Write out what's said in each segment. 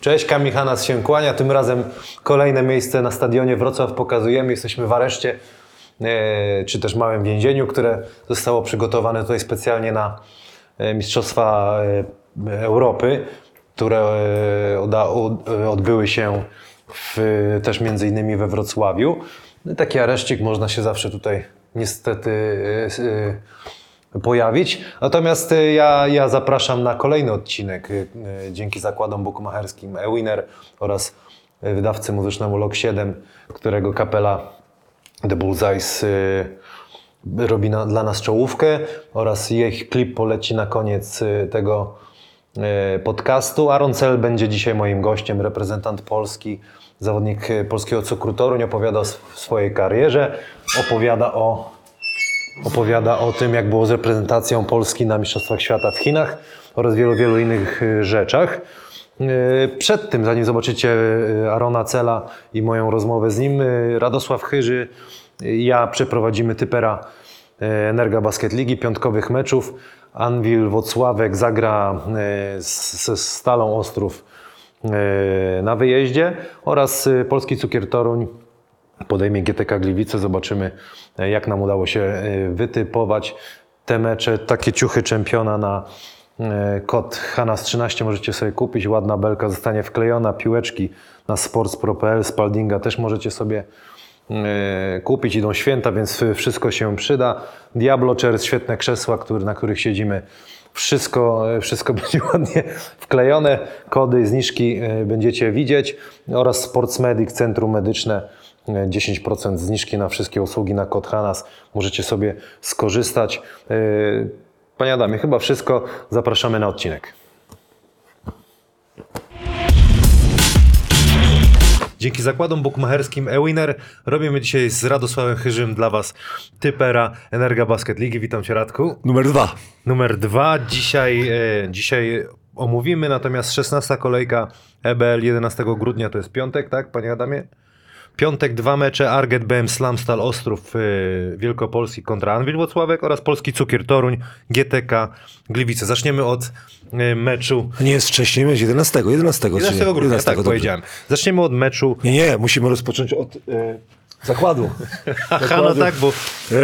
Cześć, Kamil Hanas się kłania. Tym razem kolejne miejsce na stadionie Wrocław pokazujemy. Jesteśmy w areszcie, czy też małym więzieniu, które zostało przygotowane tutaj specjalnie na Mistrzostwa Europy, które odbyły się też między innymi we Wrocławiu. Taki areszcik, można się zawsze tutaj niestety pojawić. Natomiast ja zapraszam na kolejny odcinek dzięki zakładom bukmacherskim eWinner oraz wydawcy muzycznemu Lok 7, którego kapela The Bullseyes robi dla nas czołówkę, oraz ich klip poleci na koniec tego podcastu. Aaron Cell będzie dzisiaj moim gościem, reprezentant Polski, zawodnik polskiego Cukru Toruń, opowiada o swojej karierze, opowiada o tym, jak było z reprezentacją Polski na Mistrzostwach Świata w Chinach oraz wielu innych rzeczach. Przed tym, zanim zobaczycie Arona Cella i moją rozmowę z nim, Radosław Chyży i ja przeprowadzimy typera Energa Basket Ligi, piątkowych meczów. Anwil Włocławek zagra ze Stalą Ostrów na wyjeździe oraz Polski Cukier Toruń podejmie GTK Gliwice. Zobaczymy, jak nam udało się wytypować te mecze. Takie ciuchy czempiona na kod Hanas13 możecie sobie kupić. Ładna belka zostanie wklejona. Piłeczki na sportspro.pl Spaldinga też możecie sobie kupić. Idą święta, więc wszystko się przyda. Diablo Chairs, świetne krzesła, na których siedzimy. Wszystko będzie ładnie wklejone. Kody, zniżki będziecie widzieć. Oraz Sports Medic, centrum medyczne. 10% zniżki na wszystkie usługi na kod Hanas. Możecie sobie skorzystać. Panie Adamie, chyba wszystko. Zapraszamy na odcinek. Dzięki zakładom bukmacherskim eWinner robimy dzisiaj z Radosławem Chyżym dla Was typera Energa Basket Ligi. Witam Cię, Radku. Numer 2. Dzisiaj omówimy, natomiast 16. kolejka EBL 11 grudnia to jest piątek, tak, Panie Adamie? Piątek 2 mecze, Arget BM Slam Stal Ostrów Wielkopolski kontra Anwil Włocławek oraz Polski Cukier Toruń GTK Gliwice. Zaczniemy od meczu. Nie jest wcześniej, będzie 11 grudnia, tak powiedziałem. Zaczniemy od meczu. Nie, musimy rozpocząć od zakładu. No tak, bo...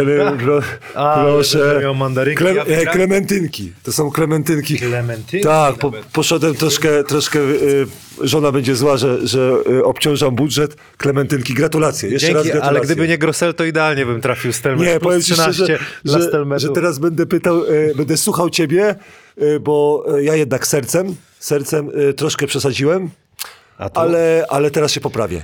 Proszę. Mandarynki. Klementynki. To są klementynki. Klementynki? Tak, poszedłem troszkę żona będzie zła, że obciążam budżet. Klementynki. Gratulacje. Jeszcze raz gratulacje. Ale gdyby nie Grosel, to idealnie bym trafił Stelmet. Nie, powiem ci szczerze, że teraz będę pytał, będę słuchał ciebie, bo ja jednak sercem troszkę przesadziłem, ale teraz się poprawię.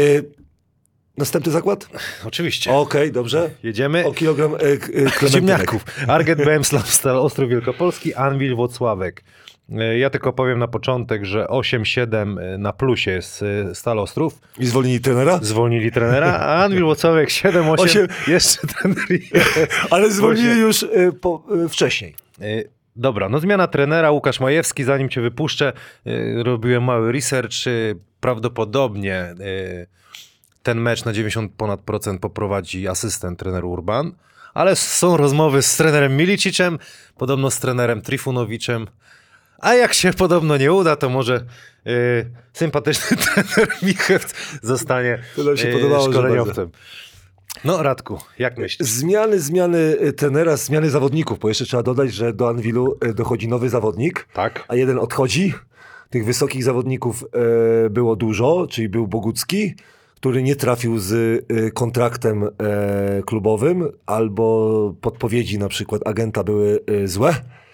Następny zakład? Oczywiście. Okej, dobrze. Jedziemy. O kilogram ziemniaków. Arget BM Slam Stal Ostrów Wielkopolski, Anwil Włocławek. Ja tylko powiem na początek, że 8-7 na plusie jest Stal Ostrów. I zwolnili trenera? Zwolnili trenera, a Anwil Włocławek 7-8. Jeszcze trener jest. Ale zwolnili już wcześniej. Dobra, no zmiana trenera, Łukasz Majewski. Zanim Cię wypuszczę, robiłem mały research. Prawdopodobnie ten mecz na 90% ponad poprowadzi asystent trener Urban, ale są rozmowy z trenerem Milicicem, podobno z trenerem Trifunowiczem, a jak się podobno nie uda, to może sympatyczny trener Michewc zostanie szkoleniowcem. No Radku, jak myślisz? Zmiany trenera, zmiany zawodników, bo jeszcze trzeba dodać, że do Anwilu dochodzi nowy zawodnik, tak, a jeden odchodzi. Tych wysokich zawodników było dużo, czyli był Bogucki, który nie trafił z kontraktem klubowym, albo podpowiedzi na przykład agenta były złe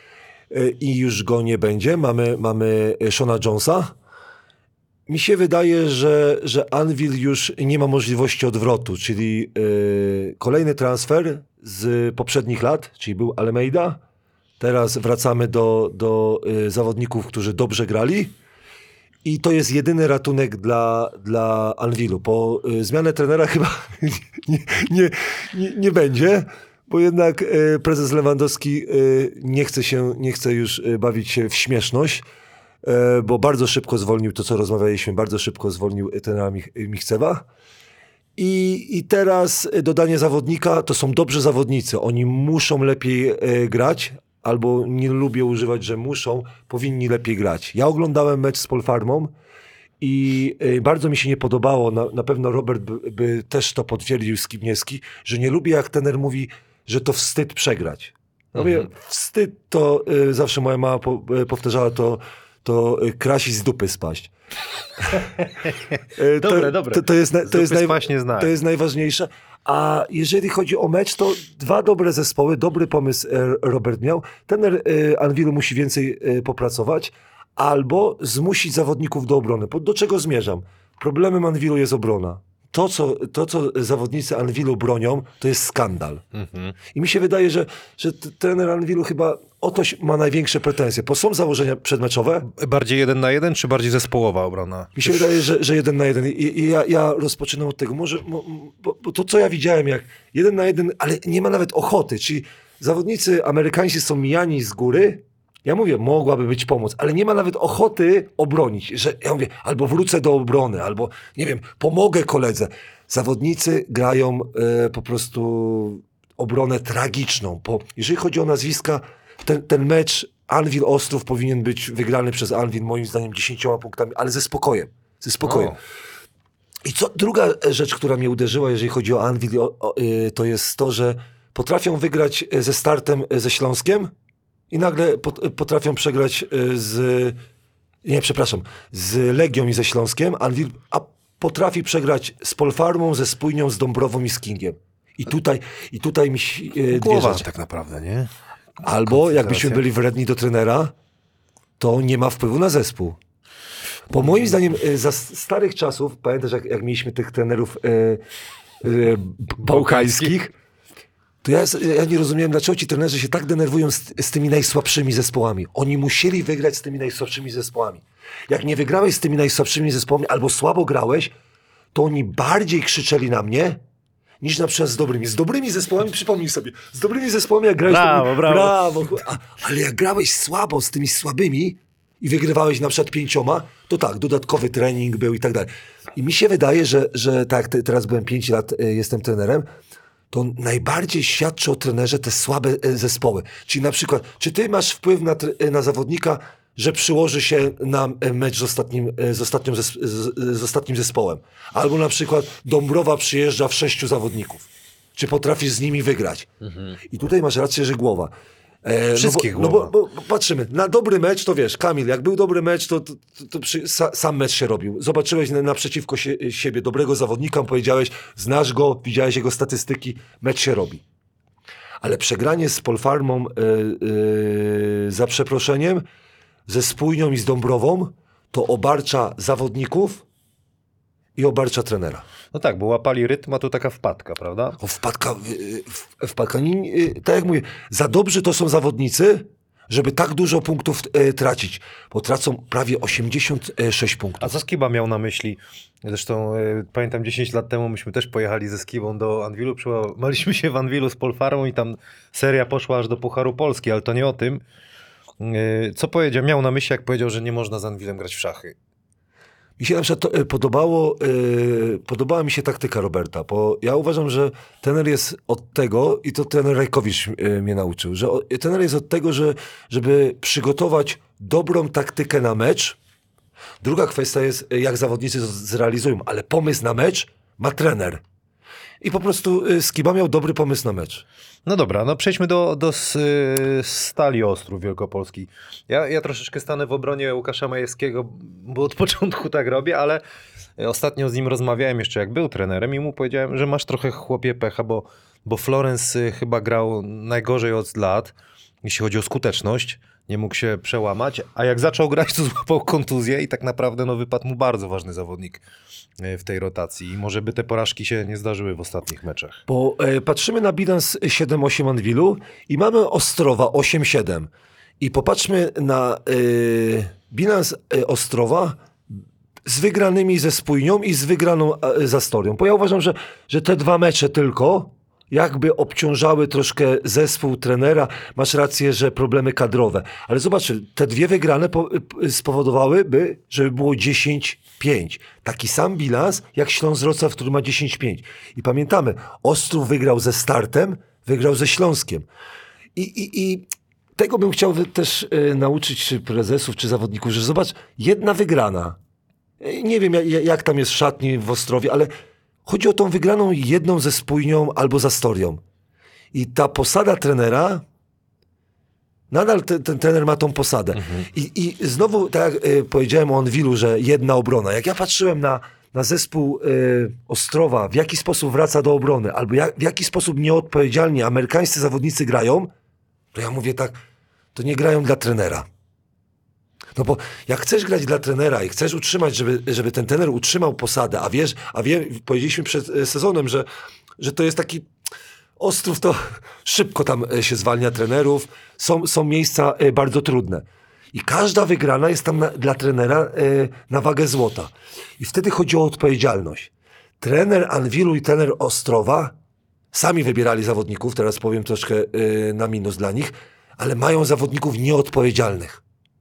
i już go nie będzie. Mamy Shona Jonesa. Mi się wydaje, że Anwil już nie ma możliwości odwrotu, czyli kolejny transfer z poprzednich lat, czyli był Almeida. Teraz wracamy do zawodników, którzy dobrze grali. I to jest jedyny ratunek dla Anwilu. Po zmianę trenera chyba nie będzie, bo jednak prezes Lewandowski nie chce już bawić się w śmieszność, bo bardzo szybko zwolnił, to co rozmawialiśmy, bardzo szybko zwolnił trenera Michcewa. I teraz dodanie zawodnika, to są dobrzy zawodnicy, oni muszą lepiej grać, albo nie lubię używać, że muszą, powinni lepiej grać. Ja oglądałem mecz z Polfarmą I bardzo mi się nie podobało, na pewno Robert by też to potwierdził, Skibniewski, że nie lubię, jak trener mówi, że to wstyd przegrać. Ja mówię, wstyd to, zawsze moja mama powtarzała to krasi z dupy spaść. Dobre. To jest najważniejsze. A jeżeli chodzi o mecz, to dwa dobre zespoły, dobry pomysł Robert miał. Trener Anwilu musi więcej popracować albo zmusić zawodników do obrony. Do czego zmierzam? Problemem Anwilu jest obrona. To, co zawodnicy Anwilu bronią, to jest skandal. I mi się wydaje, że trener Anwilu chyba o to ma największe pretensje, bo są założenia przedmeczowe. Bardziej 1 na 1, czy bardziej zespołowa obrona? Mi się wydaje, że 1 na 1. I ja rozpoczynam od tego. Bo to, co ja widziałem, jak 1 na 1, ale nie ma nawet ochoty. Czyli zawodnicy amerykańscy są mijani z góry. Ja mówię, mogłaby być pomoc, ale nie ma nawet ochoty obronić. Że ja mówię, albo wrócę do obrony, albo nie wiem, pomogę koledze. Zawodnicy grają po prostu obronę tragiczną. Jeżeli chodzi o nazwiska, ten mecz Anwil Ostrów powinien być wygrany przez Anwil moim zdaniem 10 punktami, ale ze spokojem. Ze spokojem. I druga rzecz, która mnie uderzyła, jeżeli chodzi o Anwil, to jest to, że potrafią wygrać ze startem ze Śląskiem i nagle potrafią przegrać z Legią i ze Śląskiem, a potrafi przegrać z Polfarmą, ze Spójnią, z Dąbrową i z Kingiem. I tutaj mi się dwie rzeczy. Tak naprawdę, nie? Albo jakbyśmy byli wredni do trenera, to nie ma wpływu na zespół. Bo moim zdaniem za starych czasów, pamiętasz jak mieliśmy tych trenerów bałkańskich, to ja nie rozumiałem, dlaczego ci trenerzy się tak denerwują z tymi najsłabszymi zespołami. Oni musieli wygrać z tymi najsłabszymi zespołami. Jak nie wygrałeś z tymi najsłabszymi zespołami albo słabo grałeś, to oni bardziej krzyczeli na mnie, niż na przykład z dobrymi. Z dobrymi zespołami, przypomnij sobie, z dobrymi zespołami jak grałeś... Brawo. Ale jak grałeś słabo z tymi słabymi i wygrywałeś na przykład 5, to tak, dodatkowy trening był i tak dalej. I mi się wydaje, że tak jak teraz byłem 5 lat, jestem trenerem, to najbardziej świadczy o trenerze te słabe zespoły. Czyli na przykład, czy ty masz wpływ na zawodnika, że przyłoży się na mecz z ostatnim zespołem? Albo na przykład Dąbrowa przyjeżdża w 6 zawodników. Czy potrafisz z nimi wygrać? I tutaj masz rację, że głowa. Wszystkich bo patrzymy, na dobry mecz to wiesz, Kamil, jak był dobry mecz, to sam mecz się robił. Zobaczyłeś naprzeciwko siebie dobrego zawodnika, powiedziałeś, znasz go, widziałeś jego statystyki, mecz się robi. Ale przegranie z Polfarmą za przeproszeniem, ze Spójnią i z Dąbrową, to obarcza zawodników i obarcza trenera. No tak, bo łapali rytm, a tu taka wpadka, prawda? Wpadka. Tak jak mówię, za dobrzy to są zawodnicy, żeby tak dużo punktów tracić, bo tracą prawie 86 punktów. A co Skiba miał na myśli? Zresztą pamiętam 10 lat temu myśmy też pojechali ze Skibą do Anwilu, maliśmy się w Anwilu z Polfarmą i tam seria poszła aż do Pucharu Polski, ale to nie o tym. Co miał na myśli, jak powiedział, że nie można z Anwilem grać w szachy? Mi się na przykład podobała mi się taktyka Roberta, bo ja uważam, że trener jest od tego, i to trener Rajkowicz mnie nauczył, że trener jest od tego, żeby przygotować dobrą taktykę na mecz. Druga kwestia jest, jak zawodnicy zrealizują, ale pomysł na mecz ma trener. I po prostu Skiba miał dobry pomysł na mecz. No dobra, no przejdźmy do Stali Ostrów Wielkopolski. Ja troszeczkę stanę w obronie Łukasza Majewskiego, bo od początku tak robię, ale ostatnio z nim rozmawiałem jeszcze jak był trenerem i mu powiedziałem, że masz trochę chłopie pecha, bo Florence chyba grał najgorzej od lat, jeśli chodzi o skuteczność. Nie mógł się przełamać, a jak zaczął grać, to złapał kontuzję i tak naprawdę wypadł mu bardzo ważny zawodnik w tej rotacji. I może by te porażki się nie zdarzyły w ostatnich meczach. Bo patrzymy na bilans 7-8 Anwilu i mamy Ostrowa 8-7. I popatrzmy na bilans Ostrowa z wygranymi ze Spójnią i z wygraną z Astorią. Bo ja uważam, że te dwa mecze tylko jakby obciążały troszkę zespół trenera. Masz rację, że problemy kadrowe. Ale zobacz, te dwie wygrane spowodowałyby, żeby było 10-5. Taki sam bilans jak Śląsk-Wrocław, który ma 10-5. I pamiętamy, Ostrów wygrał ze Startem, wygrał ze Śląskiem. I tego bym chciał też nauczyć czy prezesów, czy zawodników, że zobacz, jedna wygrana. Nie wiem, jak tam jest w szatni w Ostrowie, ale chodzi o tą wygraną jedną ze spójnią albo za Storią. I ta posada trenera, nadal ten trener ma tą posadę. I znowu, tak jak powiedziałem o Anwilu, że jedna obrona. Jak ja patrzyłem na zespół Ostrowa, w jaki sposób wraca do obrony, albo w jaki sposób nieodpowiedzialnie amerykańscy zawodnicy grają, to ja mówię tak, to nie grają dla trenera. No bo jak chcesz grać dla trenera i chcesz utrzymać, żeby ten trener utrzymał posadę, powiedzieliśmy przed sezonem, że to jest taki Ostrów, to szybko tam się zwalnia trenerów, są miejsca bardzo trudne. I każda wygrana jest tam dla trenera na wagę złota. I wtedy chodzi o odpowiedzialność. Trener Anwilu i trener Ostrowa sami wybierali zawodników, teraz powiem troszkę na minus dla nich, ale mają zawodników nieodpowiedzialnych.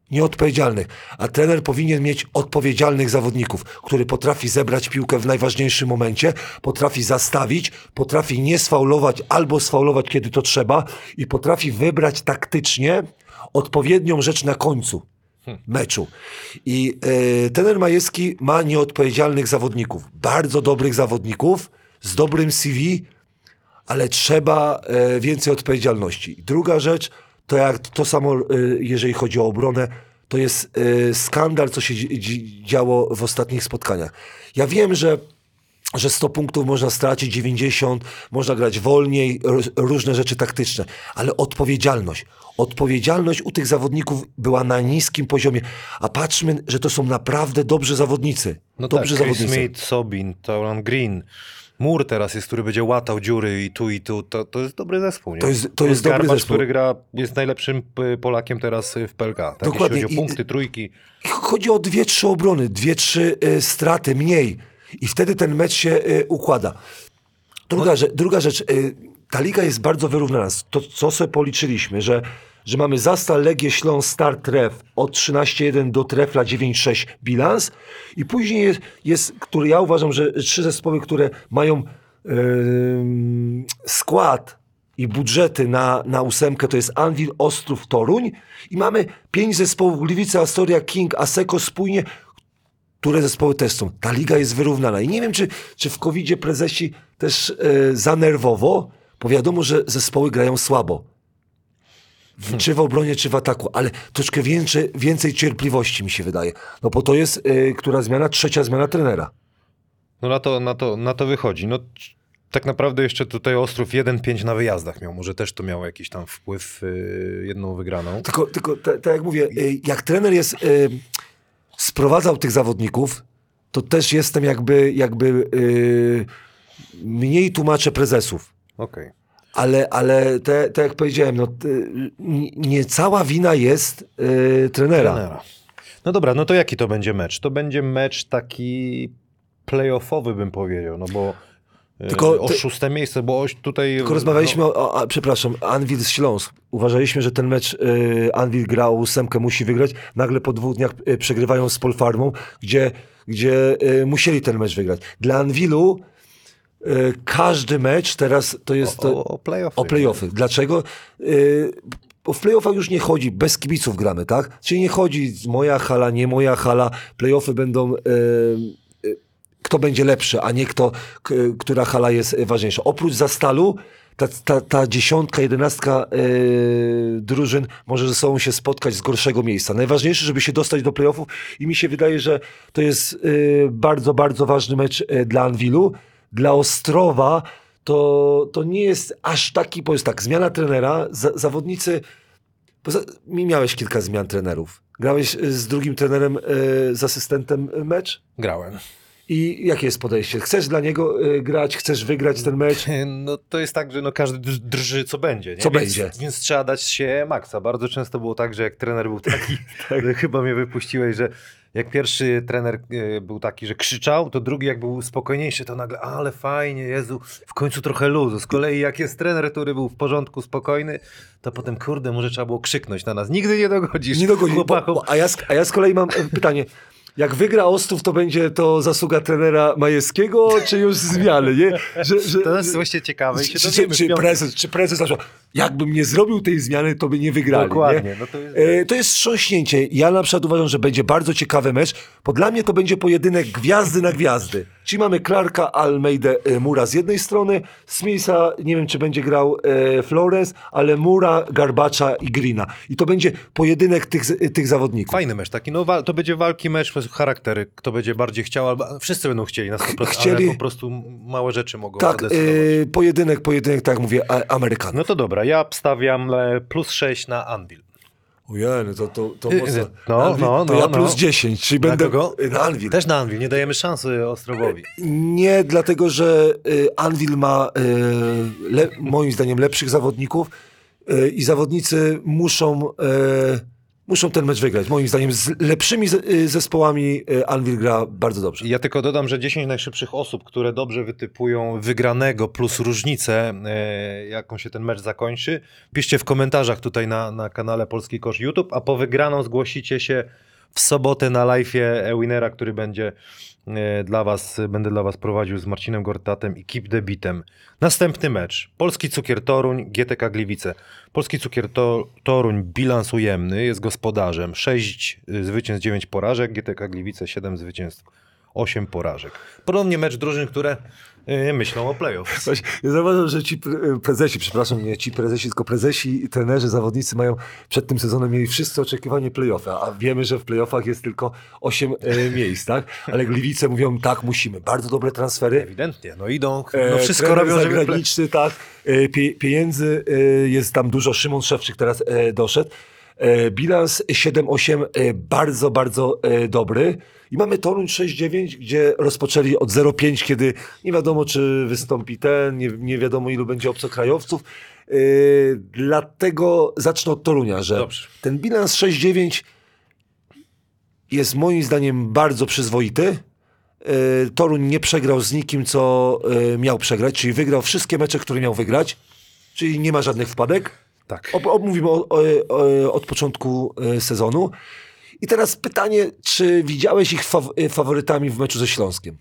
A trener powinien mieć odpowiedzialnych zawodników, który potrafi zebrać piłkę w najważniejszym momencie, potrafi zastawić, potrafi nie sfaulować albo sfaulować, kiedy to trzeba i potrafi wybrać taktycznie odpowiednią rzecz na końcu meczu. I trener Majewski ma nieodpowiedzialnych zawodników, bardzo dobrych zawodników, z dobrym CV, ale trzeba więcej odpowiedzialności. Druga rzecz, to samo, jeżeli chodzi o obronę, to jest skandal, co się działo w ostatnich spotkaniach. Ja wiem, że 100 punktów można stracić, 90, można grać wolniej, różne rzeczy taktyczne, ale odpowiedzialność u tych zawodników była na niskim poziomie, a patrzmy, że to są naprawdę dobrzy zawodnicy. No dobrzy tak, zawodnicy. Smith, Sobin, Taulan Green, Mur teraz jest, który będzie łatał dziury i tu, to jest dobry zespół. Nie? To jest dobry Garbacz, zespół. który jest najlepszym Polakiem teraz w PLK. Tak, dokładnie. Jeśli chodzi o punkty, trójki. Chodzi o 2-3 obrony, 2-3 straty mniej i wtedy ten mecz się układa. Druga rzecz, ta liga jest bardzo wyrównana. To, co sobie policzyliśmy, że mamy Zastal, Legię, Śląsk, Start, Tref od 13-1 do Trefla 9-6 bilans i później jest, który ja uważam, że 3 zespoły, które mają skład i budżety na 8, to jest Anwil, Ostrów, Toruń i mamy 5 zespołów, Gliwice, Astoria, King, Asseco, Spójnie, które zespoły też są. Ta liga jest wyrównana i nie wiem, czy w COVID-zie prezesi też za nerwowo, bo wiadomo, że zespoły grają słabo. Czy w obronie, czy w ataku, ale troszkę więcej cierpliwości mi się wydaje. No bo to jest trzecia zmiana trenera. No na to wychodzi. No tak naprawdę jeszcze tutaj Ostrów 1-5 na wyjazdach miał. Może też to miało jakiś tam wpływ jedną wygraną. Tylko tak jak mówię, jak trener sprowadzał tych zawodników, to też jestem jakby mniej tłumaczę prezesów. Okej. Ale tak jak powiedziałem, nie cała wina jest trenera. No dobra, no to jaki to będzie mecz? To będzie mecz taki play-offowy, bym powiedział, no bo o 6. miejsce, bo tutaj... Tylko rozmawialiśmy przepraszam, Anwil z Śląsk. Uważaliśmy, że ten mecz Anwil gra o 8, musi wygrać. Nagle po 2 dniach przegrywają z Polfarmą, gdzie musieli ten mecz wygrać. Dla Anwilu każdy mecz teraz to jest o play-offy. Dlaczego? Bo w play-offach już nie chodzi, bez kibiców gramy, tak? Czyli nie chodzi moja hala, nie moja hala. Play-offy będą kto będzie lepszy, a nie która hala jest ważniejsza. Oprócz Zastalu ta 10, 11 drużyn może ze sobą się spotkać z gorszego miejsca. Najważniejsze, żeby się dostać do play-offów i mi się wydaje, że to jest bardzo, bardzo ważny mecz dla Anwilu. Dla Ostrowa to nie jest aż taki, bo jest tak, zmiana trenera, zawodnicy, miałeś kilka zmian trenerów. Grałeś z drugim trenerem, z asystentem mecz? Grałem. I jakie jest podejście? Chcesz dla niego grać, chcesz wygrać ten mecz? No to jest tak, że każdy drży co będzie. Nie? Więc trzeba dać się maksa. Bardzo często było tak, że jak trener był taki, chyba mnie wypuściłeś, że jak pierwszy trener był taki, że krzyczał, to drugi jak był spokojniejszy, to nagle, ale fajnie, Jezu, w końcu trochę luzu. Z kolei jak jest trener, który był w porządku, spokojny, to potem, kurde, może trzeba było krzyknąć na nas. Nigdy nie dogodzisz. Nie dogodzisz, a ja z kolei mam pytanie. Jak wygra Ostrów, to będzie to zasługa trenera Majewskiego, czy już zmiany, nie? To jest właśnie ciekawe i się czy, dowiemy w czy, piątek. czy prezes na przykład, jakbym nie zrobił tej zmiany, to by nie wygrali. Dokładnie. Nie? No to jest... To jest wstrząśnięcie. Ja na przykład uważam, że będzie bardzo ciekawy mecz, bo dla mnie to będzie pojedynek gwiazdy na gwiazdy. Czyli mamy Clarka, Almeidę, Mura z jednej strony, Smitha, nie wiem czy będzie grał Flores, ale Mura, Garbacza i Greena. I to będzie pojedynek tych zawodników. Fajny mecz taki, no to będzie walki mecz, charaktery, kto będzie bardziej chciał, albo wszyscy będą chcieli na 100%, Chcieli. ale po prostu małe rzeczy mogą Tak, zadecydować. pojedynek, tak jak mówię, Amerykanów. No to dobra, ja obstawiam +6 na Anvil. Ojej, no to mocno. No, ja no. +10, czyli Na będę kogo? na Anvil. Też na Anvil, nie dajemy szansy Ostrowowi. Nie, dlatego że Anvil ma moim zdaniem lepszych zawodników i zawodnicy muszą ten mecz wygrać. Moim zdaniem z lepszymi zespołami Anvil gra bardzo dobrze. Ja tylko dodam, że 10 najszybszych osób, które dobrze wytypują wygranego plus różnicę, jaką się ten mecz zakończy, piszcie w komentarzach tutaj na kanale Polski Kosz YouTube, a po wygraną zgłosicie się w sobotę na live'ie Ewinera, który będę dla was prowadził z Marcinem Gortatem i Keep the Beatem. Następny mecz. Polski Cukier Toruń, GTK Gliwice. Polski Cukier Toruń bilans ujemny, jest gospodarzem. 6 zwycięstw, 9 porażek. GTK Gliwice 7 zwycięstw, 8 porażek. Podobnie mecz drużyn, które myślą o playoff. Ja zauważam, że ci prezesi, przepraszam, nie ci prezesi, tylko prezesi, trenerzy, zawodnicy mają przed tym sezonem mieli wszyscy oczekiwanie play-offa, a wiemy, że w play-offach jest tylko 8 miejsc, tak? Ale Gliwice mówią, tak, musimy. Bardzo dobre transfery. Ewidentnie, no idą, no wszystko Trener robią, żeby... zagraniczny, tak. Pieniędzy jest tam dużo. Szymon Szewczyk teraz doszedł. Bilans 7-8, bardzo, bardzo dobry. I mamy Toruń 6-9, gdzie rozpoczęli od 0-5, kiedy nie wiadomo, czy wystąpi ten, nie wiadomo, ilu będzie obcokrajowców. Dlatego zacznę od Torunia, że Dobrze. ten bilans 6-9 jest moim zdaniem bardzo przyzwoity. Toruń nie przegrał z nikim, co miał przegrać, czyli wygrał wszystkie mecze, które miał wygrać, czyli nie ma żadnych wpadek. Tak. Mówimy od początku sezonu. I teraz pytanie, czy widziałeś ich faworytami w meczu ze Śląskiem?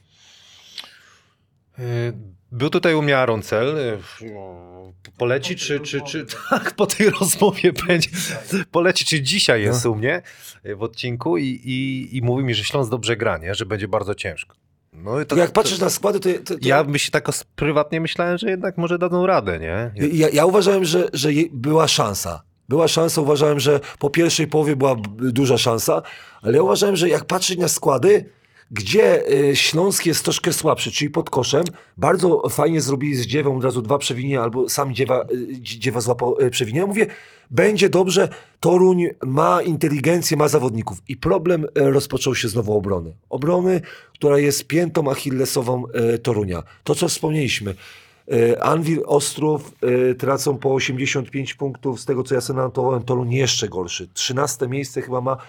Był tutaj u mnie Aaron Cel. Poleci, czy tak po tej rozmowie będzie? Poleci, czy dzisiaj jest u mnie w odcinku i mówi mi, że Śląsk dobrze gra, nie? Że będzie bardzo ciężko. No i Jak patrzysz na składy, to ja tak prywatnie myślałem, że jednak może dadzą radę, nie? ja uważałem, że była szansa. Była szansa, uważałem, że po pierwszej połowie była duża szansa, ale ja uważałem, że jak patrzeć na składy, gdzie Śląsk jest troszkę słabszy, czyli pod koszem, bardzo fajnie zrobili z Dziewą od razu 2 przewinienia, albo sam Dziewa złapał przewinienia. Ja mówię, będzie dobrze, Toruń ma inteligencję, ma zawodników. I problem rozpoczął się znowu obrony, która jest piętą achillesową Torunia. To, co wspomnieliśmy. Anvil, Ostrów tracą po 85 punktów, z tego co ja sobie nanotowałem, Toruń jeszcze gorszy. 13 miejsce chyba ma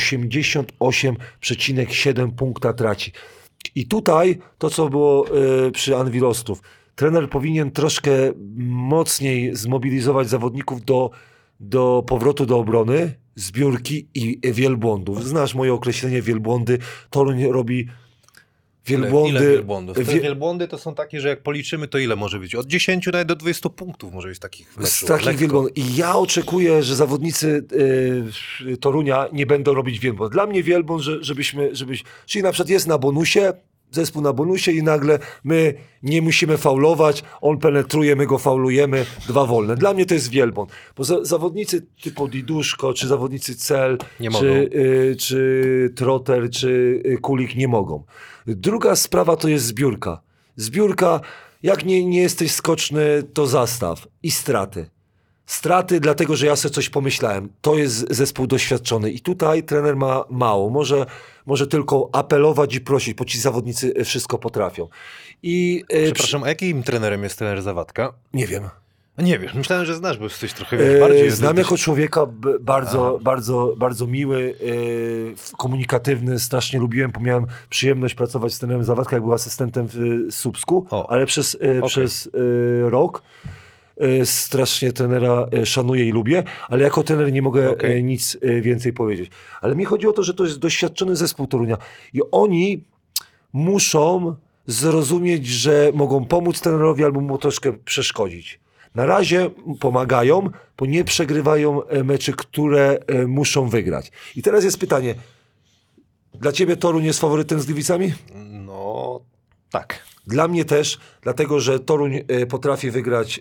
88,7 punkta traci. I tutaj to, co było przy Anvil Ostrów, trener powinien troszkę mocniej zmobilizować zawodników do powrotu do obrony, zbiórki i wielbłądów. Znasz moje określenie wielbłądy. Toruń robi wielbłądy. Ile wielbłądów? Te wielbłądy to są takie, że jak policzymy, to ile może być? Od 10 nawet do 20 punktów może być takich meczów. Z takich wielbłądów. I ja oczekuję, że zawodnicy Torunia nie będą robić wielbłąd. Dla mnie wielbłąd, czyli na przykład jest na bonusie, zespół na bonusie i nagle my nie musimy faulować, on penetruje, my go faulujemy, 2 wolne. Dla mnie to jest wielbłąd. Bo zawodnicy typu Diduszko, czy zawodnicy Cel, czy Trotter, czy Kulik nie mogą. Druga sprawa to jest zbiórka. Zbiórka, jak nie jesteś skoczny, to zastaw i straty. Straty, dlatego że ja sobie coś pomyślałem. To jest zespół doświadczony i tutaj trener ma mało. Może tylko apelować i prosić, bo ci zawodnicy wszystko potrafią. Przepraszam, a jakim trenerem jest trener Zawadka? Nie wiem. Nie wiem, myślałem, że znasz, bo jesteś trochę bardziej... Znam jako człowieka bardzo miły, komunikatywny, strasznie lubiłem, bo miałem przyjemność pracować z trenerem Zawadka, jak był asystentem w Słupsku, ale przez rok. strasznie trenera szanuję i lubię, ale jako trener nie mogę Okej. nic więcej powiedzieć. Ale mi chodzi o to, że to jest doświadczony zespół Torunia i oni muszą zrozumieć, że mogą pomóc trenerowi albo mu troszkę przeszkodzić. Na razie pomagają, bo nie przegrywają meczy, które muszą wygrać. I teraz jest pytanie, dla ciebie Toruń jest faworytem z Gliwicami? No, tak. Dla mnie też, dlatego że Toruń potrafi wygrać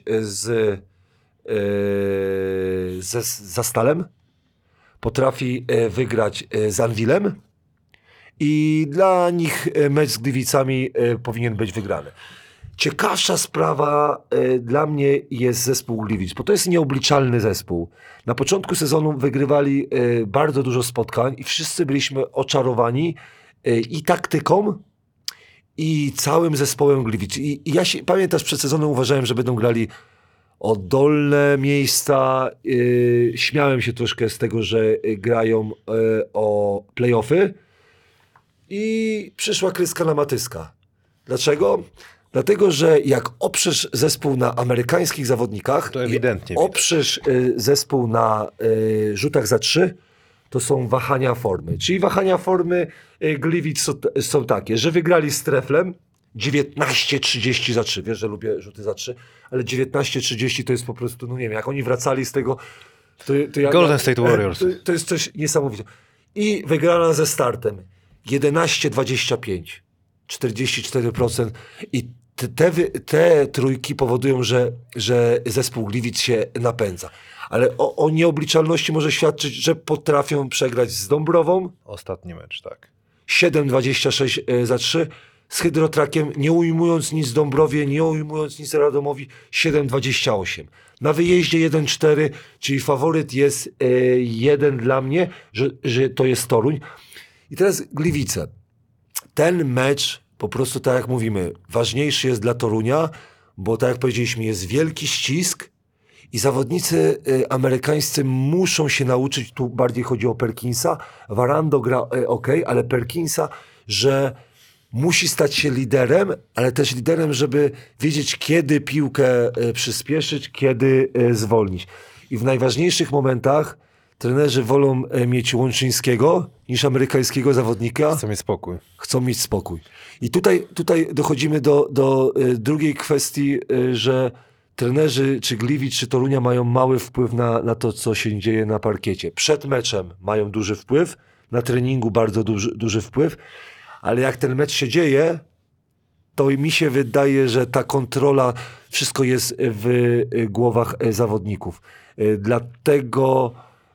ze Zastalem, potrafi wygrać z Anwilem i dla nich mecz z Gliwicami powinien być wygrany. Ciekawsza sprawa dla mnie jest zespół Gliwic, bo to jest nieobliczalny zespół. Na początku sezonu wygrywali bardzo dużo spotkań i wszyscy byliśmy oczarowani i taktyką, i całym zespołem Gliwic. I ja się pamiętasz, przed sezonem uważałem, że będą grali o dolne miejsca. Śmiałem się troszkę z tego, że grają o play-offy. I przyszła kryska na Matyska. Dlaczego? Dlatego, że jak oprzesz zespół na amerykańskich zawodnikach, To ewidentnie i oprzesz zespół na rzutach za 3, to są wahania formy. Czyli wahania formy Gliwic są takie, że wygrali z Treflem 19-30 za 3. Wiesz, że lubię rzuty za 3, ale 19-30 to jest po prostu, no nie wiem, jak oni wracali z tego... Golden State Warriors. To jest coś niesamowitego. I wygrana ze startem 11-25, 44%. I te trójki powodują, że zespół Gliwic się napędza. Ale o nieobliczalności może świadczyć, że potrafią przegrać z Dąbrową Ostatni mecz, tak. 7,26 za 3, z Hydrotrakiem, nie ujmując nic Dąbrowie, nie ujmując nic Radomowi, 7,28. Na wyjeździe 1,4, czyli faworyt jest 1 dla mnie, że to jest Toruń. I teraz Gliwice. Ten mecz, po prostu tak jak mówimy, ważniejszy jest dla Torunia, bo tak jak powiedzieliśmy, jest wielki ścisk i zawodnicy amerykańscy muszą się nauczyć, tu bardziej chodzi o Perkinsa, Varando gra ok, ale Perkinsa, że musi stać się liderem, ale też liderem, żeby wiedzieć, kiedy piłkę przyspieszyć, kiedy zwolnić. I w najważniejszych momentach trenerzy wolą mieć Łączyńskiego niż amerykańskiego zawodnika. Chcę mieć spokój. Chcą mieć spokój. I tutaj dochodzimy do drugiej kwestii, że trenerzy czy Gliwic, czy Torunia mają mały wpływ na to, co się dzieje na parkiecie. Przed meczem mają duży wpływ, na treningu bardzo duży wpływ, ale jak ten mecz się dzieje, to mi się wydaje, że ta kontrola, wszystko jest w głowach zawodników. Dlatego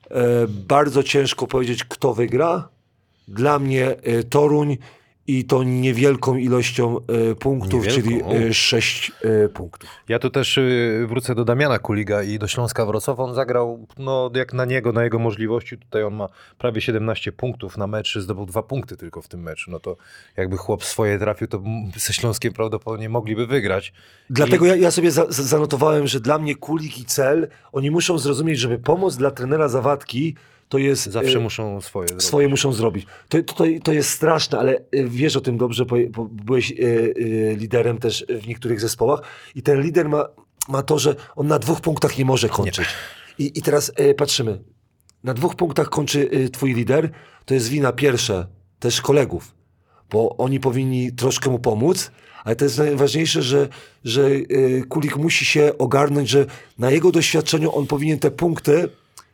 bardzo ciężko powiedzieć, kto wygra. Dla mnie Toruń i to niewielką ilością punktów, Niewielką? czyli 6 punktów. Ja tu też wrócę do Damiana Kuliga i do Śląska Wrocław. On zagrał, no jak na niego, na jego możliwości. Tutaj on ma prawie 17 punktów na mecz, zdobył 2 punkty tylko w tym meczu. No to jakby chłop swoje trafił, to ze Śląskiem prawdopodobnie mogliby wygrać. Dlatego ja sobie zanotowałem, że dla mnie Kulik i Cel, oni muszą zrozumieć, żeby pomoc dla trenera Zawadki, to jest... Zawsze muszą swoje zrobić. Swoje muszą zrobić. To jest straszne, ale wiesz o tym dobrze, bo byłeś liderem też w niektórych zespołach i ten lider ma to, że on na 2 punktach nie może kończyć. I teraz patrzymy. Na 2 punktach kończy twój lider, to jest wina pierwsze też kolegów, bo oni powinni troszkę mu pomóc, ale to jest najważniejsze, że Kulik musi się ogarnąć, że na jego doświadczeniu on powinien te punkty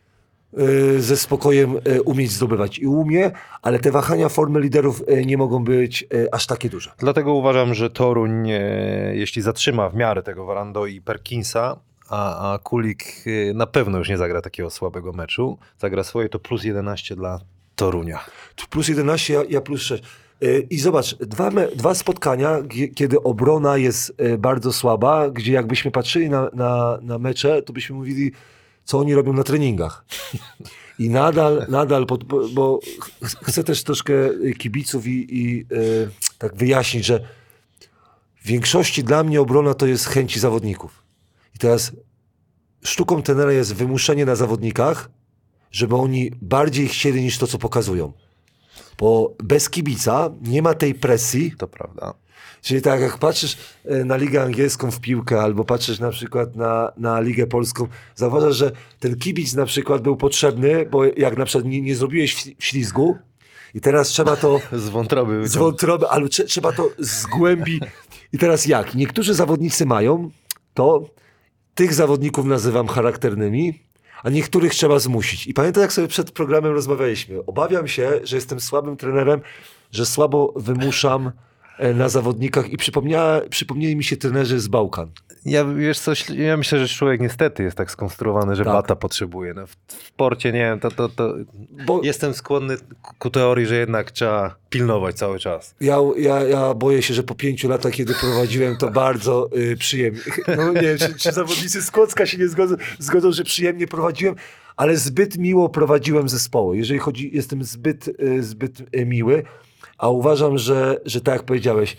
ze spokojem umieć zdobywać. I umie, ale te wahania formy liderów nie mogą być aż takie duże. Dlatego uważam, że Toruń, jeśli zatrzyma w miarę tego Varando i Perkinsa, a Kulik na pewno już nie zagra takiego słabego meczu, zagra swoje, to plus 11 dla Torunia. Plus 11, ja plus 6. I zobacz, dwa spotkania, kiedy obrona jest bardzo słaba, gdzie jakbyśmy patrzyli na mecze, to byśmy mówili, co oni robią na treningach. I nadal bo chcę też troszkę kibiców i tak wyjaśnić, że w większości dla mnie obrona to jest chęci zawodników. I teraz sztuką trenera jest wymuszenie na zawodnikach, żeby oni bardziej chcieli niż to, co pokazują. Bo bez kibica nie ma tej presji, To prawda. Czyli tak jak patrzysz na ligę angielską w piłkę, albo patrzysz na przykład na ligę polską, zauważasz, że ten kibic na przykład był potrzebny, bo jak na przykład nie zrobiłeś ślizgu i teraz trzeba to Z wątroby. z wątroby, ale trzeba to z głębi. I teraz jak? Niektórzy zawodnicy mają, to tych zawodników nazywam charakternymi, a niektórych trzeba zmusić. I pamiętam, jak sobie przed programem rozmawialiśmy. Obawiam się, że jestem słabym trenerem, że słabo wymuszam na zawodnikach i przypomnieli mi się trenerzy z Bałkan. Wiesz coś, ja myślę, że człowiek niestety jest tak skonstruowany, że Tak. bata potrzebuje. No, w sporcie, nie wiem, Bo jestem skłonny ku teorii, że jednak trzeba pilnować cały czas. ja boję się, że po 5 latach, kiedy prowadziłem, to bardzo przyjemnie. No nie wiem, czy zawodnicy z Kłodzka się nie zgodzą, że przyjemnie prowadziłem, ale zbyt miło prowadziłem zespoły. Jeżeli chodzi, jestem zbyt miły, a uważam, że tak jak powiedziałeś,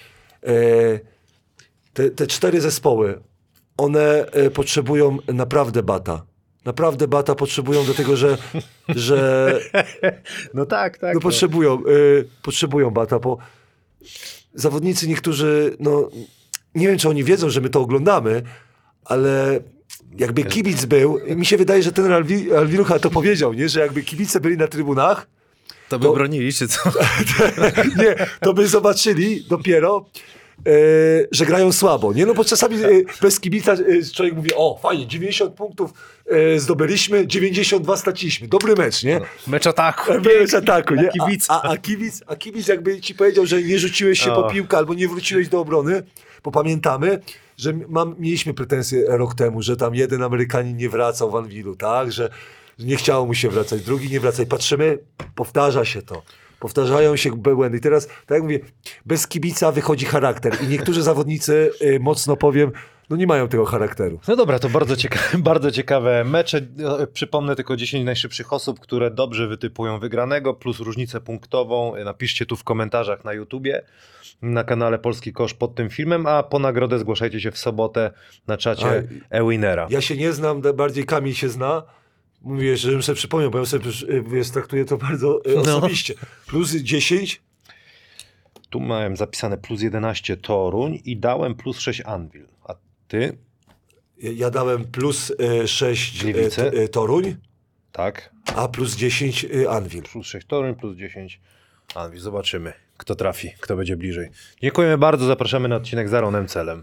te 4 zespoły, one potrzebują naprawdę bata. Naprawdę bata potrzebują do tego, że No tak. no potrzebują bata, bo zawodnicy niektórzy, no nie wiem, czy oni wiedzą, że my to oglądamy, ale jakby kibic był, mi się wydaje, że ten Alwirucha to powiedział, nie? Że jakby kibice byli na trybunach, To by To- bronili, czy co? nie, to by zobaczyli dopiero, że grają słabo, nie? No bo czasami bez kibica człowiek mówi, o fajnie, 90 punktów zdobyliśmy, 92 straciliśmy, dobry mecz, nie? Mecz ataku. Mecz ataku, nie? kibica. A kibic jakby ci powiedział, że nie rzuciłeś się po O. piłkę albo nie wróciłeś do obrony, bo pamiętamy, że mieliśmy pretensje rok temu, że tam jeden Amerykanin nie wracał w Anwilu, tak? Że nie chciało mu się wracać, drugi nie wracać. Patrzymy, powtarza się to. Powtarzają się błędy. I teraz, tak jak mówię, bez kibica wychodzi charakter. I niektórzy zawodnicy, mocno powiem, no nie mają tego charakteru. No dobra, to bardzo ciekawe mecze. Przypomnę tylko 10 najszybszych osób, które dobrze wytypują wygranego, plus różnicę punktową. Napiszcie tu w komentarzach na YouTubie, na kanale Polski Kosz pod tym filmem, a po nagrodę zgłaszajcie się w sobotę na czacie e-Winnera. Ja się nie znam, bardziej Kamil się zna. Mówię, żebym sobie przypomniał, bo ja sobie traktuję to bardzo osobiście. Plus 10. Tu miałem zapisane plus 11 Toruń i dałem plus 6 Anwil. A ty? Ja dałem plus 6 Gliwice. Toruń, Tak. a plus 10 Anwil. Plus 6 Toruń, plus 10 Anwil. Zobaczymy, kto trafi, kto będzie bliżej. Dziękujemy bardzo, zapraszamy na odcinek za Ronem Celem.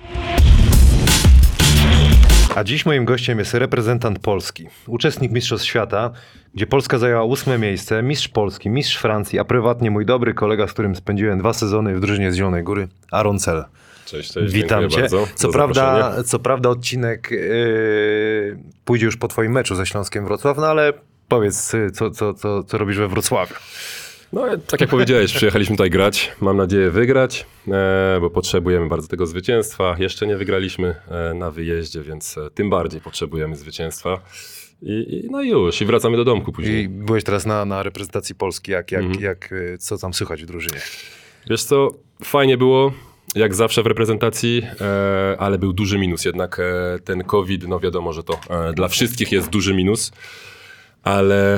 A dziś moim gościem jest reprezentant Polski, uczestnik Mistrzostw Świata, gdzie Polska zajęła 8 miejsce, mistrz Polski, mistrz Francji, a prywatnie mój dobry kolega, z którym spędziłem 2 sezony w drużynie z Zielonej Góry, Aaron Cel. Cześć, Witam dziękuję cię. bardzo za zaproszenie. Co prawda odcinek pójdzie już po twoim meczu ze Śląskiem Wrocław, no ale powiedz, co robisz we Wrocławiu. No, tak jak powiedziałeś, przyjechaliśmy tutaj grać. Mam nadzieję wygrać, bo potrzebujemy bardzo tego zwycięstwa. Jeszcze nie wygraliśmy na wyjeździe, więc tym bardziej potrzebujemy zwycięstwa. No i już, i wracamy do domku później. I byłeś teraz na reprezentacji Polski, co tam słychać w drużynie? Wiesz co, fajnie było, jak zawsze w reprezentacji, ale był duży minus. Jednak ten COVID, no wiadomo, że to dla wszystkich jest duży minus. Ale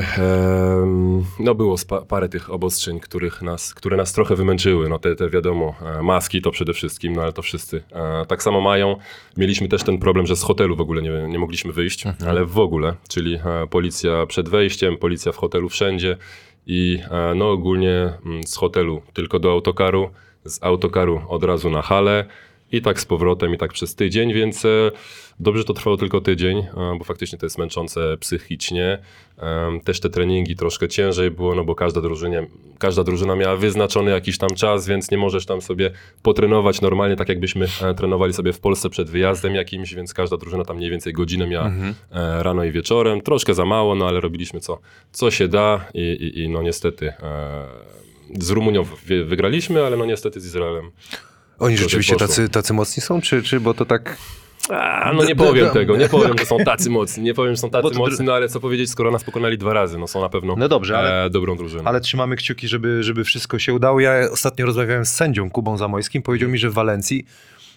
no było parę tych obostrzeń, które nas trochę wymęczyły. No te wiadomo, maski to przede wszystkim, no ale to wszyscy tak samo mają. Mieliśmy też ten problem, że z hotelu w ogóle nie mogliśmy wyjść, ale w ogóle, czyli policja przed wejściem, policja w hotelu wszędzie i no ogólnie z hotelu tylko do autokaru, z autokaru od razu na halę. I tak z powrotem, i tak przez tydzień, więc dobrze to trwało tylko tydzień, bo faktycznie to jest męczące psychicznie. Też te treningi troszkę ciężej było, no bo każda drużyna miała wyznaczony jakiś tam czas, więc nie możesz tam sobie potrenować normalnie, tak jakbyśmy trenowali sobie w Polsce przed wyjazdem jakimś, więc każda drużyna tam mniej więcej godzinę miała rano i wieczorem. Troszkę za mało, no ale robiliśmy co się da i no niestety z Rumunią wygraliśmy, ale no niestety z Izraelem. Oni To rzeczywiście poszło. tacy mocni są, czy bo to tak... No nie powiem tego, nie powiem, że są tacy mocni, nie powiem, że są Bo tacy to mocni, no ale co powiedzieć, skoro nas pokonali 2 razy, no są na pewno No dobrze, ale- dobrą drużyną. Ale trzymamy kciuki, żeby wszystko się udało. Ja ostatnio rozmawiałem z sędzią Kubą Zamojskim. Powiedział mi, że w Walencji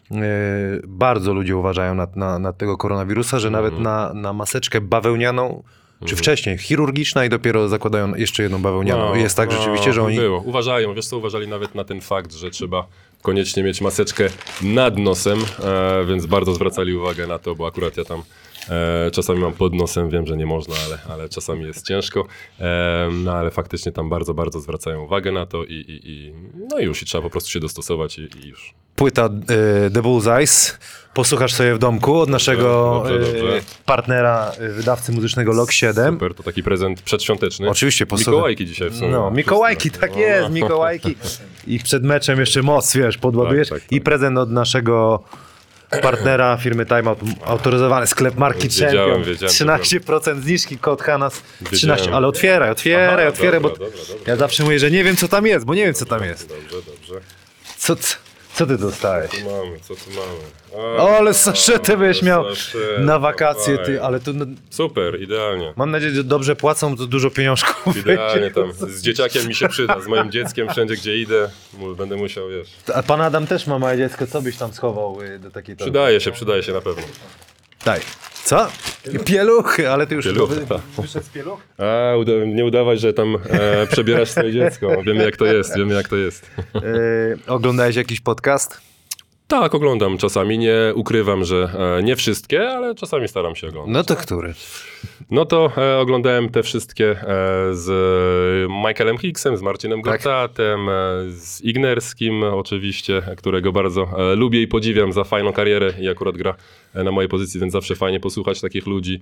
bardzo ludzie uważają na tego koronawirusa, że nawet na maseczkę bawełnianą, czy wcześniej chirurgiczna i dopiero zakładają jeszcze jedną bawełnianą. Jest tak rzeczywiście, że oni... Było. Uważają, wiesz co, uważali nawet na ten fakt, że trzeba koniecznie mieć maseczkę nad nosem, więc bardzo zwracali uwagę na to, bo akurat ja tam czasami mam pod nosem, wiem, że nie można, ale czasami jest ciężko, no ale faktycznie tam bardzo, bardzo zwracają uwagę na to no i już i trzeba po prostu się dostosować i już. Płyta The Bullseyes. Posłuchasz sobie w domku od naszego Dobrze. partnera, wydawcy muzycznego Lok 7. Super, to taki prezent przedświąteczny. Oczywiście, posłuchaj. Mikołajki dzisiaj w sumie. No, Mikołajki, tak jest, Mikołajki. I przed meczem jeszcze moc, wiesz, podładujesz. Tak. I prezent od naszego partnera firmy Time Out, autoryzowany sklep marki Wiedziałem, Champion. 13% zniżki, kod Hanas 13, Wiedziałem. ale otwieraj, Dobra, bo dobra. ja zawsze mówię, że nie wiem co tam jest, bo nie wiem co tam jest. Dobrze. Co ty dostałeś? Co tu mamy? O, ale saszetę byś miał saszetę, na wakacje, ty, fajnie. ale tu Super, idealnie. mam nadzieję, że dobrze płacą, to dużo pieniążków. Idealnie tam. Z dzieciakiem mi się przyda, z moim dzieckiem wszędzie gdzie idę, będę musiał, wiesz. A pan Adam też ma małe dziecko, co byś tam schował do takiej torby? Przydaje się na pewno. Daj. Co? Pieluchy, ale ty już Pieluchy, tak. wyszedł z pieluch? Nie udawaj, że tam przebierasz swoje dziecko. Wiemy jak to jest. Oglądałeś jakiś podcast? Tak, oglądam czasami, nie ukrywam, że nie wszystkie, ale czasami staram się oglądać. No to który? No to oglądałem te wszystkie z Michaelem Hicksem, z Marcinem Gortatem, z Ignerskim oczywiście, którego bardzo lubię i podziwiam za fajną karierę i akurat gra na mojej pozycji, więc zawsze fajnie posłuchać takich ludzi.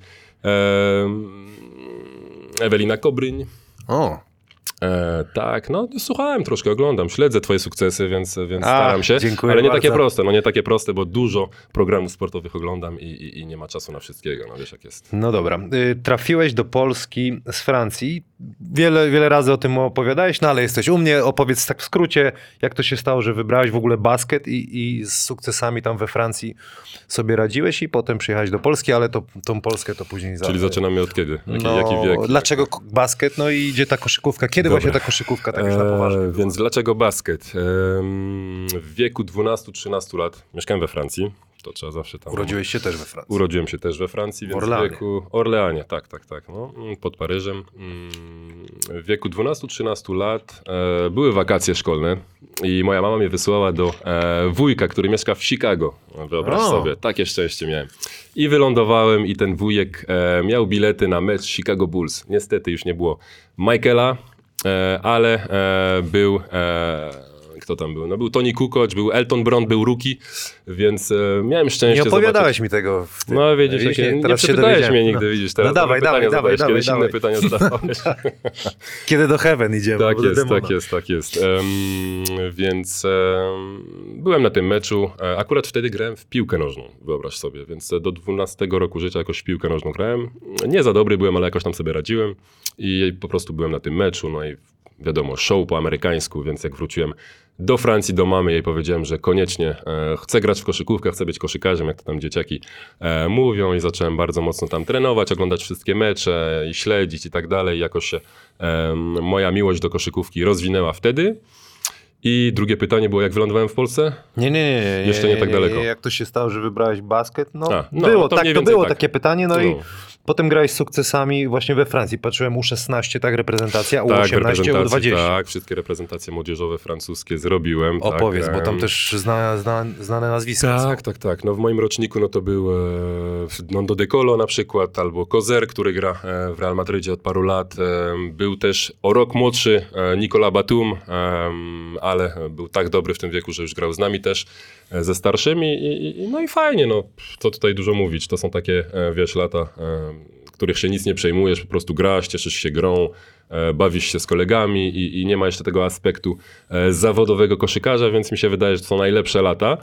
Ewelina Kobryń. O, Tak, no słuchałem troszkę, oglądam, śledzę twoje sukcesy, więc staram się, dziękuję ale nie bardzo. takie proste, nie takie proste, bo dużo programów sportowych oglądam i nie ma czasu na wszystkiego, no wiesz jak jest. no dobra. Trafiłeś do Polski z Francji. Wiele razy o tym opowiadałeś, no ale jesteś u mnie. Opowiedz tak w skrócie, jak to się stało, że wybrałeś w ogóle basket i z sukcesami tam we Francji sobie radziłeś i potem przyjechałeś do Polski, ale tą Polskę to później Czyli zaczynamy od kiedy? Jaki wiek? Dlaczego basket? No i gdzie ta koszykówka? Kiedy właśnie ta koszykówka tak już na poważnie? Więc dlaczego basket? W wieku 12-13 lat mieszkałem we Francji. To trzeba zawsze tam... Urodziłeś się też we Francji. Urodziłem się też we Francji, więc Orleanie. w wieku... Orleanie, tak, no, pod Paryżem. W wieku 12-13 lat były wakacje szkolne i moja mama mnie wysłała do wujka, który mieszka w Chicago. Wyobraź O. sobie, takie szczęście miałem. I wylądowałem i ten wujek miał bilety na mecz Chicago Bulls. Niestety już nie było Michaela, ale był... Kto tam był? No był Tony Kukoc, był Elton Brand, był Rookie, więc miałem szczęście Nie opowiadałeś zobaczyć. mi tego w tym. No widzisz, nie teraz się przepytałeś dowiedziałem. mnie nigdy, widzisz, teraz No dawaj, dobre pytania dawaj, zadałeś, kiedyś dawaj. inne pytania zadawałeś. Kiedy do Heaven idziemy. Tak bo do jest, demona. tak jest. Więc byłem na tym meczu, akurat wtedy grałem w piłkę nożną, wyobraź sobie, więc do 12 roku życia jakoś w piłkę nożną grałem. Nie za dobry byłem, ale jakoś tam sobie radziłem i po prostu byłem na tym meczu, no i wiadomo, show po amerykańsku, więc jak wróciłem do Francji, do mamy, jej powiedziałem, że koniecznie chcę grać w koszykówkę, chcę być koszykarzem, jak to tam dzieciaki mówią i zacząłem bardzo mocno tam trenować, oglądać wszystkie mecze i śledzić i tak dalej. Jakoś się moja miłość do koszykówki rozwinęła wtedy. I drugie pytanie było, jak wylądowałem w Polsce? Nie. Jeszcze nie tak daleko. Jak to się stało, że wybrałeś basket? No, A, no, było, no to tak, mniej to więcej było tak. takie pytanie, no i No. potem grałeś z sukcesami właśnie we Francji. Patrzyłem U16, tak, reprezentacja, U18, reprezentacje, U20. tak, wszystkie reprezentacje młodzieżowe francuskie zrobiłem. Opowiedz, tak, bo tam też znane nazwiska. Tak. No w moim roczniku no to był Nando De Colo na przykład, albo Kozer, który gra w Real Madrydzie od paru lat. Był też o rok młodszy Nicolas Batum, ale był tak dobry w tym wieku, że już grał z nami też, ze starszymi. No i fajnie, no co tutaj dużo mówić. To są takie, wiesz, lata, których się nic nie przejmujesz, po prostu grasz, cieszysz się grą, bawisz się z kolegami i nie ma jeszcze tego aspektu zawodowego koszykarza, więc mi się wydaje, że to są najlepsze lata.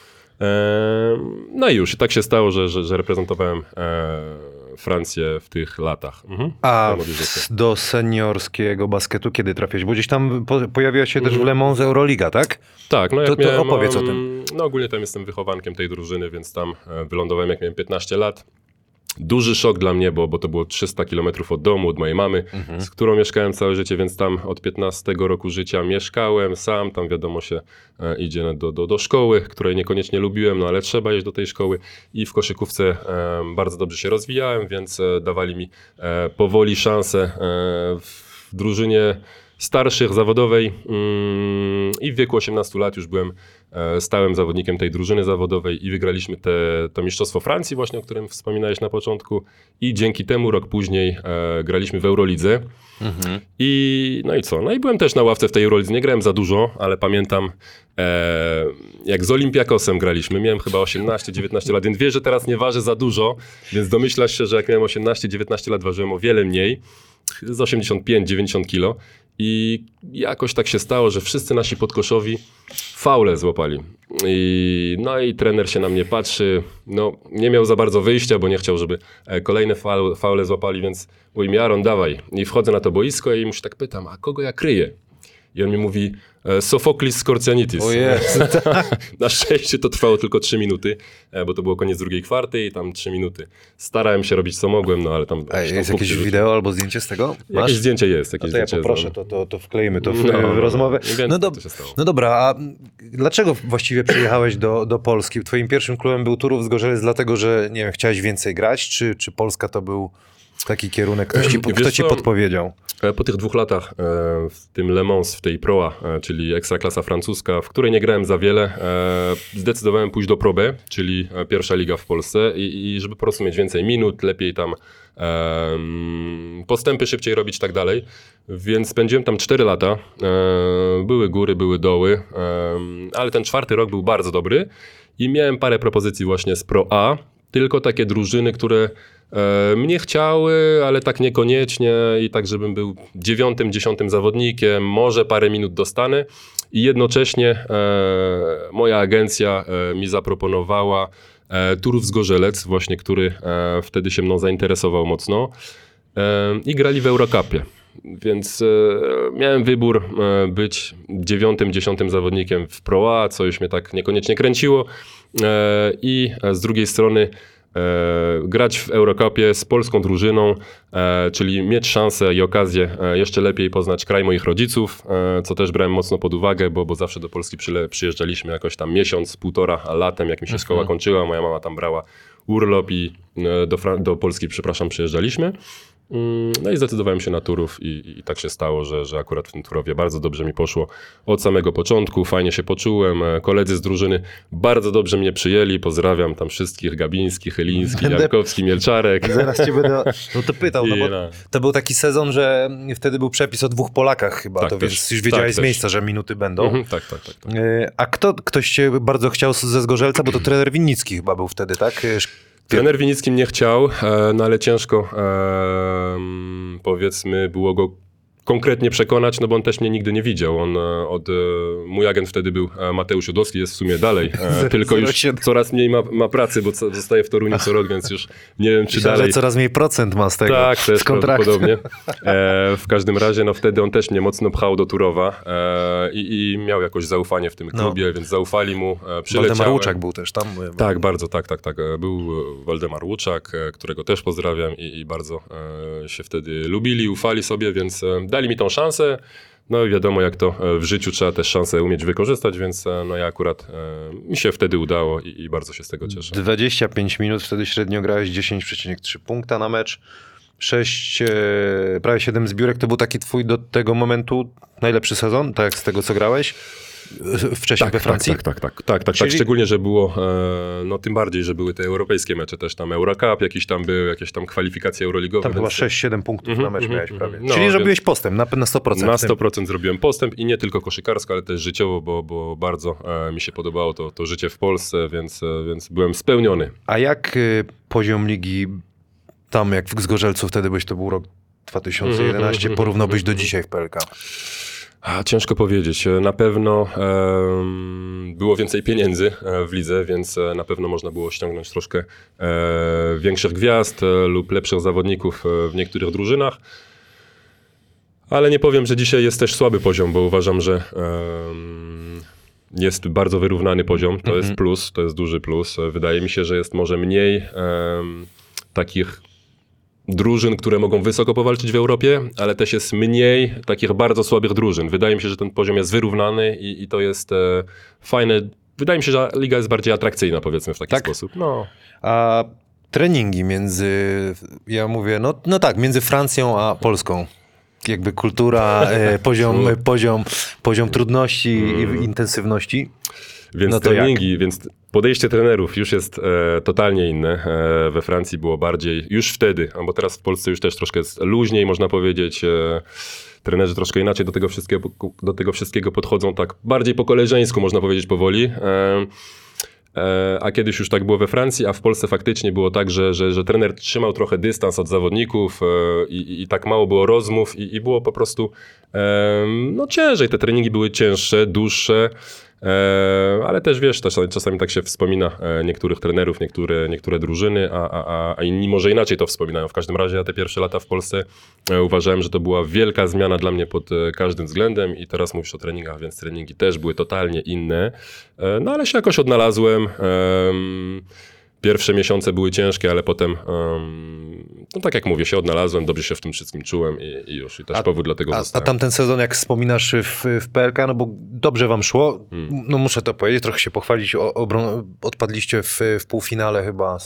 No i już, i tak się stało, że reprezentowałem Francję w tych latach. A do seniorskiego basketu kiedy trafiłeś? Bo gdzieś tam pojawiła się też w Le Mans Euroliga, tak? Tak, no jak To miałem, opowiedz o tym. No ogólnie tam jestem wychowankiem tej drużyny, więc tam wylądowałem jak miałem 15 lat. Duży szok dla mnie, bo to było 300 km od domu, od mojej mamy, z którą mieszkałem całe życie, więc tam od 15 roku życia mieszkałem sam, tam wiadomo się idzie do szkoły, której niekoniecznie lubiłem, no ale trzeba iść do tej szkoły i w koszykówce bardzo dobrze się rozwijałem, więc dawali mi powoli szansę w drużynie starszych, zawodowej i w wieku 18 lat już byłem stałym zawodnikiem tej drużyny zawodowej i wygraliśmy to Mistrzostwo Francji właśnie, o którym wspominałeś na początku i dzięki temu rok później graliśmy w Eurolidze. No i co? No i byłem też na ławce w tej Eurolidze, nie grałem za dużo, ale pamiętam jak z Olympiakosem graliśmy, miałem chyba 18-19 lat, więc wiesz, że teraz nie ważę za dużo, więc domyślasz się, że jak miałem 18-19 lat ważyłem o wiele mniej, z 85-90 kilo i jakoś tak się stało, że wszyscy nasi podkoszowi faule złapali. No i trener się na mnie patrzy, no nie miał za bardzo wyjścia, bo nie chciał, żeby kolejne faule złapali, więc mówi mi: Aaron, dawaj. I wchodzę na to boisko i mu się tak pytam, a kogo ja kryję? I on mi mówi: Sofoklis Skorcianitis. O Jezu. Na szczęście to trwało tylko 3 minuty, bo to było koniec drugiej kwarty i tam 3 minuty. Starałem się robić co mogłem, no ale tam... Jest jakieś wideo albo zdjęcie z tego? Masz? Jakieś zdjęcie jest. No Jakieś to ja zdjęcie poproszę, jest, to wkleimy to w No, rozmowę. więc No, to się stało. no dobra, a dlaczego właściwie przyjechałeś do Polski? Twoim pierwszym klubem był Turów Zgorzelec dlatego, że nie wiem, chciałeś więcej grać, czy Polska to był taki kierunek, kto ci co? podpowiedział? Po tych 2 latach w tym Le Mans, w tej Pro A, czyli ekstraklasa francuska, w której nie grałem za wiele, zdecydowałem pójść do Pro B, czyli pierwsza liga w Polsce i żeby po prostu mieć więcej minut, lepiej tam postępy szybciej robić i tak dalej. Więc spędziłem tam 4 lata. Były góry, były doły, ale ten 4. rok był bardzo dobry i miałem parę propozycji właśnie z Pro A, tylko takie drużyny, które mnie chciały, ale tak niekoniecznie i tak, żebym był 9., 10. zawodnikiem, może parę minut dostanę i jednocześnie moja agencja mi zaproponowała Turów Zgorzelec, właśnie, który wtedy się mną zainteresował mocno i grali w Eurocupie. Więc miałem wybór być 9., 10. zawodnikiem w Pro A, co już mnie tak niekoniecznie kręciło i z drugiej strony grać w Eurocupie z polską drużyną, czyli mieć szansę i okazję jeszcze lepiej poznać kraj moich rodziców, co też brałem mocno pod uwagę, bo zawsze do Polski przyjeżdżaliśmy jakoś tam miesiąc, 1,5 latem, jak mi się szkoła kończyła, moja mama tam brała urlop i do Polski, przyjeżdżaliśmy. No i zdecydowałem się na Turów i tak się stało, że akurat w tym Turowie bardzo dobrze mi poszło od samego początku, fajnie się poczułem, koledzy z drużyny bardzo dobrze mnie przyjęli, pozdrawiam tam wszystkich, Gabiński, Chyliński, Jankowski, Mielczarek. Zaraz cię będę no to pytał, no bo no. to był taki sezon, że wtedy był przepis o 2 Polakach chyba, Tak, to też. więc już wiedziałeś Tak, z też. miejsca, że minuty będą. Tak. A ktoś cię bardzo chciał ze Zgorzelca, bo to trener Winnicki chyba był wtedy, tak? Trener Winnicki mnie chciał, no ale ciężko powiedzmy było go konkretnie przekonać, no bo on też mnie nigdy nie widział. Mój agent wtedy był Mateusz Jodowski, jest w sumie dalej, tylko już 07. coraz mniej ma pracy, bo zostaje w Toruniu co rok, więc już nie wiem, czy Myślałem, dalej... że coraz mniej procent ma z tego, Tak, z też kontraktu. prawdopodobnie. W każdym razie, no wtedy on też mnie mocno pchał do Turowa i miał jakoś zaufanie w tym klubie, więc zaufali mu, przyleciałem. Waldemar Łuczak był też tam. Tak, bardzo, tak. Był Waldemar Łuczak, którego też pozdrawiam i bardzo się wtedy lubili, ufali sobie, więc dali mi tą szansę. No i wiadomo, jak to w życiu trzeba też szansę umieć wykorzystać, więc no ja akurat mi się wtedy udało i bardzo się z tego cieszę. 25 minut, wtedy średnio grałeś 10,3 punkta na mecz. 6, prawie 7 zbiórek. To był taki twój do tego momentu najlepszy sezon, tak jak z tego, co grałeś wcześniej we Francji? Tak. Szczególnie, że było, no tym bardziej, że były te europejskie mecze też tam, Eurocup jakiś tam był, jakieś tam kwalifikacje euroligowe. Tam chyba więc... 6-7 punktów na mecz miałeś prawie. No, Czyli więc- zrobiłeś postęp na 100%. Na w tym. 100% zrobiłem postęp i nie tylko koszykarsko, ale też życiowo, bo bardzo mi się podobało to życie w Polsce, więc byłem spełniony. A jak poziom ligi tam, jak w Zgorzelcu wtedy byś, to był rok 2011, porównałbyś do dzisiaj w PLK? Ciężko powiedzieć. Na pewno było więcej pieniędzy w lidze, więc na pewno można było ściągnąć troszkę większych gwiazd lub lepszych zawodników w niektórych drużynach. Ale nie powiem, że dzisiaj jest też słaby poziom, bo uważam, że jest bardzo wyrównany poziom. To jest plus, to jest duży plus. Wydaje mi się, że jest może mniej takich drużyn, które mogą wysoko powalczyć w Europie, ale też jest mniej takich bardzo słabych drużyn. Wydaje mi się, że ten poziom jest wyrównany i to jest fajne. Wydaje mi się, że liga jest bardziej atrakcyjna, powiedzmy w taki Tak? sposób. No. A treningi między, ja mówię, no tak, między Francją a Polską. jakby kultura, poziom trudności i intensywności. Więc No to treningi, więc podejście trenerów już jest totalnie inne. We Francji było bardziej, już wtedy, bo teraz w Polsce już też troszkę jest luźniej, można powiedzieć. Trenerzy troszkę inaczej do tego wszystkiego podchodzą, tak bardziej po koleżeńsku, można powiedzieć, powoli. A kiedyś już tak było we Francji, a w Polsce faktycznie było tak, że trener trzymał trochę dystans od zawodników i tak mało było rozmów i było po prostu no ciężej. Te treningi były cięższe, dłuższe, ale też wiesz, czasami tak się wspomina niektórych trenerów, niektóre drużyny, a inni może inaczej to wspominają. W każdym razie ja te pierwsze lata w Polsce uważałem, że to była wielka zmiana dla mnie pod każdym względem i teraz mówisz o treningach, więc treningi też były totalnie inne, no ale się jakoś odnalazłem. Pierwsze miesiące były ciężkie, ale potem, no tak jak mówię, się odnalazłem, dobrze się w tym wszystkim czułem i już. I też powód dla tego A zostałem. tamten sezon, jak wspominasz w PLK, no bo dobrze wam szło, no muszę to powiedzieć, trochę się pochwalić, odpadliście w półfinale chyba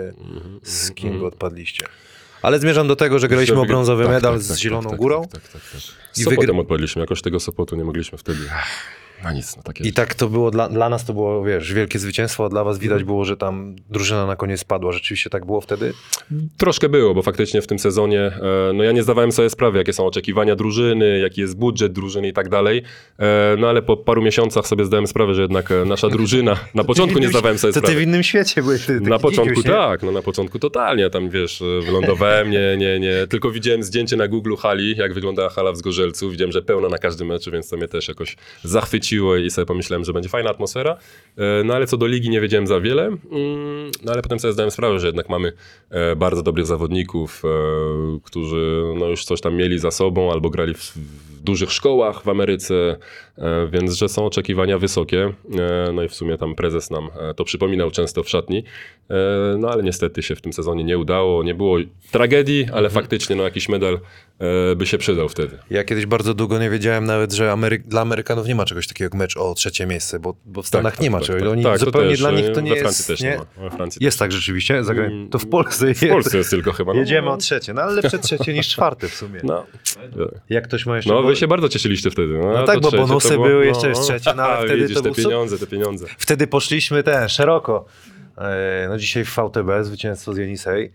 z kim wy odpadliście. Ale zmierzam do tego, że graliśmy o brązowy medal z Zieloną Górą. Tak. I Z Sopotem odpadliśmy, jakoś tego Sopotu nie mogliśmy wtedy. No nic, no takie. I tak to było, dla nas to było, wiesz, wielkie zwycięstwo, a dla was widać było, że tam drużyna na koniec spadła. Rzeczywiście tak było wtedy? Troszkę było, bo faktycznie w tym sezonie, no ja nie zdawałem sobie sprawy, jakie są oczekiwania drużyny, jaki jest budżet drużyny i tak dalej. No ale po paru miesiącach sobie zdałem sprawę, że jednak nasza drużyna, na początku nie zdawałem sobie To sprawy. ty w innym świecie byłeś. Ty, Na początku tak, no na początku totalnie, tam wiesz, wylądowałem, nie, tylko widziałem zdjęcie na Google hali, jak wyglądała hala w Zgorzelcu, widziałem, że pełno na każdym meczu, więc to mnie też jakoś zachwyciło i sobie pomyślałem, że będzie fajna atmosfera, no ale co do ligi nie wiedziałem za wiele, no ale potem sobie zdałem sprawę, że jednak mamy bardzo dobrych zawodników, którzy no już coś tam mieli za sobą albo grali w dużych szkołach w Ameryce, więc że są oczekiwania wysokie. No i w sumie tam prezes nam to przypominał często w szatni, no ale niestety się w tym sezonie nie udało. Nie było tragedii, ale faktycznie no jakiś medal by się przydał wtedy. Ja kiedyś bardzo długo nie wiedziałem nawet, że dla Amerykanów nie ma czegoś takiego jak mecz o trzecie miejsce, bo w Stanach nie ma czegoś. Oni to zupełnie też, dla nich to nie we Francji jest... też nie ma. We Francji Jest tak rzeczywiście? To w Polsce jest. w Polsce jest tylko chyba. No, Jedziemy o trzecie, no ale lepsze trzecie niż czwarte w sumie. No, Jak ktoś ma jeszcze... no wy się bardzo cieszyliście wtedy. No a tak, to bo trzecie to bonusy było- były, jeszcze jest trzecie, no ale wtedy widzisz, to te był pieniądze, te pieniądze. Wtedy poszliśmy szeroko. No dzisiaj w VTB zwycięstwo z Jenisej.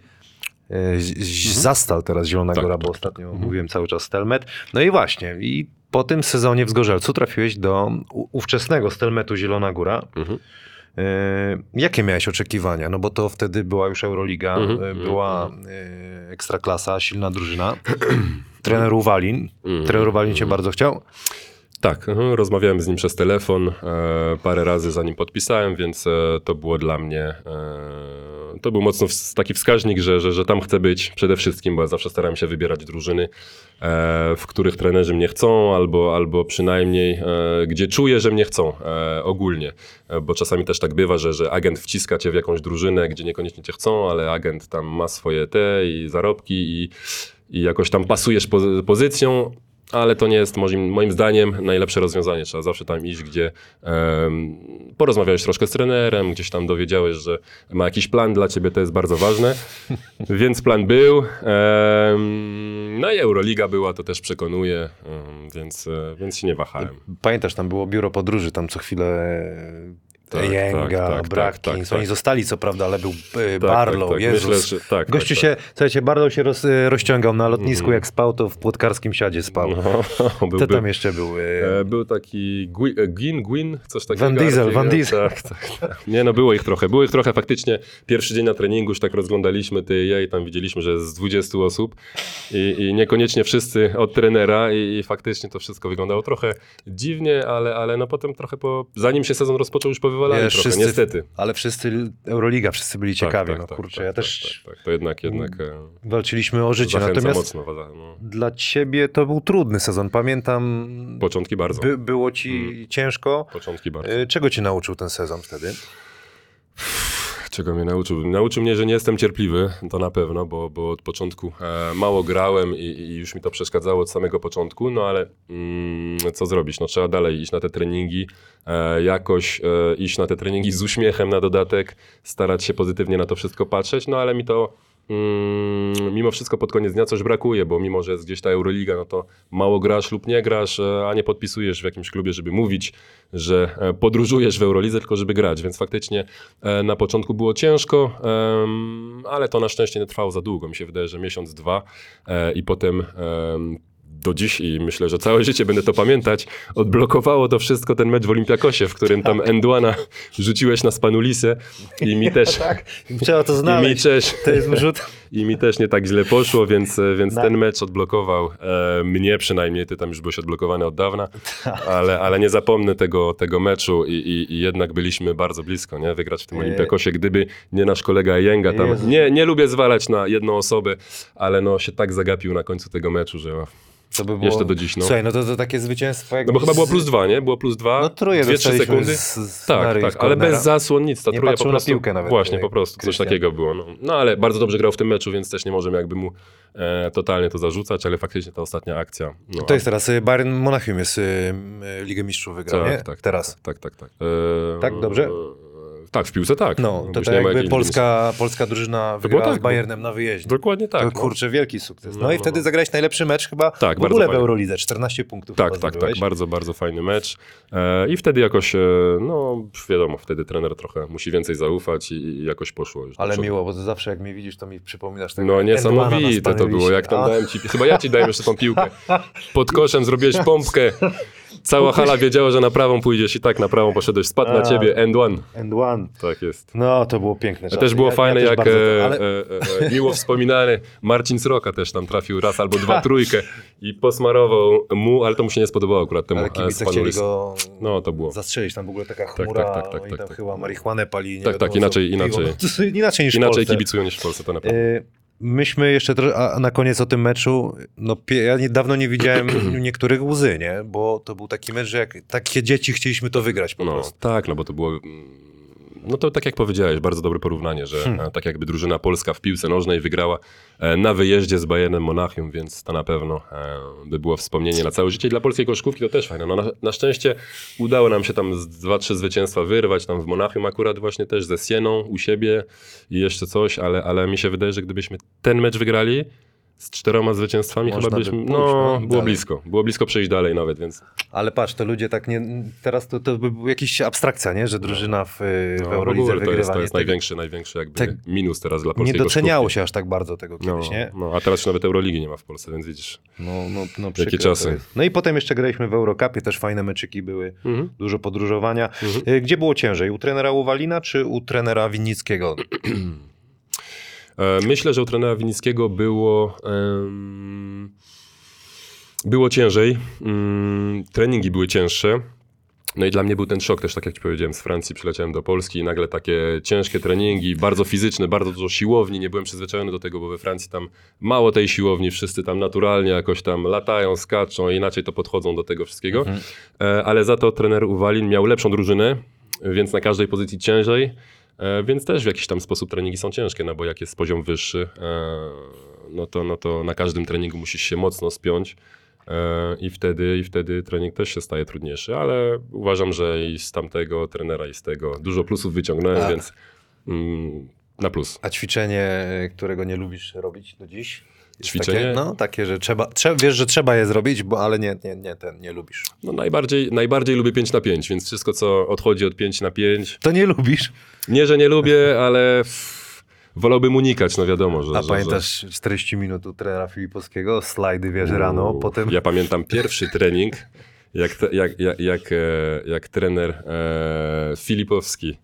Zastal teraz Zielona Góra, bo ostatnio mówiłem cały czas Stelmet. No i właśnie, i po tym sezonie w Zgorzelcu trafiłeś do ówczesnego Stelmetu Zielona Góra. Jakie miałeś oczekiwania? No bo to wtedy była już Euroliga, była Ekstraklasa, silna drużyna. Trener Uwalin. Trener Uwalin cię bardzo chciał? Tak, rozmawiałem z nim przez telefon parę razy zanim podpisałem, więc to było dla mnie, to był mocno taki wskaźnik, że tam chcę być przede wszystkim, bo ja zawsze starałem się wybierać drużyny, w których trenerzy mnie chcą, albo przynajmniej gdzie czuję, że mnie chcą ogólnie, bo czasami też tak bywa, że agent wciska cię w jakąś drużynę, gdzie niekoniecznie cię chcą, ale agent tam ma swoje i zarobki i jakoś tam pasujesz pozycją. Ale to nie jest moim zdaniem najlepsze rozwiązanie. Trzeba zawsze tam iść, gdzie porozmawiałeś troszkę z trenerem, gdzieś tam dowiedziałeś, że ma jakiś plan dla ciebie, to jest bardzo ważne. Więc plan był. No i Euroliga była, to też przekonuje, więc się nie wahałem. Pamiętasz, tam było biuro podróży, tam co chwilę Jenga, tak, Brackins. tak. Oni zostali co prawda, ale był Barlow, tak. Jezus. Myślę, że Gościu się, słuchajcie, Barlow się rozciągał na lotnisku, jak spał, to w płotkarskim siadzie spał. Kto tam jeszcze był? Był taki Gwyn, coś takiego. Van Diesel. Tak. Nie, no było ich trochę faktycznie. Pierwszy dzień na treningu już tak rozglądaliśmy i tam widzieliśmy, że jest z 20 osób i niekoniecznie wszyscy od trenera i faktycznie to wszystko wyglądało trochę dziwnie, ale no potem trochę zanim się sezon rozpoczął, już powywalali trochę, niestety. Ale wszyscy, Euroliga, wszyscy byli ciekawi. Ja też To jednak walczyliśmy o życie. zachęca Natomiast mocno. No. dla ciebie to był trudny sezon. Pamiętam, Początki bardzo. było ci ciężko. Początki bardzo. Czego cię nauczył ten sezon wtedy? Czego mnie nauczył? Nauczył mnie, że nie jestem cierpliwy, to na pewno, bo od początku mało grałem i już mi to przeszkadzało od samego początku, no ale co zrobić? No trzeba dalej iść na te treningi, jakoś iść na te treningi z uśmiechem na dodatek, starać się pozytywnie na to wszystko patrzeć, no ale mi to mimo wszystko pod koniec dnia coś brakuje, bo mimo, że jest gdzieś ta Euroliga, no to mało grasz lub nie grasz, a nie podpisujesz w jakimś klubie, żeby mówić, że podróżujesz w Eurolidze, tylko żeby grać, więc faktycznie na początku było ciężko, ale to na szczęście nie trwało za długo, mi się wydaje, że miesiąc, 2 i potem do dziś i myślę, że całe życie będę to pamiętać, odblokowało to wszystko ten mecz w Olimpiakosie, w którym tam Endwana rzuciłeś na Spanulisę i mi też... Tak, trzeba to I mi znaleźć. też, To jest rzut. I mi też nie tak źle poszło, więc ten mecz odblokował mnie przynajmniej, ty tam już byłeś odblokowany od dawna, ale nie zapomnę tego meczu i jednak byliśmy bardzo blisko, nie? Wygrać w tym Olimpiakosie, gdyby nie nasz kolega Jęga tam, Jezu. nie lubię zwalać na jedną osobę, ale no się tak zagapił na końcu tego meczu, że To by było... jeszcze do dziś, no. Słuchaj, no to takie zwycięstwo jak No bo chyba było +2, nie? Było +2, No trójkę 2-3 dostaliśmy sekundy. z Tak, Mary z ale cornera. bez zasłon nic. Ta Nie trójka patrzył po na prostu, piłkę nawet właśnie, tutaj po prostu coś Krystian. takiego było. No ale bardzo dobrze grał w tym meczu, więc też nie możemy jakby mu totalnie to zarzucać, ale faktycznie ta ostatnia akcja. No, To jest teraz Bayern Monachium jest Ligę Mistrzów wygrał, nie? Teraz. Tak. Tak, dobrze? Tak, w piłce tak. No, to Już tak nie ma jakby jakiejś polska drużyna wygrała tak, z Bayernem na wyjeździe. Dokładnie tak. To no. kurczę, wielki sukces. No, No, i wtedy zagrałeś najlepszy mecz chyba Tak, w bardzo ogóle w fajnie. Eurolidze, 14 punktów. Tak, chyba tak, zdobyłeś. bardzo, bardzo fajny mecz. I wtedy jakoś, no wiadomo, wtedy trener trochę musi więcej zaufać i jakoś poszło już. do Ale przodu. miło, bo to zawsze jak mi widzisz, to mi przypominasz tego No Endmana na niesamowite to było, jak tam A, dałem ci, chyba ja ci dałem jeszcze tą piłkę. Pod koszem zrobiłeś pompkę, cała hala wiedziała, że na prawą pójdziesz i tak na prawą poszedłeś, spadł na ciebie, end one. And one. Tak jest. No, to było piękne. A też było fajne, też jak bardzo to, ale... miło wspominany Marcin Sroka też tam trafił raz albo 2 trójkę i posmarował mu, ale to mu się nie spodobało akurat temu Ale kibice chcieli Spanulis. go No to było. zastrzelić, tam w ogóle taka chmura, tak, oni tam tak. chyba marihuanę pali. Nie Tak, wiadomo, tak, inaczej- co piło. inaczej. No, to inaczej niż w Inaczej Polsce. kibicują niż w Polsce, to na pewno. Myśmy jeszcze a na koniec o tym meczu, no ja dawno nie widziałem niektórych łzy, nie? Bo to był taki mecz, że jak takie dzieci chcieliśmy to wygrać po No prostu. tak, no bo to było... No to tak jak powiedziałeś, bardzo dobre porównanie, że tak jakby drużyna polska w piłce nożnej wygrała na wyjeździe z Bayernem Monachium, więc to na pewno by było wspomnienie na całe życie. I dla polskiej koszykówki to też fajne. No na szczęście udało nam się tam 2-3 zwycięstwa wyrwać, tam w Monachium akurat właśnie też ze Sieną u siebie i jeszcze coś, ale mi się wydaje, że gdybyśmy ten mecz wygrali z 4 zwycięstwami, Można chyba by byśmy... pójść, No, no, było dalej. blisko przejść dalej nawet, więc... Ale patrz, to ludzie tak nie... Teraz to by była jakaś abstrakcja, nie? Że drużyna w No, Eurolidze w ogóle wygrywa. to jest nie? największy jakby Tak- minus teraz dla Nie polskiej doceniało koszykówki. się aż tak bardzo tego kiedyś, nie? No, a teraz już nawet Euroligi nie ma w Polsce, więc widzisz. No, przykre czasy. to jest. No i potem jeszcze graliśmy w Eurocupie, też fajne meczyki były, dużo podróżowania. Gdzie było ciężej? U trenera Uwalina czy u trenera Winnickiego? Myślę, że u trenera Winnickiego było ciężej. Treningi były cięższe. No i dla mnie był ten szok też, tak jak ci powiedziałem, z Francji przyleciałem do Polski i nagle takie ciężkie treningi, bardzo fizyczne, bardzo dużo siłowni, nie byłem przyzwyczajony do tego, bo we Francji tam mało tej siłowni, wszyscy tam naturalnie jakoś tam latają, skaczą, inaczej to podchodzą do tego wszystkiego, ale za to trener Uwalin miał lepszą drużynę, więc na każdej pozycji ciężej, więc też w jakiś tam sposób treningi są ciężkie, no bo jak jest poziom wyższy, no to na każdym treningu musisz się mocno spiąć. I wtedy trening też się staje trudniejszy, ale uważam, że i z tamtego trenera i z tego dużo plusów wyciągnąłem, więc na plus. A ćwiczenie, którego nie lubisz robić do dziś? Jest Ćwiczenie? Takie, że wiesz, że trzeba je zrobić, ale nie lubisz. No najbardziej lubię 5 na 5, więc wszystko co odchodzi od 5 na 5, To nie lubisz. nie, że nie lubię, ale wolałbym unikać, no wiadomo, że... A pamiętasz 40 minut u trenera Filipowskiego? Slajdy, wiesz, rano, potem... Ja pamiętam pierwszy trening, jak trener Filipowski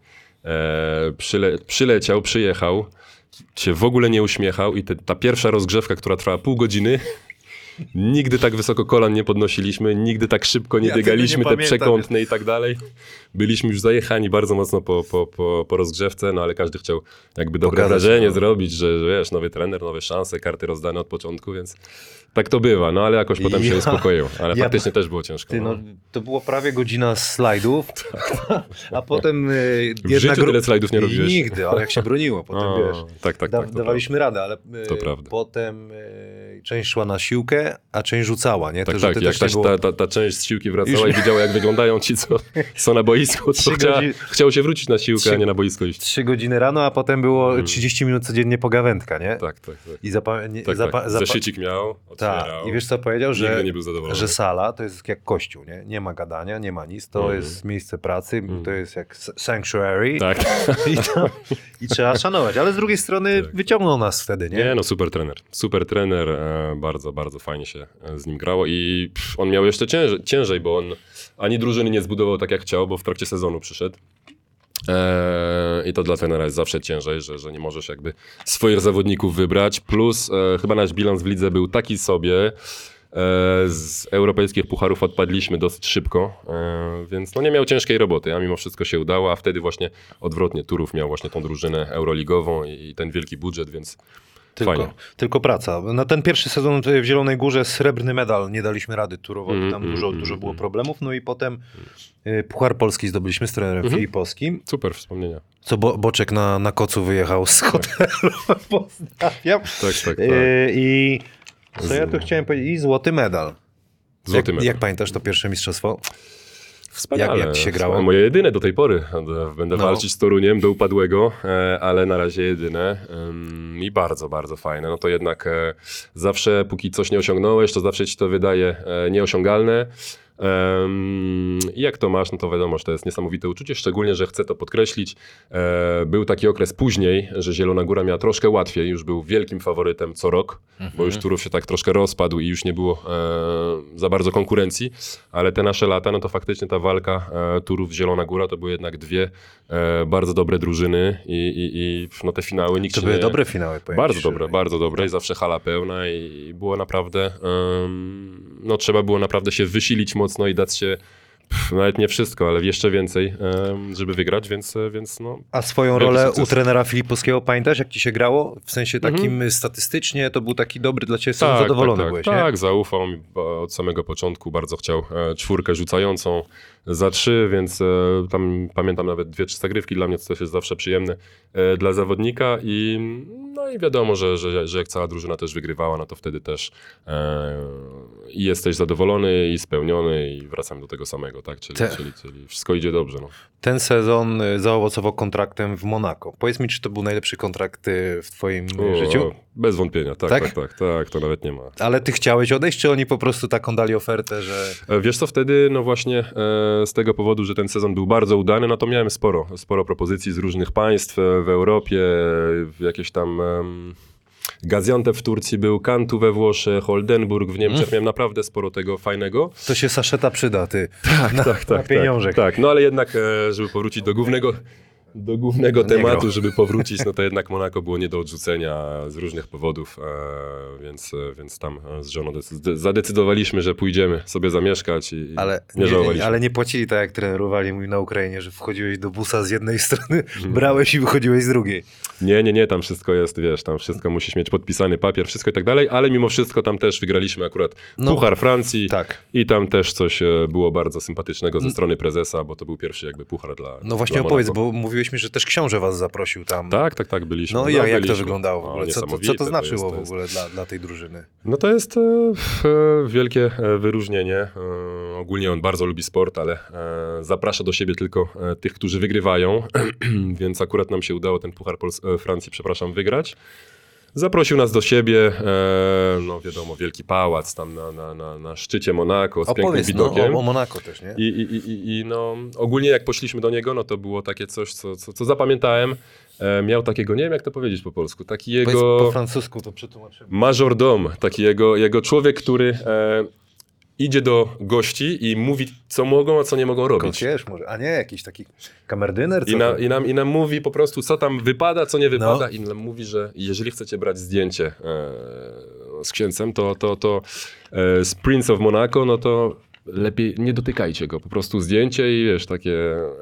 przyjechał, się w ogóle nie uśmiechał i ta pierwsza rozgrzewka, która trwała pół godziny, nigdy tak wysoko kolan nie podnosiliśmy, nigdy tak szybko nie Ja tego biegaliśmy, nie te pamiętam. przekątne i tak dalej. Byliśmy już zajechani bardzo mocno po rozgrzewce, no ale każdy chciał jakby dobre Pokazać, wrażenie no. zrobić, że wiesz, nowy trener, nowe szanse, karty rozdane od początku, więc tak to bywa, no ale jakoś potem się uspokoiło, ale faktycznie też było ciężko. Ty, no. to było prawie godzina slajdów, a potem W życiu tyle slajdów nie robiłeś. Nigdy, ale jak się broniło, potem wiesz. Tak, to Dawaliśmy radę, ale To prawda. potem część szła na siłkę, siłkę, a część rzucała, nie? Tak, To, że tak, ty jak też nie było... ta część z siłki wracała i widziała, jak wyglądają ci, co są na boisku, to 3 godziny- chciało się wrócić na siłkę, a nie na boisko iść. 3 godziny rano, a potem było 30 minut codziennie pogawędka, nie? Tak, tak, tak. I Zeszycik miał, tak. otwierał. I wiesz co powiedział, Nigdy nie był zadowolony. że sala to jest jak kościół, nie? Nie ma gadania, nie ma nic, to jest miejsce pracy, to jest jak sanctuary Tak. i trzeba szanować. Ale z drugiej strony wyciągnął nas wtedy, nie? Nie, no super trener. Super trener, bardzo, bardzo fajnie się z nim grało i on miał jeszcze ciężej, bo on ani drużyny nie zbudował tak jak chciał, bo w trakcie sezonu przyszedł. I to dla trenera jest zawsze ciężej, że nie możesz jakby swoich zawodników wybrać. Plus chyba nasz bilans w lidze był taki sobie. Z europejskich pucharów odpadliśmy dosyć szybko, więc no nie miał ciężkiej roboty, a mimo wszystko się udało, a wtedy właśnie odwrotnie Turów miał właśnie tą drużynę euroligową i ten wielki budżet, więc fajnie. Tylko praca. Na ten pierwszy sezon w Zielonej Górze srebrny medal, nie daliśmy rady Turowowi, tam dużo było problemów, no i potem Puchar Polski zdobyliśmy z trenerem Filipowskim, Super wspomnienia. co Boczek na kocu wyjechał z hotelu, pozdrawiam. Tak. I co ja tu chciałem powiedzieć? I złoty medal. Złoty medal. Jak pamiętasz to pierwsze mistrzostwo? Wspaniale. Jak ci się grało? Moje jedyne do tej pory. Będę No. walczyć z Toruniem do upadłego, ale na razie jedyne i bardzo, bardzo fajne. No to jednak zawsze, póki coś nie osiągnąłeś, to zawsze ci to wydaje nieosiągalne. I jak to masz, no to wiadomo, że to jest niesamowite uczucie, szczególnie, że chcę to podkreślić. Był taki okres później, że Zielona Góra miała troszkę łatwiej, już był wielkim faworytem co rok, bo już Turów się tak troszkę rozpadł i już nie było za bardzo konkurencji, ale te nasze lata, no to faktycznie ta walka Turów Zielona Góra to były jednak dwie bardzo dobre drużyny i no te finały nikt To się były nie... dobre finały, powiem Bardzo ci szczerze. dobre, bardzo dobre i zawsze hala pełna i było naprawdę, no trzeba było naprawdę się wysilić mocno i dać się, nawet nie wszystko, ale jeszcze więcej, żeby wygrać, więc no... A swoją Wielki rolę sukces. u trenera Filipowskiego pamiętasz, jak ci się grało? W sensie takim statystycznie to był taki dobry dla ciebie, zadowolony byłeś, nie? Tak, zaufał mi od samego początku, bardzo chciał czwórkę rzucającą za 3, więc tam pamiętam nawet 2-3 zagrywki, dla mnie to też jest zawsze przyjemne dla zawodnika i no i wiadomo, że jak cała drużyna też wygrywała, no to wtedy też i jesteś zadowolony i spełniony i wracam do tego samego, tak, czyli wszystko idzie dobrze, no. Ten sezon zaowocował kontraktem w Monako. Powiedz mi, czy to był najlepszy kontrakt w twoim życiu? Bez wątpienia, tak, to nawet nie ma. Ale ty chciałeś odejść, czy oni po prostu taką dali ofertę, że... Wiesz co, wtedy no właśnie z tego powodu, że ten sezon był bardzo udany, no to miałem sporo propozycji z różnych państw w Europie, jakieś tam Gaziantep w Turcji był, Cantu we Włoszech, Oldenburg w Niemczech, miałem naprawdę sporo tego fajnego. To się saszeta przyda, ty. Tak, na pieniążek. Tak, no ale jednak, żeby powrócić do głównego tematu, Negro. żeby powrócić, no to jednak Monako było nie do odrzucenia z różnych powodów, więc tam z żoną zadecydowaliśmy, że pójdziemy sobie zamieszkać i nie żałowaliśmy. Ale nie płacili tak, jak trenerowali mój na Ukrainie, że wchodziłeś do busa z jednej strony, brałeś i wychodziłeś z drugiej. Nie, tam wszystko jest, wiesz, tam wszystko musisz mieć podpisany papier, wszystko i tak dalej, ale mimo wszystko tam też wygraliśmy akurat Puchar Francji tak. i tam też coś było bardzo sympatycznego ze strony prezesa, bo to był pierwszy jakby puchar dla No właśnie dla opowiedz, Monako. bo mówiłeś mi, że też książę was zaprosił tam. Tak, byliśmy. No i jak to byliśmy. wyglądało w ogóle? Co niesamowite to znaczyło jest. w ogóle dla tej drużyny? No to jest wielkie wyróżnienie. Ogólnie on bardzo lubi sport, ale zaprasza do siebie tylko tych, którzy wygrywają, więc akurat nam się udało ten Puchar Francji, wygrać. Zaprosił nas do siebie, no wiadomo, wielki pałac tam na szczycie Monako z pięknym Opowiedz widokiem. o Monako też, nie? I no, ogólnie jak poszliśmy do niego, no to było takie coś, co zapamiętałem. Miał takiego, nie wiem jak to powiedzieć po polsku, taki Powiedz jego po francusku to przetłumaczymy. majordom, taki jego człowiek, który idzie do gości i mówi, co mogą, a co nie mogą robić. Wiesz, może, a nie jakiś taki kamerdyner? I nam mówi po prostu, co tam wypada, co nie wypada. No. I nam mówi, że jeżeli chcecie brać zdjęcie z księcem, to z Prince of Monaco, no to lepiej nie dotykajcie go. Po prostu zdjęcie i wiesz, takie...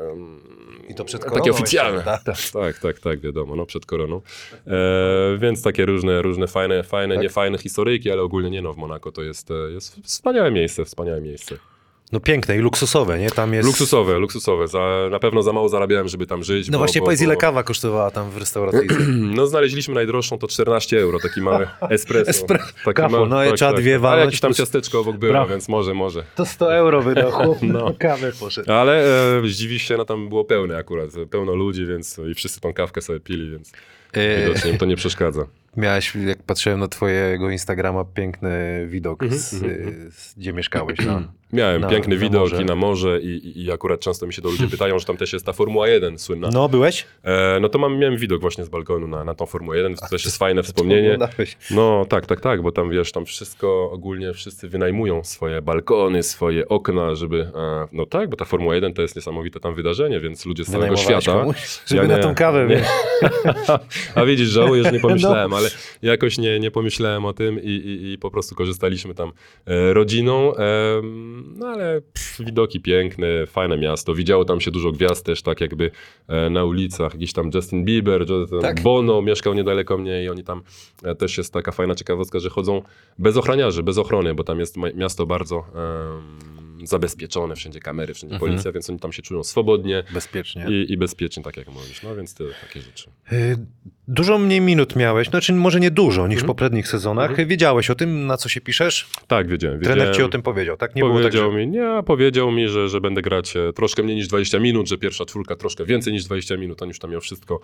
I to przed koroną takie oficjalne. jeszcze, Tak, wiadomo, no przed koroną. Więc takie różne fajne, niefajne historyjki, ale ogólnie nie no, w Monako to jest wspaniałe miejsce. No piękne i luksusowe, nie? Tam jest... Luksusowe. Na pewno za mało zarabiałem, żeby tam żyć. No właśnie, powiedz, ile kawa kosztowała tam w restauracji? No znaleźliśmy najdroższą, to 14 euro, taki mały espresso. Taki Kafu, no i trzeba dwie Ale walnąć jakieś tam plus- ciasteczko obok było, Brawo. więc może. To 100 euro wydał chłop, no kawę poszedł. Ale zdziwisz się, no tam było pełne akurat, pełno ludzi, więc i wszyscy tą kawkę sobie pili, więc widocznie im to nie przeszkadza. Miałeś, jak patrzyłem na twojego Instagrama, piękny widok, gdzie mieszkałeś. Miałem piękny na widok morze. i na morze i akurat często mi się to ludzie pytają, że tam też jest ta Formuła 1 słynna. No, byłeś? No to miałem widok właśnie z balkonu na tą Formułę 1, to też jest fajne wspomnienie. Oglądałeś. No tak, bo tam wiesz, tam wszystko, ogólnie wszyscy wynajmują swoje balkony, swoje okna, żeby, no tak, bo ta Formuła 1 to jest niesamowite tam wydarzenie, więc ludzie z całego Wynajmowałeś świata. komuś, żeby na tą kawę, wiesz. A widzisz, żałuję, że nie pomyślałem, No. ale jakoś nie pomyślałem o tym i po prostu korzystaliśmy tam rodziną, no ale widoki piękne, fajne miasto, widziało tam się dużo gwiazd też, tak jakby na ulicach, jakiś tam Justin Bieber, Tak. Bono mieszkał niedaleko mnie i oni tam, też jest taka fajna ciekawostka, że chodzą bez ochroniarzy, bez ochrony, bo tam jest miasto bardzo zabezpieczone, wszędzie kamery, wszędzie policja, więc oni tam się czują swobodnie Bezpiecznie. i bezpiecznie, tak jak mówisz, no więc takie rzeczy. Dużo mniej minut miałeś, znaczy może nie dużo niż w poprzednich sezonach. Wiedziałeś o tym, na co się piszesz? Tak, wiedziałem. Trener ci o tym powiedział, tak? Nie było tak, że... Powiedział mi, że będę grać troszkę mniej niż 20 minut, że pierwsza czwórka troszkę więcej niż 20 minut. On już tam miał wszystko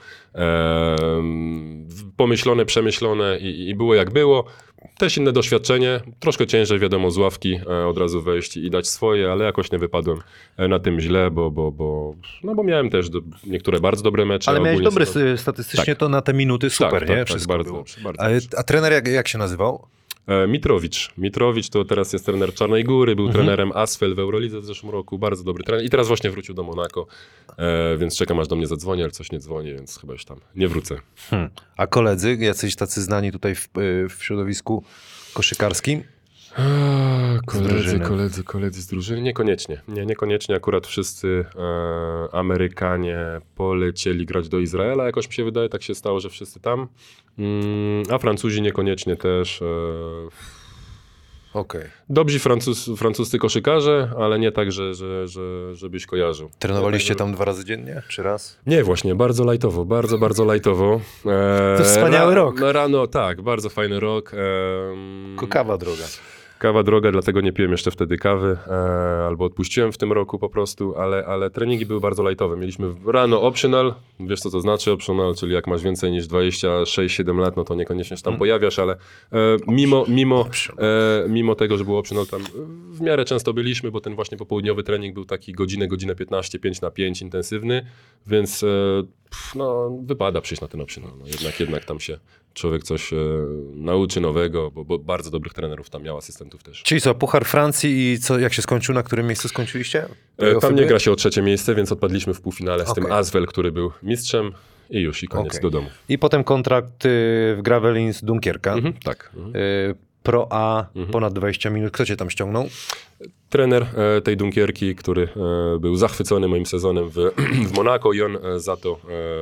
pomyślone, przemyślone i było jak było. Też inne doświadczenie, troszkę ciężej wiadomo z ławki od razu wejść i dać swoje, ale jakoś nie wypadłem na tym źle, bo miałem też niektóre bardzo dobre mecze. Ale miałeś ogólnie dobre sobie- statystycznie Tak. to na te minuty super, nie? Tak, Wszystko bardzo było. dobrze, bardzo Ale, dobrze. a trener jak się nazywał? Mitrowicz to teraz jest trener Czarnej Góry, był trenerem Asfel w Eurolidze w zeszłym roku, bardzo dobry trener i teraz właśnie wrócił do Monako, więc czekam aż do mnie zadzwoni, ale coś nie dzwoni, więc chyba już tam nie wrócę. A koledzy, jacyś tacy znani tutaj w środowisku koszykarskim? Koledzy z drużyny? Niekoniecznie. Akurat wszyscy Amerykanie polecieli grać do Izraela. Jakoś mi się wydaje, tak się stało, że wszyscy tam. A Francuzi niekoniecznie też. Okej. Dobrzy francuscy koszykarze, ale nie tak, żebyś kojarzył. Trenowaliście tam 2 razy dziennie, czy raz? Nie, właśnie, bardzo lajtowo, bardzo lajtowo. To wspaniały rok. Rano, tak, bardzo fajny rok. Kawa droga. Kawa droga, dlatego nie piłem jeszcze wtedy kawy, albo odpuściłem w tym roku po prostu, ale treningi były bardzo lajtowe. Mieliśmy rano optional, wiesz co to znaczy optional, czyli jak masz więcej niż 26-7 lat, no to niekoniecznie się tam pojawiasz, ale mimo tego, że było optional, tam w miarę często byliśmy, bo ten właśnie popołudniowy trening był taki godzinę 15, 5x5 intensywny, więc wypada przyjść na ten optional. No, jednak tam się człowiek coś nauczy nowego, bo bardzo dobrych trenerów tam miał, asystentów też. Czyli co, Puchar Francji i co, jak się skończył, na którym miejscu skończyliście? Tam nie gra się o 3. miejsce, więc odpadliśmy w półfinale z tym Okej. Asvel, który był mistrzem i koniec, Okej. do domu. I potem kontrakt w Gravelins Dunkierka. Tak. Pro A, ponad 20 minut. Kto cię tam ściągnął? Trener tej Dunkierki, który był zachwycony moim sezonem w Monako i on za to,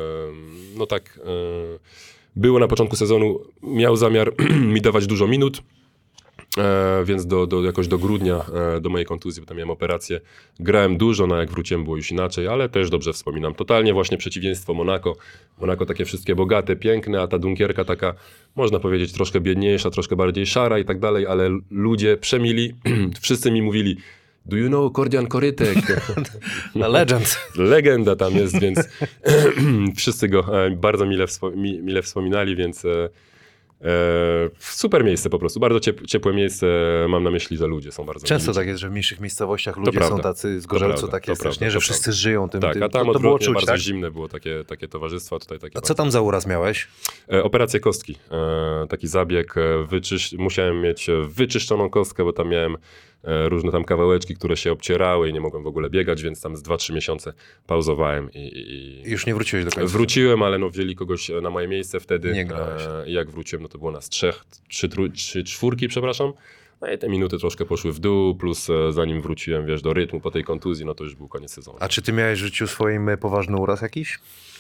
było na początku sezonu, miał zamiar mi dawać dużo minut, więc jakoś do grudnia, do mojej kontuzji, bo tam miałem operację, grałem dużo, jak wróciłem było już inaczej, ale też dobrze wspominam. Totalnie właśnie przeciwieństwo Monako. Monako takie wszystkie bogate, piękne, a ta Dunkierka taka, można powiedzieć, troszkę biedniejsza, troszkę bardziej szara i tak dalej, ale ludzie przemili, wszyscy mi mówili: do you know Kordian Korytek? Legend. Legenda tam jest, więc wszyscy go bardzo mile wspominali, więc super miejsce po prostu, bardzo ciepłe miejsce, mam na myśli, że ludzie są bardzo Często mili. tak jest, że w mniejszych miejscowościach ludzie prawda. są tacy z To Gorzelcu, prawda, tak to jest prawda, też, nie? Że to wszyscy prawda. żyją tym. Tak, tym. a tam to było odwrotnie, czuć, bardzo tak? zimne było takie towarzystwa, tutaj takie A co tam za uraz miałeś? Operację kostki, taki zabieg, musiałem mieć wyczyszczoną kostkę, bo tam miałem różne tam kawałeczki, które się obcierały i nie mogłem w ogóle biegać, więc tam z 2-3 miesiące pauzowałem i Już nie wróciłeś do końca. wróciłem, ale wzięli kogoś na moje miejsce wtedy. Nie grałeś. I jak wróciłem, to było nas 3 czwórki, przepraszam. No i te minuty troszkę poszły w dół, plus zanim wróciłem, do rytmu po tej kontuzji, no to już był koniec sezonu. A czy ty miałeś w życiu swoim poważny uraz jakiś?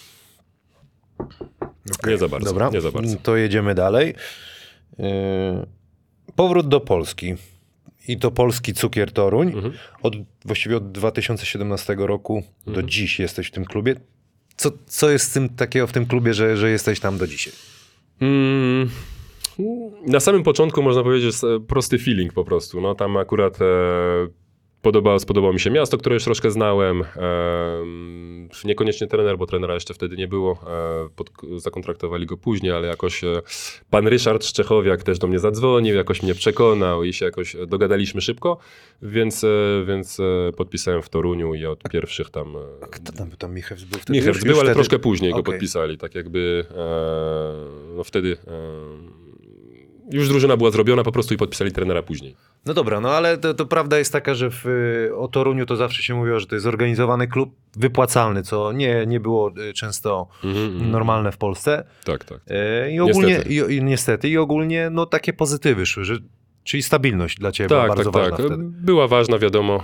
Nie za bardzo, Dobra, nie za bardzo. to jedziemy dalej. Powrót do Polski. i to polski cukier Toruń. Właściwie od 2017 roku do dziś jesteś w tym klubie. Co jest z tym takiego w tym klubie, że jesteś tam do dzisiaj? Na samym początku można powiedzieć, że jest prosty feeling po prostu. No, tam akurat spodobało mi się miasto, które już troszkę znałem. Niekoniecznie trener, bo trenera jeszcze wtedy nie było. Zakontraktowali go później, ale jakoś pan Ryszard Szczechowiak też do mnie zadzwonił, jakoś mnie przekonał i się jakoś dogadaliśmy szybko, więc podpisałem w Toruniu i od pierwszych tam... A kto tam Michewc był wtedy? Michewc był, ale wtedy... troszkę później go Okej. podpisali. Tak jakby no wtedy już drużyna była zrobiona po prostu i podpisali trenera później. No dobra, no ale to prawda jest taka, że o Toruniu to zawsze się mówiło, że to jest zorganizowany klub wypłacalny, co nie było często normalne w Polsce. Tak. I ogólnie, Niestety. niestety, i ogólnie no takie pozytywy szły, czyli stabilność dla ciebie była bardzo ważna wtedy. Była ważna, wiadomo.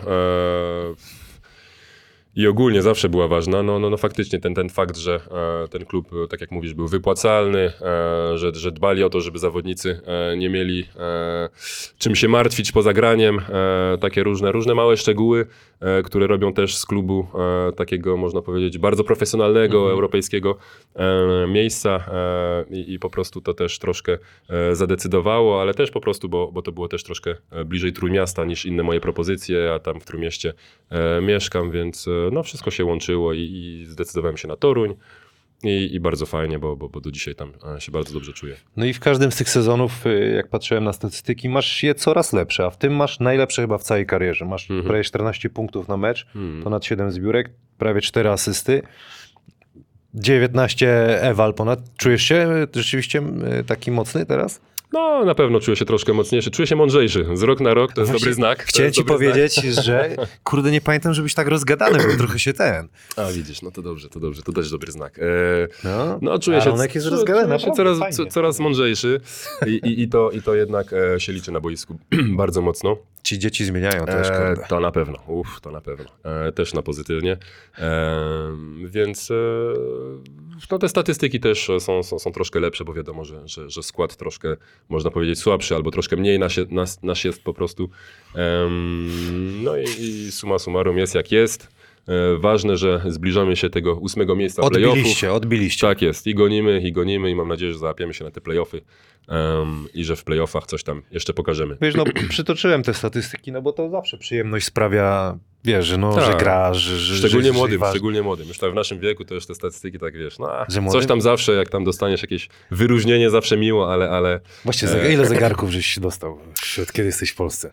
I ogólnie zawsze była ważna. No faktycznie ten fakt, że ten klub, tak jak mówisz, był wypłacalny, że dbali o to, żeby zawodnicy nie mieli czym się martwić poza graniem. Takie różne małe szczegóły, które robią też z klubu takiego, można powiedzieć, bardzo profesjonalnego, europejskiego miejsca i po prostu to też troszkę zadecydowało, ale też po prostu, bo to było też troszkę bliżej Trójmiasta niż inne moje propozycje, ja tam w Trójmieście mieszkam, więc no wszystko się łączyło i zdecydowałem się na Toruń i bardzo fajnie, bo do dzisiaj tam się bardzo dobrze czuję. No i w każdym z tych sezonów, jak patrzyłem na statystyki, masz je coraz lepsze, a w tym masz najlepsze chyba w całej karierze. Masz prawie 14 punktów na mecz, ponad 7 zbiórek, prawie 4 asysty, 19 ewal ponad. Czujesz się rzeczywiście taki mocny teraz? No, na pewno czuję się troszkę mocniejszy, czuję się mądrzejszy. Z rok na rok to jest dobry znak. Chciałem ci powiedzieć, że kurde, nie pamiętam, żebyś tak rozgadany był, trochę się ten. A widzisz, no to dobrze, to też dobry znak. No, Czuję się, Aronek jest rozgadany, czuję się naprawdę, coraz mądrzejszy i to jednak się liczy na boisku bardzo mocno. Ci dzieci zmieniają też, kurde. To na pewno, to na pewno. Też na pozytywnie. Więc no te statystyki też są troszkę lepsze, bo wiadomo, że skład troszkę, można powiedzieć, słabszy, albo troszkę mniej nas jest po prostu. No i summa summarum jest jak jest. Ważne, że zbliżamy się tego 8 miejsca playoffów. Odbiliście. Tak jest. I gonimy i mam nadzieję, że załapiemy się na te playoffy i że w playoffach coś tam jeszcze pokażemy. Wiesz, no przytoczyłem te statystyki, no bo to zawsze przyjemność sprawia, wiesz, że Tak. że grasz, że Szczególnie że młodym, ważny. szczególnie młodym. Już tak w naszym wieku to już te statystyki tak wiesz, no Że młodym? coś tam zawsze, jak tam dostaniesz jakieś wyróżnienie, zawsze miło, ale Właśnie, ile zegarków żeś dostał, od kiedy jesteś w Polsce?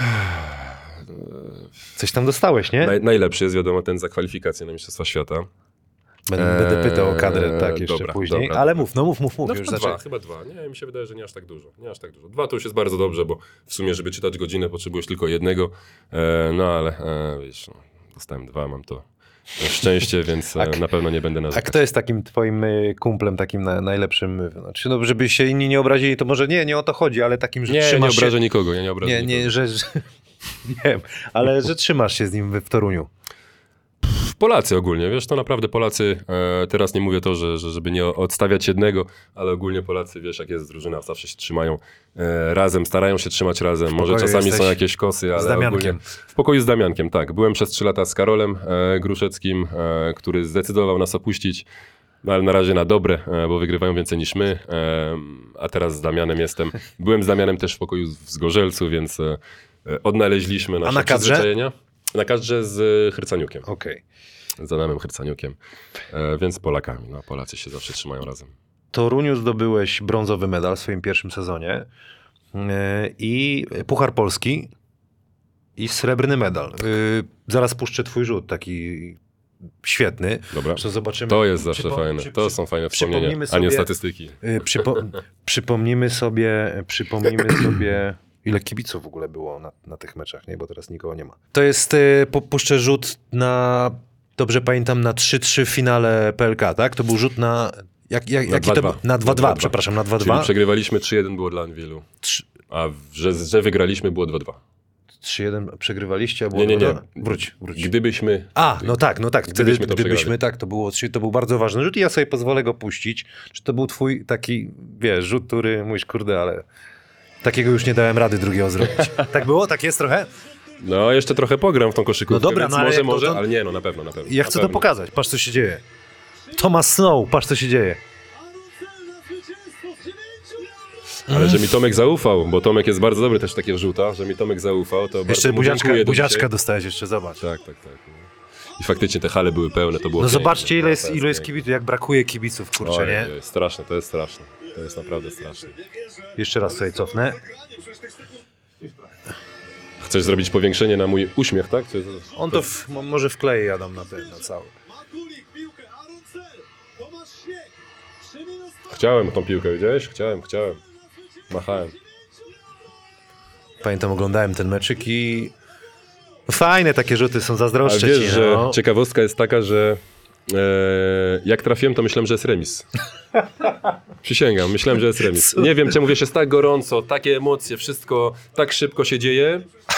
Coś tam dostałeś, nie? najlepszy jest wiadomo ten za kwalifikację na Mistrzostwa Świata. Będę pytał o kadrę tak jeszcze dobra, później, dobra. ale mów, No już chyba dwa. Nie, mi się wydaje, że nie aż tak dużo. 2 to już jest bardzo dobrze, bo w sumie, żeby czytać godzinę, potrzebujesz tylko jednego. No ale wiesz, dostałem 2, mam to szczęście, więc na pewno nie będę A narzekać. kto jest takim twoim kumplem, takim najlepszym? Znaczy, no, żeby się inni nie obrazili, to może nie o to chodzi, ale takim, że Nie trzymasz obrażę się... nikogo, ja nie obrażę nikogo. Nie, że nie wiem, ale że trzymasz się z nim w Toruniu. Polacy ogólnie, wiesz, to naprawdę Polacy, teraz nie mówię to, żeby nie odstawiać jednego, ale ogólnie Polacy, wiesz, jak jest drużyna, zawsze się trzymają razem, starają się trzymać razem, może pokoju czasami jesteś są jakieś kosy, ale z Damiankiem. ogólnie w pokoju z Damiankiem, tak. Byłem przez 3 lata z Karolem Gruszeckim, który zdecydował nas opuścić, no ale na razie na dobre, bo wygrywają więcej niż my, a teraz z Damianem jestem. Byłem z Damianem też w pokoju w Zgorzelcu, więc odnaleźliśmy nasze na kadrze? przyzwyczajenia. Na kadrze z Hrycaniukiem. Okej. Z Adamem Hrycaniukiem, więc Polakami. No, Polacy się zawsze trzymają razem. Toruniu zdobyłeś brązowy medal w swoim pierwszym sezonie i Puchar Polski i srebrny medal. Zaraz puszczę twój rzut, taki świetny. Dobra. Co zobaczymy. To jest zawsze fajne. To są fajne wspomnienia, przypomnimy a nie sobie- statystyki. Przypomnimy sobie, ile kibiców w ogóle było na tych meczach, nie? Bo teraz nikogo nie ma. To jest, puszczę rzut na, dobrze pamiętam, na 3-3 w finale PLK, tak? To był rzut na, jaki to 2-2. był? Na 2-2, przepraszam, na Czyli 2-2. przegrywaliśmy 3-1 było dla Anwilu, a że wygraliśmy było 2-2. 3-1 przegrywaliście, a było Nie. 2-2. Wróć. Gdybyśmy... No tak. Gdybyśmy to Gdybyśmy przegrali. tak, to był bardzo ważny rzut i ja sobie pozwolę go puścić. Czy to był twój taki, wiesz, rzut, który mówisz, kurde, ale Takiego już nie dałem rady drugiego zrobić. Tak było? Tak jest trochę? No, jeszcze trochę pogram w tą koszykówkę, No dobra, więc no ale może, jak to- może, to- ale nie, no na pewno. Ja chcę to pokazać. Patrz, co się dzieje. Thomas Snow, patrz, co się dzieje. Ale że mi Tomek zaufał, bo Tomek jest bardzo dobry też w takie żółta, że mi Tomek zaufał, to Jeszcze bardzo mu dziękuję do buziaczka dzisiaj. dostałeś jeszcze, zobacz. Tak. No. I faktycznie te hale były pełne, to było No piękne. zobaczcie, No, to ilu jest piękne. kibiców, jak brakuje kibiców, kurczę, Oj, nie? oj, straszne, to jest straszne. To jest naprawdę straszne. Jeszcze raz sobie cofnę. Chcesz zrobić powiększenie na mój uśmiech, tak? Czy... On to może wklei Adam na ten, na cały. Chciałem tą piłkę, widziałeś? Chciałem. Machałem. Pamiętam, oglądałem ten meczyk i fajne takie rzuty są, Ale zazdroszczę wiesz, ci. że No. ciekawostka jest taka, że jak trafiłem, to myślałem, że jest remis. Przysięgam, myślałem, że jest remis. Nie wiem czemu, wiesz, jest tak gorąco, takie emocje, wszystko tak szybko się dzieje.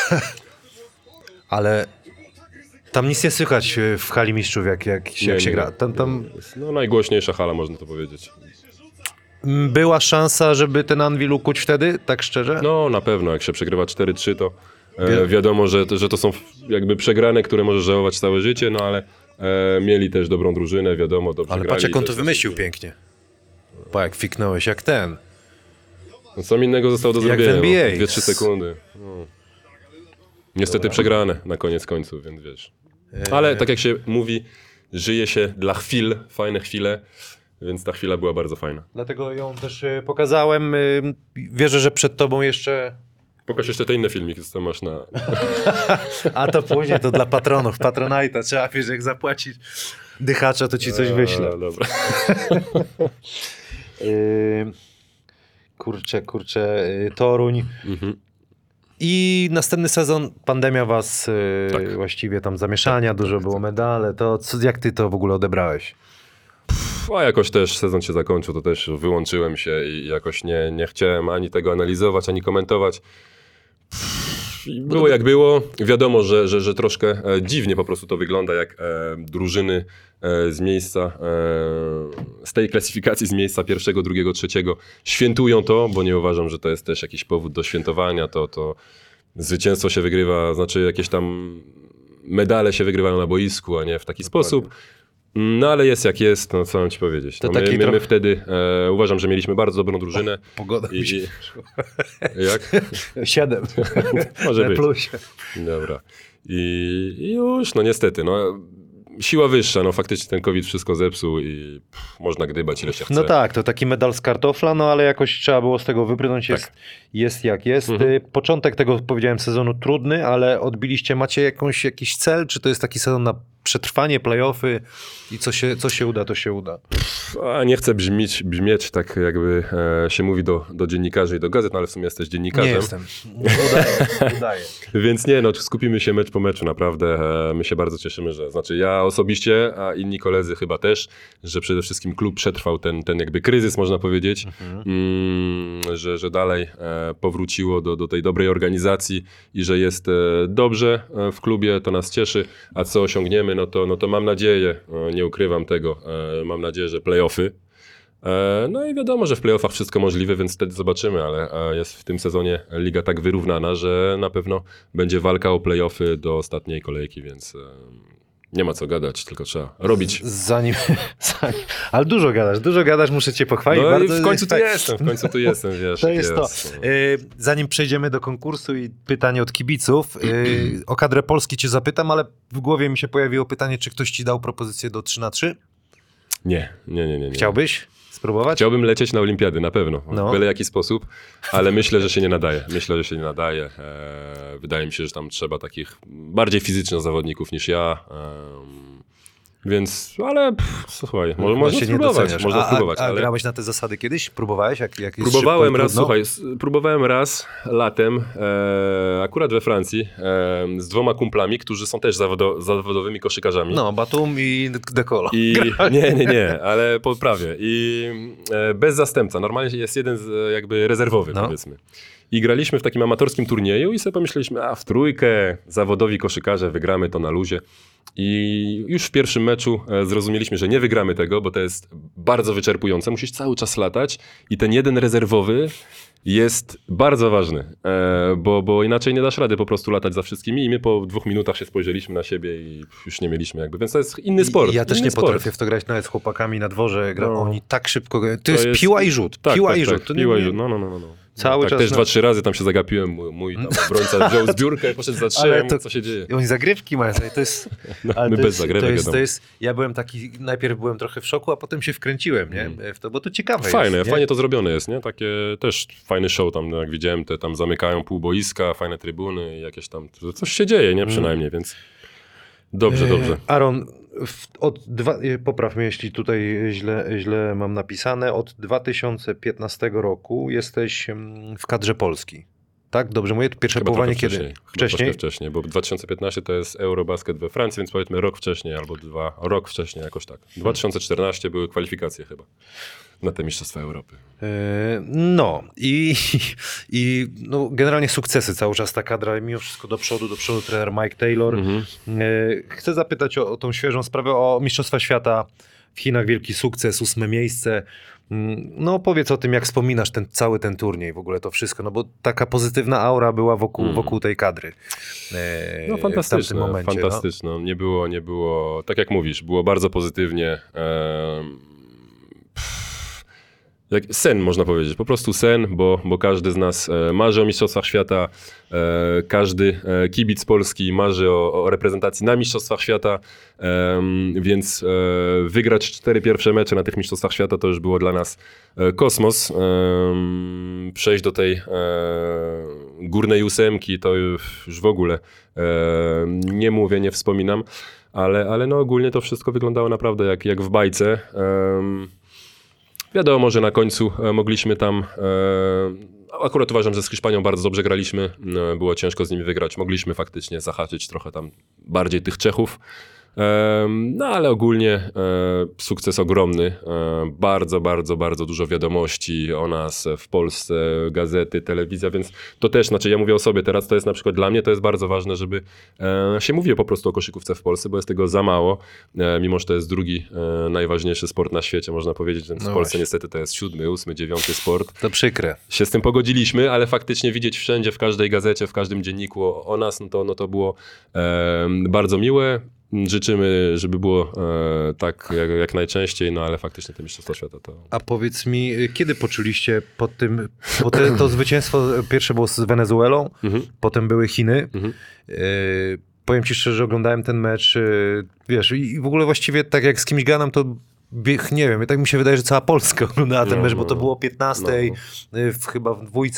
Ale tam nic nie słychać w hali mistrzów, jak się gra. Tam No najgłośniejsza hala, można to powiedzieć. była szansa, żeby ten Anvil ukuć wtedy, tak szczerze? No na pewno, jak się przegrywa 4-3, to wiadomo, że to są jakby przegrane, które możesz żałować całe życie, no ale mieli też dobrą drużynę, wiadomo, dobrze Ale grali patrz, jak on i to też- wymyślił pięknie. Pa, jak fiknąłeś, jak ten. No, co innego zostało do Jak w zrobienia, NBA. 2-3 sekundy. No. Niestety przegrane na koniec końców, więc wiesz. Ale tak jak się mówi, żyje się dla chwil, fajne chwile, więc ta chwila była bardzo fajna. Dlatego ją też pokazałem. Wierzę, że przed tobą jeszcze... Pokaż jeszcze te inne filmiki, co tam masz na... A to później, to dla patronów, Patronite'a. Trzeba, wiesz, jak zapłacić dychacza, to ci coś wyślę. Dobra. Kurczę, Toruń. I następny sezon, pandemia was właściwie tam zamieszania, dużo było medale. To jak ty to w ogóle odebrałeś? A jakoś też sezon się zakończył, to też wyłączyłem się i jakoś nie chciałem ani tego analizować, ani komentować. I było jak było. Wiadomo, że troszkę dziwnie po prostu to wygląda, jak drużyny z miejsca, z tej klasyfikacji z miejsca pierwszego, drugiego, trzeciego świętują to, bo nie uważam, że to jest też jakiś powód do świętowania. To zwycięstwo się wygrywa, znaczy jakieś tam medale się wygrywają na boisku, a nie w taki sposób. No ale jest jak jest, no co mam ci powiedzieć. To No, taki my trochę- wtedy uważam, że mieliśmy bardzo dobrą drużynę. Pogoda mi się Jak? 7. Może Na być. plusie. Dobra. I już, no niestety, no siła wyższa, no faktycznie ten COVID wszystko zepsuł i można gdybać ile się chce. No tak, to taki medal z kartofla, no ale jakoś trzeba było z tego wybrnąć, jest jak jest. Początek tego, powiedziałem, sezonu trudny, ale odbiliście, macie jakiś cel, czy to jest taki sezon na przetrwanie, play-offy i co się uda, to się uda? A nie chcę brzmieć tak jakby się mówi do dziennikarzy i do gazet, no ale w sumie jesteś dziennikarzem. Nie jestem. Udaję. Więc nie, no skupimy się mecz po meczu, naprawdę. My się bardzo cieszymy, znaczy ja osobiście, a inni koledzy chyba też, że przede wszystkim klub przetrwał ten jakby kryzys, można powiedzieć, że dalej powróciło do tej dobrej organizacji i że jest dobrze w klubie, to nas cieszy, a co osiągniemy, no to mam nadzieję, nie ukrywam tego, mam nadzieję, że play-offy. No i wiadomo, że w playoffach wszystko możliwe, więc wtedy zobaczymy, ale jest w tym sezonie liga tak wyrównana, że na pewno będzie walka o playoffy do ostatniej kolejki, więc nie ma co gadać, tylko trzeba robić. Zanim ale dużo gadasz, muszę cię pochwalić. No bardzo, i w końcu tak. tu jestem, wiesz. To jak jest to. Zanim przejdziemy do konkursu i pytanie od kibiców, o kadrę Polski cię zapytam, ale w głowie mi się pojawiło pytanie, czy ktoś ci dał propozycję do 3-3? Nie. Chciałbyś spróbować? Chciałbym lecieć na olimpiady, na pewno, No. w byle jaki sposób, ale myślę, że się nie nadaje. Wydaje mi się, że tam trzeba takich bardziej fizycznych zawodników niż ja. Więc, ale słuchaj, można się nie spróbować, doceniasz. można spróbować. A ale... grałeś na te zasady kiedyś? Próbowałeś? Jak jest Próbowałem szybko i raz, trudno? słuchaj, próbowałem raz latem, akurat we Francji, z 2 kumplami, którzy są też zawodowymi koszykarzami. No, Batum i Dekolo. I nie, ale po prawie. I bez zastępca. Normalnie jest jeden jakby rezerwowy, No. powiedzmy. I graliśmy w takim amatorskim turnieju i sobie pomyśleliśmy, w trójkę zawodowi koszykarze, wygramy to na luzie. I już w pierwszym meczu zrozumieliśmy, że nie wygramy tego, bo to jest bardzo wyczerpujące. Musisz cały czas latać i ten jeden rezerwowy jest bardzo ważny, bo inaczej nie dasz rady po prostu latać za wszystkimi i my po 2 minutach się spojrzeliśmy na siebie i już nie mieliśmy jakby, więc to jest inny sport. Ja też inny nie sport. potrafię w to grać nawet z chłopakami na dworze. No. Oni tak szybko grają. To jest piła i rzut. Tak, piła tak, i rzut. tak, To piła nie- i rzut, no. Cały Tak czas też 2-3 razy tam się zagapiłem, mój tam obrońca wziął zbiórkę, poszedł za 3, Ale to- co się dzieje. I oni zagrywki mają. To jest, ale my to bez jest, zagrywek, to wiadomo. jest, ja byłem taki, najpierw byłem trochę w szoku, a potem się wkręciłem, nie? W to, bo to ciekawe Fajne, jest. nie? fajnie to zrobione jest, nie? Takie też fajny show tam, jak widziałem, te tam zamykają pół boiska, fajne trybuny i jakieś tam, coś się dzieje, nie? Przynajmniej, więc dobrze. Aaron, popraw mnie, jeśli tutaj źle mam napisane. Od 2015 roku jesteś w kadrze Polski. Tak? Dobrze mówię? Pierwsze Chyba powołanie trochę kiedy? Chyba Wcześniej? troszkę wcześniej, bo 2015 to jest Eurobasket we Francji, więc powiedzmy rok wcześniej albo rok wcześniej, jakoś tak. 2014 były kwalifikacje chyba na te Mistrzostwa Europy. No i no, generalnie sukcesy cały czas ta kadra, mimo wszystko do przodu trener Mike Taylor. Chcę zapytać o tą świeżą sprawę, o Mistrzostwa Świata w Chinach, wielki sukces, 8. miejsce. No powiedz o tym, jak wspominasz cały ten turniej, w ogóle to wszystko, no bo taka pozytywna aura była wokół tej kadry. No w tamtym fantastyczne, momencie. fantastyczne. No. Nie było, tak jak mówisz, było bardzo pozytywnie. Jak sen można powiedzieć, po prostu sen, bo każdy z nas marzy o Mistrzostwach Świata, każdy kibic Polski marzy o reprezentacji na Mistrzostwach Świata, więc wygrać 4 pierwsze mecze na tych Mistrzostwach Świata to już było dla nas kosmos. Przejść do tej górnej 8 to już w ogóle nie mówię, nie wspominam, ale no ogólnie to wszystko wyglądało naprawdę jak w bajce. Wiadomo, że na końcu mogliśmy tam, akurat uważam, że z Hiszpanią bardzo dobrze graliśmy, było ciężko z nimi wygrać, mogliśmy faktycznie zahaczyć trochę tam bardziej tych Czechów, no ale ogólnie sukces ogromny, bardzo dużo wiadomości o nas w Polsce, gazety, telewizja, więc to też, znaczy ja mówię o sobie teraz, to jest na przykład dla mnie, to jest bardzo ważne, żeby się mówiło po prostu o koszykówce w Polsce, bo jest tego za mało, mimo że to jest drugi najważniejszy sport na świecie, można powiedzieć, więc w Polsce właśnie. niestety to jest 7., 8., 9. sport. To przykre. Się z tym pogodziliśmy, ale faktycznie widzieć wszędzie, w każdej gazecie, w każdym dzienniku o nas, no to było bardzo miłe. Życzymy, żeby było tak jak najczęściej, no ale faktycznie te Mistrzostwa Świata to... A powiedz mi, kiedy poczuliście bo to zwycięstwo pierwsze było z Wenezuelą, potem były Chiny. Powiem ci szczerze, że oglądałem ten mecz, wiesz, i w ogóle właściwie tak jak z kimś gadam, to nie wiem, tak mi się wydaje, że cała Polska oglądała ten mecz, bo to było o 15, chyba w 2.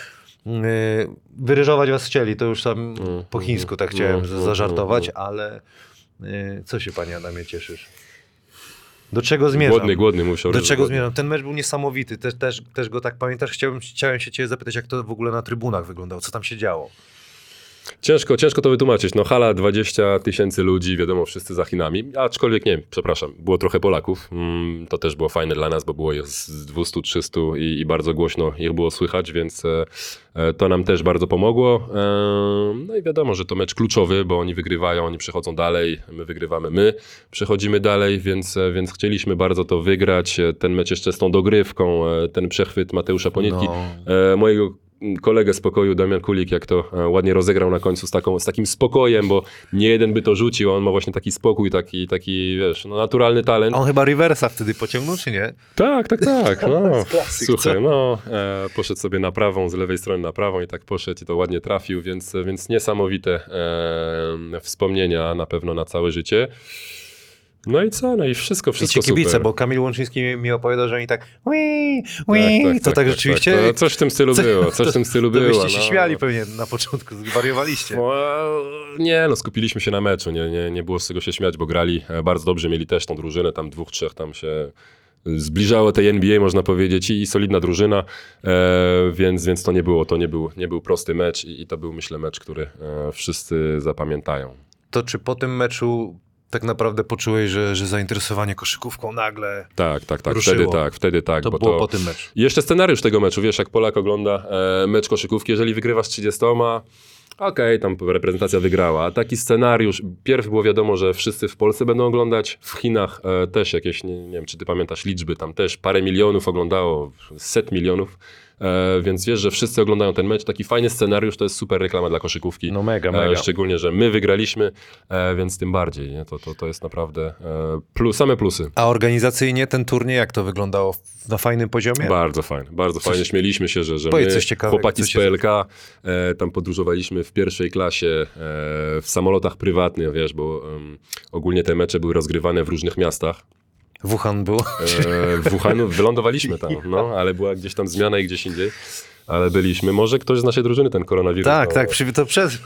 Wyryżować was chcieli, to już tam po chińsku tak chciałem zażartować, ale co się, panie Adamie, cieszysz? Do czego zmierzam? Głodny musiał. Do czego zmierzam? Ten mecz był niesamowity, też go tak pamiętasz. Chciałem się ciebie zapytać, jak to w ogóle na trybunach wyglądało, co tam się działo? Ciężko to wytłumaczyć. No hala 20 000 ludzi, wiadomo, wszyscy za Chinami, aczkolwiek nie, przepraszam, było trochę Polaków. To też było fajne dla nas, bo było ich z 200-300 i bardzo głośno ich było słychać, więc to nam też bardzo pomogło. No i wiadomo, że to mecz kluczowy, bo oni wygrywają, oni przechodzą dalej, my wygrywamy, my przechodzimy dalej, więc chcieliśmy bardzo to wygrać. Ten mecz jeszcze z tą dogrywką, ten przechwyt Mateusza Ponietki, mojego kolegę z pokoju, Damian Kulik, jak to ładnie rozegrał na końcu z takim spokojem, bo nie jeden by to rzucił, on ma właśnie taki spokój, taki wiesz, no, naturalny talent. A on chyba reversa wtedy pociągnął, czy nie? Tak. No, klasyk, słuchaj, co? no, poszedł sobie na prawą, z lewej strony na prawą i tak poszedł i to ładnie trafił, więc niesamowite wspomnienia na pewno na całe życie. No i co? No i wszystko Wiecie, kibice, super. bo Kamil Łączyński mi opowiada, że oni tak tak rzeczywiście... Tak. Coś w tym stylu było, To byście się śmiali pewnie na początku, zwariowaliście. Nie, no skupiliśmy się na meczu, nie było z czego się śmiać, bo grali bardzo dobrze, mieli też tą drużynę, tam 2-3 tam się zbliżało tej NBA, można powiedzieć, i solidna drużyna, więc to nie był prosty mecz i to był, myślę, mecz, który wszyscy zapamiętają. To czy po tym meczu tak naprawdę poczułeś, że zainteresowanie koszykówką nagle Tak, ruszyło. wtedy tak. To bo było po tym meczu. I jeszcze scenariusz tego meczu, wiesz, jak Polak ogląda mecz koszykówki, jeżeli wygrywasz 30, okej, tam reprezentacja wygrała, a taki scenariusz, pierw było wiadomo, że wszyscy w Polsce będą oglądać, w Chinach też jakieś, nie wiem, czy ty pamiętasz liczby, tam też parę milionów oglądało, 100 milionów, więc wiesz, że wszyscy oglądają ten mecz, taki fajny scenariusz, to jest super reklama dla koszykówki. No mega. Szczególnie, że my wygraliśmy, więc tym bardziej, nie? To jest naprawdę same plusy. A organizacyjnie ten turniej, jak to wyglądało? Na fajnym poziomie? Bardzo fajnie. Śmieliśmy się, że Powiedz my, coś ciekawego, chłopaki co z się- PLK, tam podróżowaliśmy w pierwszej klasie, w samolotach prywatnych, wiesz, bo ogólnie te mecze były rozgrywane w różnych miastach. Wuhan był. W Wuhanu wylądowaliśmy tam, no, ale była gdzieś tam zmiana i gdzieś indziej. Ale byliśmy. Może ktoś z naszej drużyny ten koronawirus. Tak, no, tak, to przez...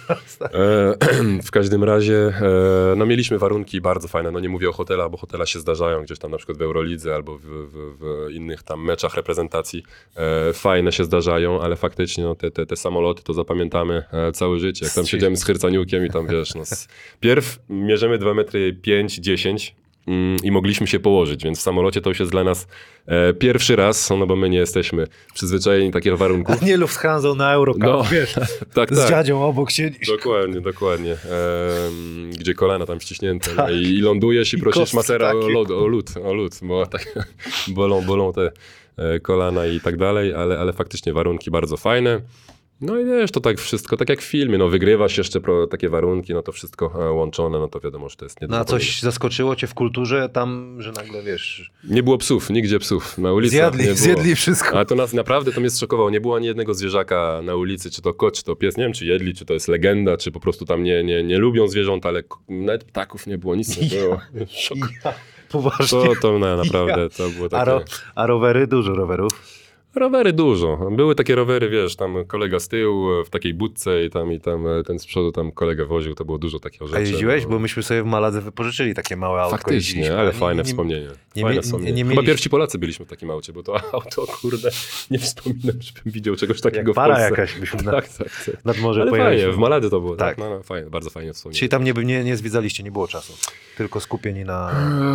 w każdym razie, no mieliśmy warunki bardzo fajne, no nie mówię o hotelach, bo hotela się zdarzają gdzieś tam na przykład w Eurolidze albo w innych tam meczach reprezentacji, fajne się zdarzają, ale faktycznie no, te samoloty to zapamiętamy całe życie. Jak tam siedziałem z Hercaniukiem i tam wiesz, no, pierw mierzymy 2 metry 5, 10 i mogliśmy się położyć, więc w samolocie to już jest dla nas pierwszy raz, no bo my nie jesteśmy przyzwyczajeni do takich warunków. Nie Lufthansa na Eurocup, No, wiesz, tak, z dziadzią obok siedzisz. Dokładnie. Gdzie kolana tam ściśnięte no i lądujesz i prosisz kostki masera takie, o lód, bo tak bolą te kolana i tak dalej, ale faktycznie warunki bardzo fajne. No i wiesz, to tak wszystko, tak jak w filmie, no wygrywasz jeszcze takie warunki, no to wszystko łączone, no to wiadomo, że to jest nie do No a zapomnienia. coś zaskoczyło cię w kulturze tam, że nagle, wiesz, Nie było psów, nigdzie psów na ulicy. zjedli wszystko. A to nas naprawdę, to mnie zszokowało. Nie było ani jednego zwierzaka na ulicy, czy to kot, czy to pies. Nie wiem, czy jedli, czy to jest legenda, czy po prostu tam nie lubią zwierząt, ale nawet ptaków nie było, nic nie było. Szok. Poważnie. To naprawdę, to było takie... A rowery? Dużo rowerów. Rowery dużo. Były takie rowery, wiesz, tam kolega z tyłu w takiej budce i tam ten z przodu tam kolega woził, to było dużo takiego rzeczy. A jeździłeś? No. Bo myśmy sobie w Maladze wypożyczyli takie małe autko. Faktycznie, jeździliśmy, ale nie- fajne nie- wspomnienie. nie Fajne mie- wspomnienie. nie Chyba mieliśmy- pierwsi Polacy byliśmy w takim aucie, bo to auto, kurde, nie wspominam, żebym widział czegoś takiego Jak w para Polsce. jakaś byśmy Tak. nad morze Ale pojechaliśmy. fajnie, w Malady to było, Tak. tak? No, fajnie, bardzo fajnie wspomnienie. Czyli tam nie zwiedzaliście, nie było czasu. Tylko skupieni na...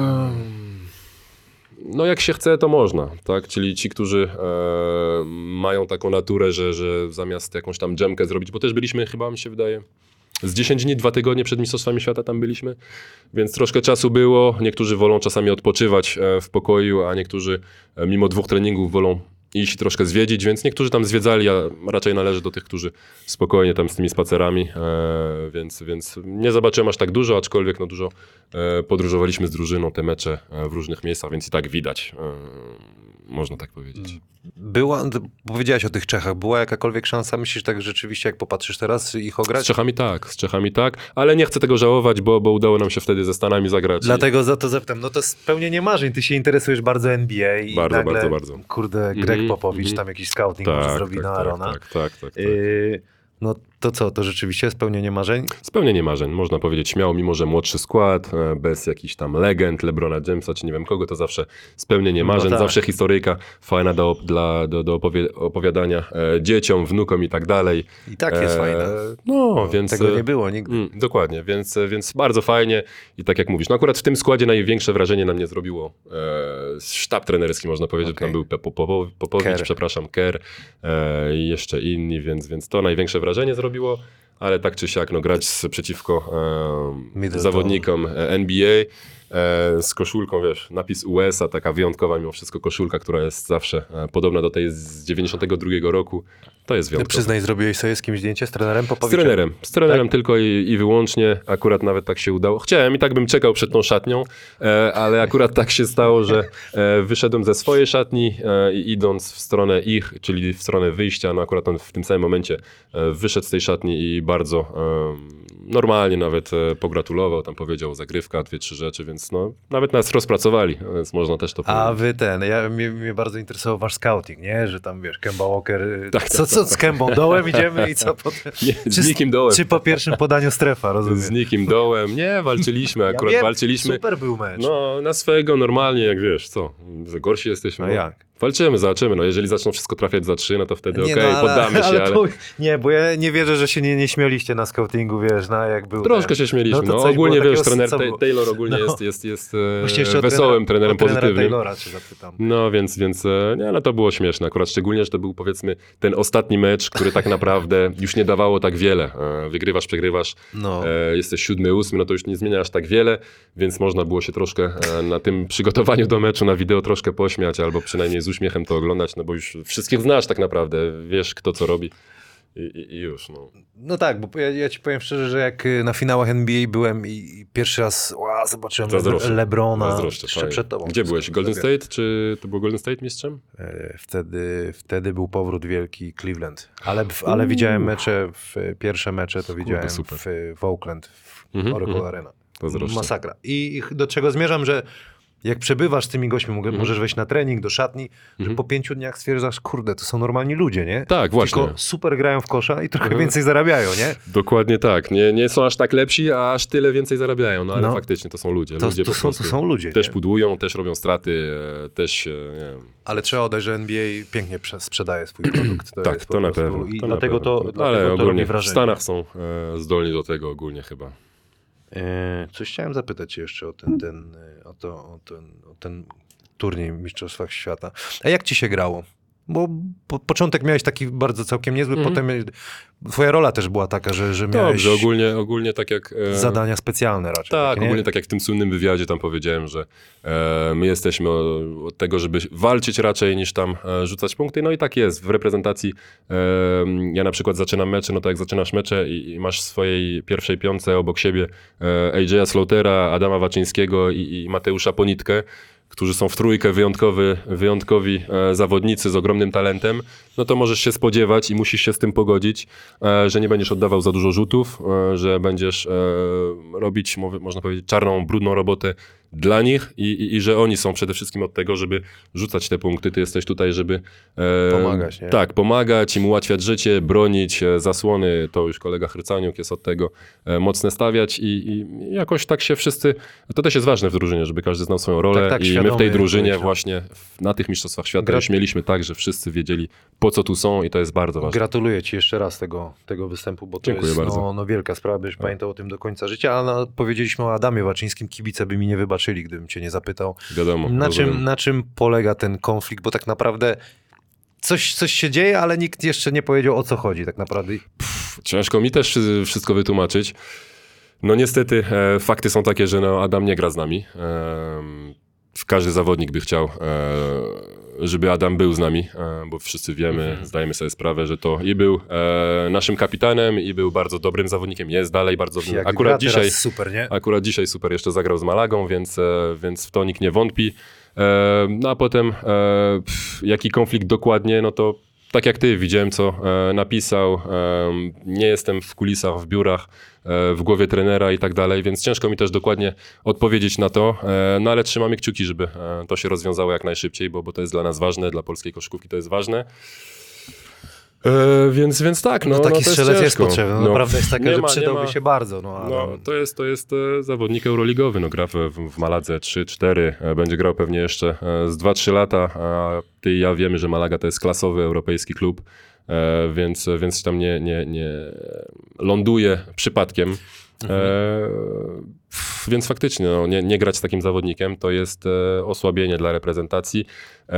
No jak się chce, to można, tak? Czyli ci, którzy mają taką naturę, że zamiast jakąś tam dżemkę zrobić, bo też byliśmy, chyba mi się wydaje, z 10 dni, 2 tygodnie przed Mistrzostwami Świata tam byliśmy, więc troszkę czasu było. Niektórzy wolą czasami odpoczywać w pokoju, a niektórzy mimo 2 treningów wolą iść troszkę zwiedzić, więc niektórzy tam zwiedzali, a raczej należy do tych, którzy spokojnie tam z tymi spacerami, więc nie zobaczyłem aż tak dużo, aczkolwiek no dużo podróżowaliśmy z drużyną, te mecze w różnych miejscach, więc i tak widać, można tak powiedzieć. Powiedziałeś o tych Czechach, była jakakolwiek szansa, myślisz tak rzeczywiście, jak popatrzysz teraz, ich Z ograć? Czechami tak, ale nie chcę tego żałować, bo udało nam się wtedy ze Stanami zagrać. Dlatego za to zapytam, no to spełnienie marzeń, ty się interesujesz bardzo NBA i Bardzo, nagle, bardzo. Kurde, Greg Mhm, Popowicz, mhm. tam jakiś scouting może zrobi na Arona. Tak. No to co, to rzeczywiście spełnienie marzeń? Spełnienie marzeń, można powiedzieć śmiało, mimo że młodszy skład, bez jakichś tam legend, LeBrona Jamesa, czy nie wiem kogo, to zawsze spełnienie marzeń, tak. zawsze historyjka fajna do opowiadania dzieciom, wnukom i tak dalej. I tak jest fajne. No, więc... Tego nie było nigdy. Dokładnie, więc bardzo fajnie i tak jak mówisz, no akurat w tym składzie największe wrażenie na mnie zrobiło sztab trenerski, można powiedzieć, Okej. tam był Popowicz, Kerr i jeszcze inni, więc to największe wrażenie zrobiło, ale tak czy siak, no grać przeciwko Middleton. zawodnikom NBA z koszulką, wiesz, napis USA, taka wyjątkowa mimo wszystko koszulka, która jest zawsze podobna do tej z 92 roku, to jest wyjątkowe. Przyznaj, zrobiłeś sobie z kimś zdjęcie z trenerem Z Popowiczem? trenerem tylko i wyłącznie, akurat nawet tak się udało. Chciałem i tak bym czekał przed tą szatnią, ale akurat tak się stało, że wyszedłem ze swojej szatni i idąc w stronę ich, czyli w stronę wyjścia, no akurat on w tym samym momencie wyszedł z tej szatni i bardzo normalnie nawet pogratulował, tam powiedział zagrywka, 2-3 rzeczy, więc no, nawet nas rozpracowali, więc można też to A powiedzieć. wy mnie bardzo interesował wasz scouting, nie? Że tam wiesz, Kemba Walker, Tak, co z Kembą dołem idziemy i co potem? Nie, z nikim dołem. Czy po pierwszym podaniu strefa, rozumiem? Z nikim dołem. Nie, walczyliśmy, akurat wiem, walczyliśmy. Super był mecz. No, na swojego normalnie, jak wiesz, co, za gorsi jesteśmy. No jak? Walczymy, zobaczymy. No, jeżeli zaczną wszystko trafiać za 3, no to wtedy Nie, okej, no, poddamy się, ale... Nie, bo ja nie wierzę, że się nie śmialiście na scoutingu, wiesz, jak był Troszkę ten- się śmieliśmy. to No, coś ogólnie, było wiesz, takiego, trener co było? Taylor ogólnie No. jest Właśnie jeszcze o wesołym trenerem o trenera pozytywnym. Taylora cię zapytam. No, więc nie, ale to było śmieszne. Akurat szczególnie, że to był, powiedzmy, ten ostatni mecz, który tak naprawdę już nie dawało tak wiele. Wygrywasz, przegrywasz, No. jesteś 7., 8., no to już nie zmienia aż tak wiele, więc można było się troszkę na tym przygotowaniu do meczu na wideo troszkę pośmiać, albo przynajmniej z uśmiechem to oglądać, no bo już wszystkich znasz tak naprawdę, wiesz kto co robi i już, no. No tak, bo ja ci powiem szczerze, że jak na finałach NBA byłem i pierwszy raz zobaczyłem Zazdroszczę. LeBrona Zazdroszczę, jeszcze fajnie. przed tobą. Gdzie byłeś? Golden State? Czy to był Golden State mistrzem? Wtedy był powrót wielki Cleveland. Ale widziałem mecze, pierwsze mecze to widziałem super. w Oakland, w Oracle Arena. Zazdroszczę. Masakra. I do czego zmierzam, że jak przebywasz z tymi gośćmi, możesz wejść na trening, do szatni, że po 5 dniach stwierdzasz, kurde, to są normalni ludzie, nie? Tak, właśnie. Tylko super grają w kosza i trochę więcej zarabiają, nie? Dokładnie tak. Nie są aż tak lepsi, a aż tyle więcej zarabiają, no ale No. faktycznie to są ludzie. To ludzie po prostu są ludzie. też nie? pudłują, też robią straty, też, nie wiem. Ale trzeba oddać, że NBA pięknie sprzedaje swój produkt. To Tak, jest po to na prostu- pewno. I to na dlatego pewno. to Ale robi ogólnie w wrażenie. Stanach są zdolni do tego ogólnie chyba. Coś chciałem zapytać cię jeszcze o ten turniej w Mistrzostwach Świata. A jak ci się grało? Bo początek miałeś taki bardzo całkiem niezły, potem twoja rola też była taka, że miałeś Dobrze, ogólnie tak jak... zadania specjalne raczej. Tak, takie, nie? ogólnie tak jak w tym słynnym wywiadzie tam powiedziałem, że my jesteśmy od tego, żeby walczyć raczej niż tam rzucać punkty. No i tak jest. W reprezentacji ja na przykład zaczynam mecze, no to jak zaczynasz mecze i masz w swojej pierwszej piątce obok siebie AJ'a Slaughtera, Adama Waczyńskiego i Mateusza Ponitkę, którzy są w trójkę wyjątkowi zawodnicy z ogromnym talentem, no to możesz się spodziewać i musisz się z tym pogodzić, że nie będziesz oddawał za dużo rzutów, że będziesz robić, można powiedzieć, czarną, brudną robotę dla nich i że oni są przede wszystkim od tego, żeby rzucać te punkty. Ty jesteś tutaj, żeby Pomagać, nie? Tak, pomagać, im ułatwiać życie, bronić zasłony. To już kolega Hrycaniuk jest od tego mocne stawiać i jakoś tak się wszyscy... To też jest ważne w drużynie, żeby każdy znał swoją rolę Tak, i my w świadomie tej drużynie powiedział. właśnie na tych Mistrzostwach Świata już mieliśmy tak, że wszyscy wiedzieli po co tu są i to jest bardzo ważne. Gratuluję ci jeszcze raz tego występu, bo to Dziękuję jest bardzo. no, wielka sprawa, byś pamiętał o tym do końca życia, a powiedzieliśmy o Adamie Waczyńskim, kibice by mi nie wybaczyli, gdybym cię nie zapytał. Wiadomo. rozumiem. Na czym polega ten konflikt, bo tak naprawdę coś się dzieje, ale nikt jeszcze nie powiedział, o co chodzi tak naprawdę. Ciężko mi też wszystko wytłumaczyć. No niestety fakty są takie, że no, Adam nie gra z nami. Każdy zawodnik by chciał, żeby Adam był z nami, bo wszyscy wiemy, zdajemy sobie sprawę, że to i był naszym kapitanem, i był bardzo dobrym zawodnikiem, jest dalej bardzo dobrym. Jak Akurat gra dzisiaj, teraz super, nie? akurat dzisiaj super jeszcze zagrał z Malagą, więc w to nikt nie wątpi. No a potem jaki konflikt dokładnie, no to tak jak ty, widziałem co napisał, nie jestem w kulisach, w biurach, w głowie trenera i tak dalej, więc ciężko mi też dokładnie odpowiedzieć na to, no ale trzymamy kciuki, żeby to się rozwiązało jak najszybciej, bo to jest dla nas ważne, dla polskiej koszykówki to jest ważne. Więc tak, no Taki to jest strzelec jest ciężko. potrzebny. No, Naprawdę jest taka, nie że ma, nie przydałby ma. się bardzo. No, ale... No, to jest zawodnik euroligowy, no, gra w Maladze 3-4, będzie grał pewnie jeszcze z 2-3 lata, a ty i ja wiemy, że Malaga to jest klasowy europejski klub, więc tam nie ląduje przypadkiem. Więc faktycznie no, nie grać z takim zawodnikiem to jest osłabienie dla reprezentacji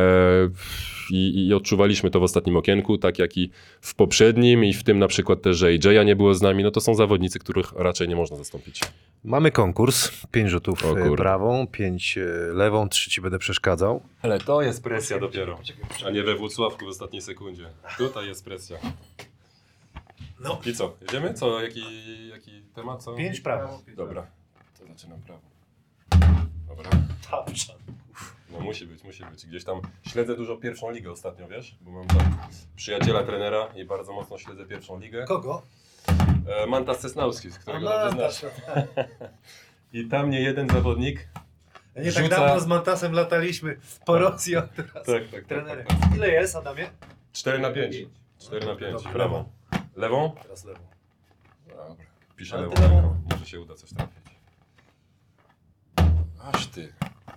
i odczuwaliśmy to w ostatnim okienku, tak jak i w poprzednim i w tym na przykład też, że AJ'a nie było z nami, no to są zawodnicy, których raczej nie można zastąpić. Mamy konkurs, 5 rzutów O kurde. prawą, 5 lewą, 3 ci będę przeszkadzał. Ale to jest presja dopiero, a nie we Włocławku w ostatniej sekundzie. Tutaj jest presja. No. I co, jedziemy? Jaki temat? Co? 5 prawą. Dobra, to zaczynam prawo. Dobra. No musi być. Gdzieś tam śledzę dużo pierwszą ligę ostatnio, wiesz? Bo mam tam przyjaciela trenera i bardzo mocno śledzę pierwszą ligę. Kogo? Mantas Cesnauski, z którego dobrze znasz. I tam nie jeden zawodnik Nie tak dawno z Mantasem lataliśmy po Rosji, a teraz trenerem. Ile jest, Adamie? 4-5. 4-5. Dobra, Prawą. Lewą? Teraz lewą. Dobra. Piszę Ale lewą. ty lewą. ręką. Może się uda coś trafić. Aż ty.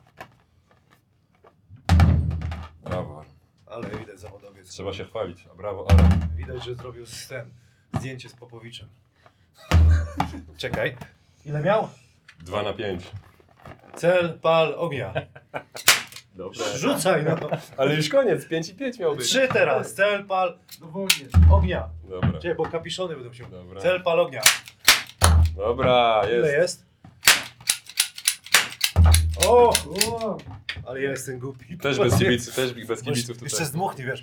Brawo. Ale widać zawodowiec. Trzeba się chwalić. A brawo, ale. Widać, że zrobił zdjęcie z Popowiczem. Czekaj. Ile miał? 2-5. Cel, pal, ognia. Dobrze. Rzucaj no. Ale już koniec. 5-5 miał być. 3 teraz. Cel, pal, ognia. Dobra. Czekaj, bo kapiszony będą się. Dobra. Cel, pal, ognia. Dobra, Ile jest. jest? O! Ale ja jestem głupi. Też bez kibiców, bez kibiców tutaj. Jeszcze zdmuchnij, wiesz.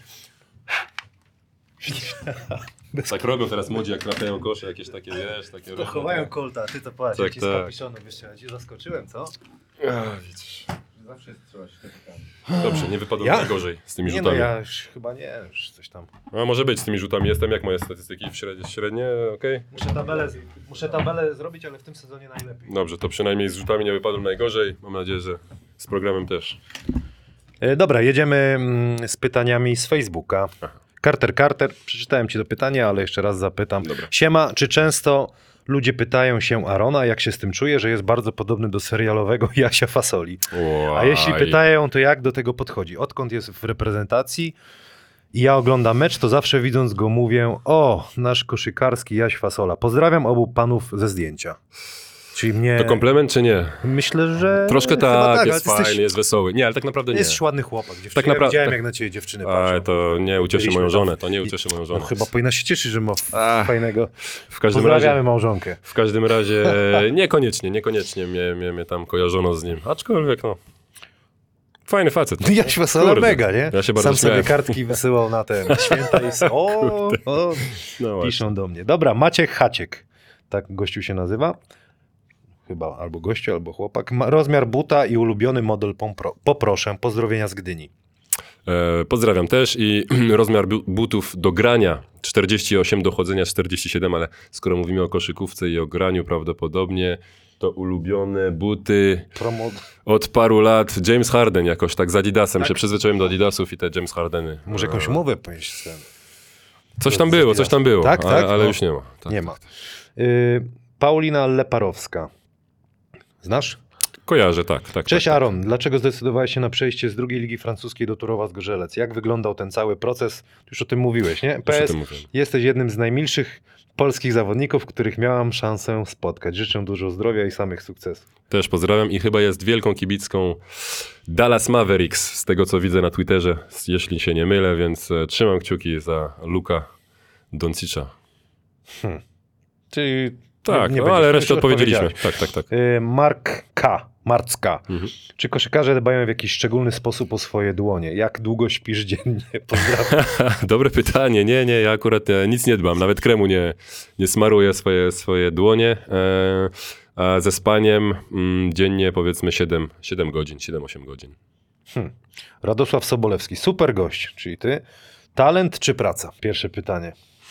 Tak robią teraz młodzi, jak trafiają kosze, jakieś takie, wiesz, takie... To chowają kolta, a ty to patrz, Tak, jaki tak. z kapiszonu, wiesz, ja cię zaskoczyłem, co? Widzisz. Zawsze jest trzeba się pytać. Dobrze, nie wypadło Ja? najgorzej z tymi Nie no, rzutami. ja już chyba nie, już coś tam. A może być, z tymi rzutami jestem. Jak moje statystyki? Średnie, okej? Muszę tabelę zrobić, ale w tym sezonie najlepiej. Dobrze, to przynajmniej z rzutami nie wypadło najgorzej. Mam nadzieję, że z programem też. Dobra, jedziemy z pytaniami z Facebooka. Carter, przeczytałem ci to pytanie, ale jeszcze raz zapytam. Dobra. Siema, czy często ludzie pytają się Arona, jak się z tym czuje, że jest bardzo podobny do serialowego Jasia Fasoli? A jeśli pytają, to jak do tego podchodzi? Odkąd jest w reprezentacji i ja oglądam mecz, to zawsze widząc go mówię: o, nasz koszykarski Jaś Fasola. Pozdrawiam obu panów ze zdjęcia. Czyli mnie... To komplement czy nie? Myślę, że... Troszkę chyba tak, ale jest ty jesteś- fajny, jest wesoły. Nie, ale tak naprawdę nie. Jest ładny chłopak, dziewczyny. Tak Ja naprawdę- widziałem, tak. jak na ciebie dziewczyny A, patrzą. to nie ucieszy Byliśmy moją tam. żonę, to nie ucieszy moją żonę. No, chyba powinna się cieszyć, że ma fajnego... W każdym Pozdrawiamy razie... małżonkę. W każdym razie niekoniecznie mnie tam kojarzono z nim. Aczkolwiek no, fajny facet. Jaś Fasola Kurde. mega, nie? Ja się bardzo Sam sobie śmiałem. kartki wysyłał na ten święta i o, No właśnie. piszą do mnie. Dobra, Maciek Haciek. Tak gościu się nazywa. Chyba albo gościu, albo chłopak. Rozmiar buta i ulubiony model poproszę. Pozdrowienia z Gdyni. Pozdrawiam też i rozmiar butów do grania 48, do chodzenia 47, ale skoro mówimy o koszykówce i o graniu prawdopodobnie, to ulubione buty od paru lat. James Harden jakoś tak z Adidasem. Się przyzwyczaiłem do Adidasów i te James Hardeny. Może jakąś umowę ponieść z tym. Coś tam było, Tak, tak? ale No. już nie ma. Tak, Nie tak, ma. tak. Paulina Leparowska. Znasz? Kojarzę, tak. Cześć tak. Aaron, dlaczego zdecydowałeś się na przejście z drugiej ligi francuskiej do Turowa Zgorzelec? Jak wyglądał ten cały proces? Już o tym mówiłeś, nie? Już o PS, tym mówiłem. jesteś jednym z najmilszych polskich zawodników, których miałam szansę spotkać. Życzę dużo zdrowia i samych sukcesów. Też pozdrawiam i chyba jest wielką kibicką Dallas Mavericks, z tego co widzę na Twitterze, jeśli się nie mylę, więc trzymam kciuki za Luka Doncicza. Czyli Tak, nie no, ale będziesz- resztę już odpowiedzieliśmy. odpowiedziałeś. Tak. Marcka. Czy koszykarze dbają w jakiś szczególny sposób o swoje dłonie? Jak długo śpisz dziennie? Pozdrawiam. Dobre pytanie. Nie, ja akurat nic nie dbam. Nawet kremu nie smaruję swoje dłonie. A ze spaniem dziennie powiedzmy 7 godzin, 7-8 godzin. Radosław Sobolewski. Super gość, czyli ty. Talent czy praca? Pierwsze pytanie.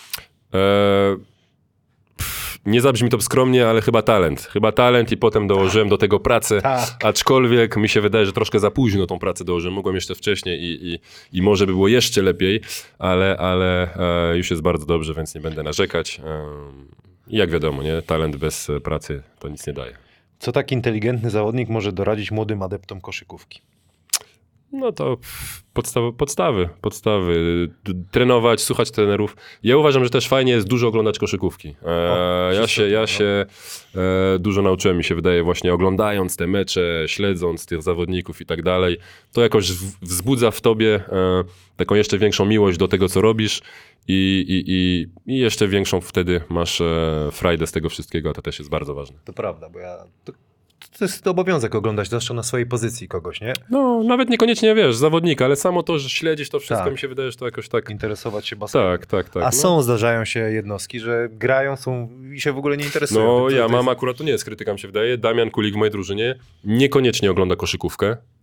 Nie zabrzmi to skromnie, ale chyba talent i potem dołożyłem do tego pracę, Tak. aczkolwiek mi się wydaje, że troszkę za późno tą pracę dołożyłem, mogłem jeszcze wcześniej i może by było jeszcze lepiej, ale już jest bardzo dobrze, więc nie będę narzekać. I jak wiadomo, nie, talent bez pracy to nic nie daje. Co tak inteligentny zawodnik może doradzić młodym adeptom koszykówki? No to podstawy. Trenować, słuchać trenerów. Ja uważam, że też fajnie jest dużo oglądać koszykówki. Ja się dużo nauczyłem, mi się wydaje, właśnie oglądając te mecze, śledząc tych zawodników i tak dalej. To jakoś wzbudza w tobie taką jeszcze większą miłość do tego, co robisz i jeszcze większą wtedy masz frajdę z tego wszystkiego, a to też jest bardzo ważne. To prawda, bo to jest obowiązek oglądać, zwłaszcza na swojej pozycji kogoś, nie? No, nawet niekoniecznie, wiesz, zawodnika, ale samo to, że śledzisz to wszystko, Tak. mi się wydaje, że to jakoś tak... Interesować się basketem. Tak. A zdarzają się jednostki, że grają, i się w ogóle nie interesują. No, tym, co ja to mam jest. akurat, to nie jest krytyka, mi się wydaje, Damian Kulik w mojej drużynie niekoniecznie ogląda koszykówkę,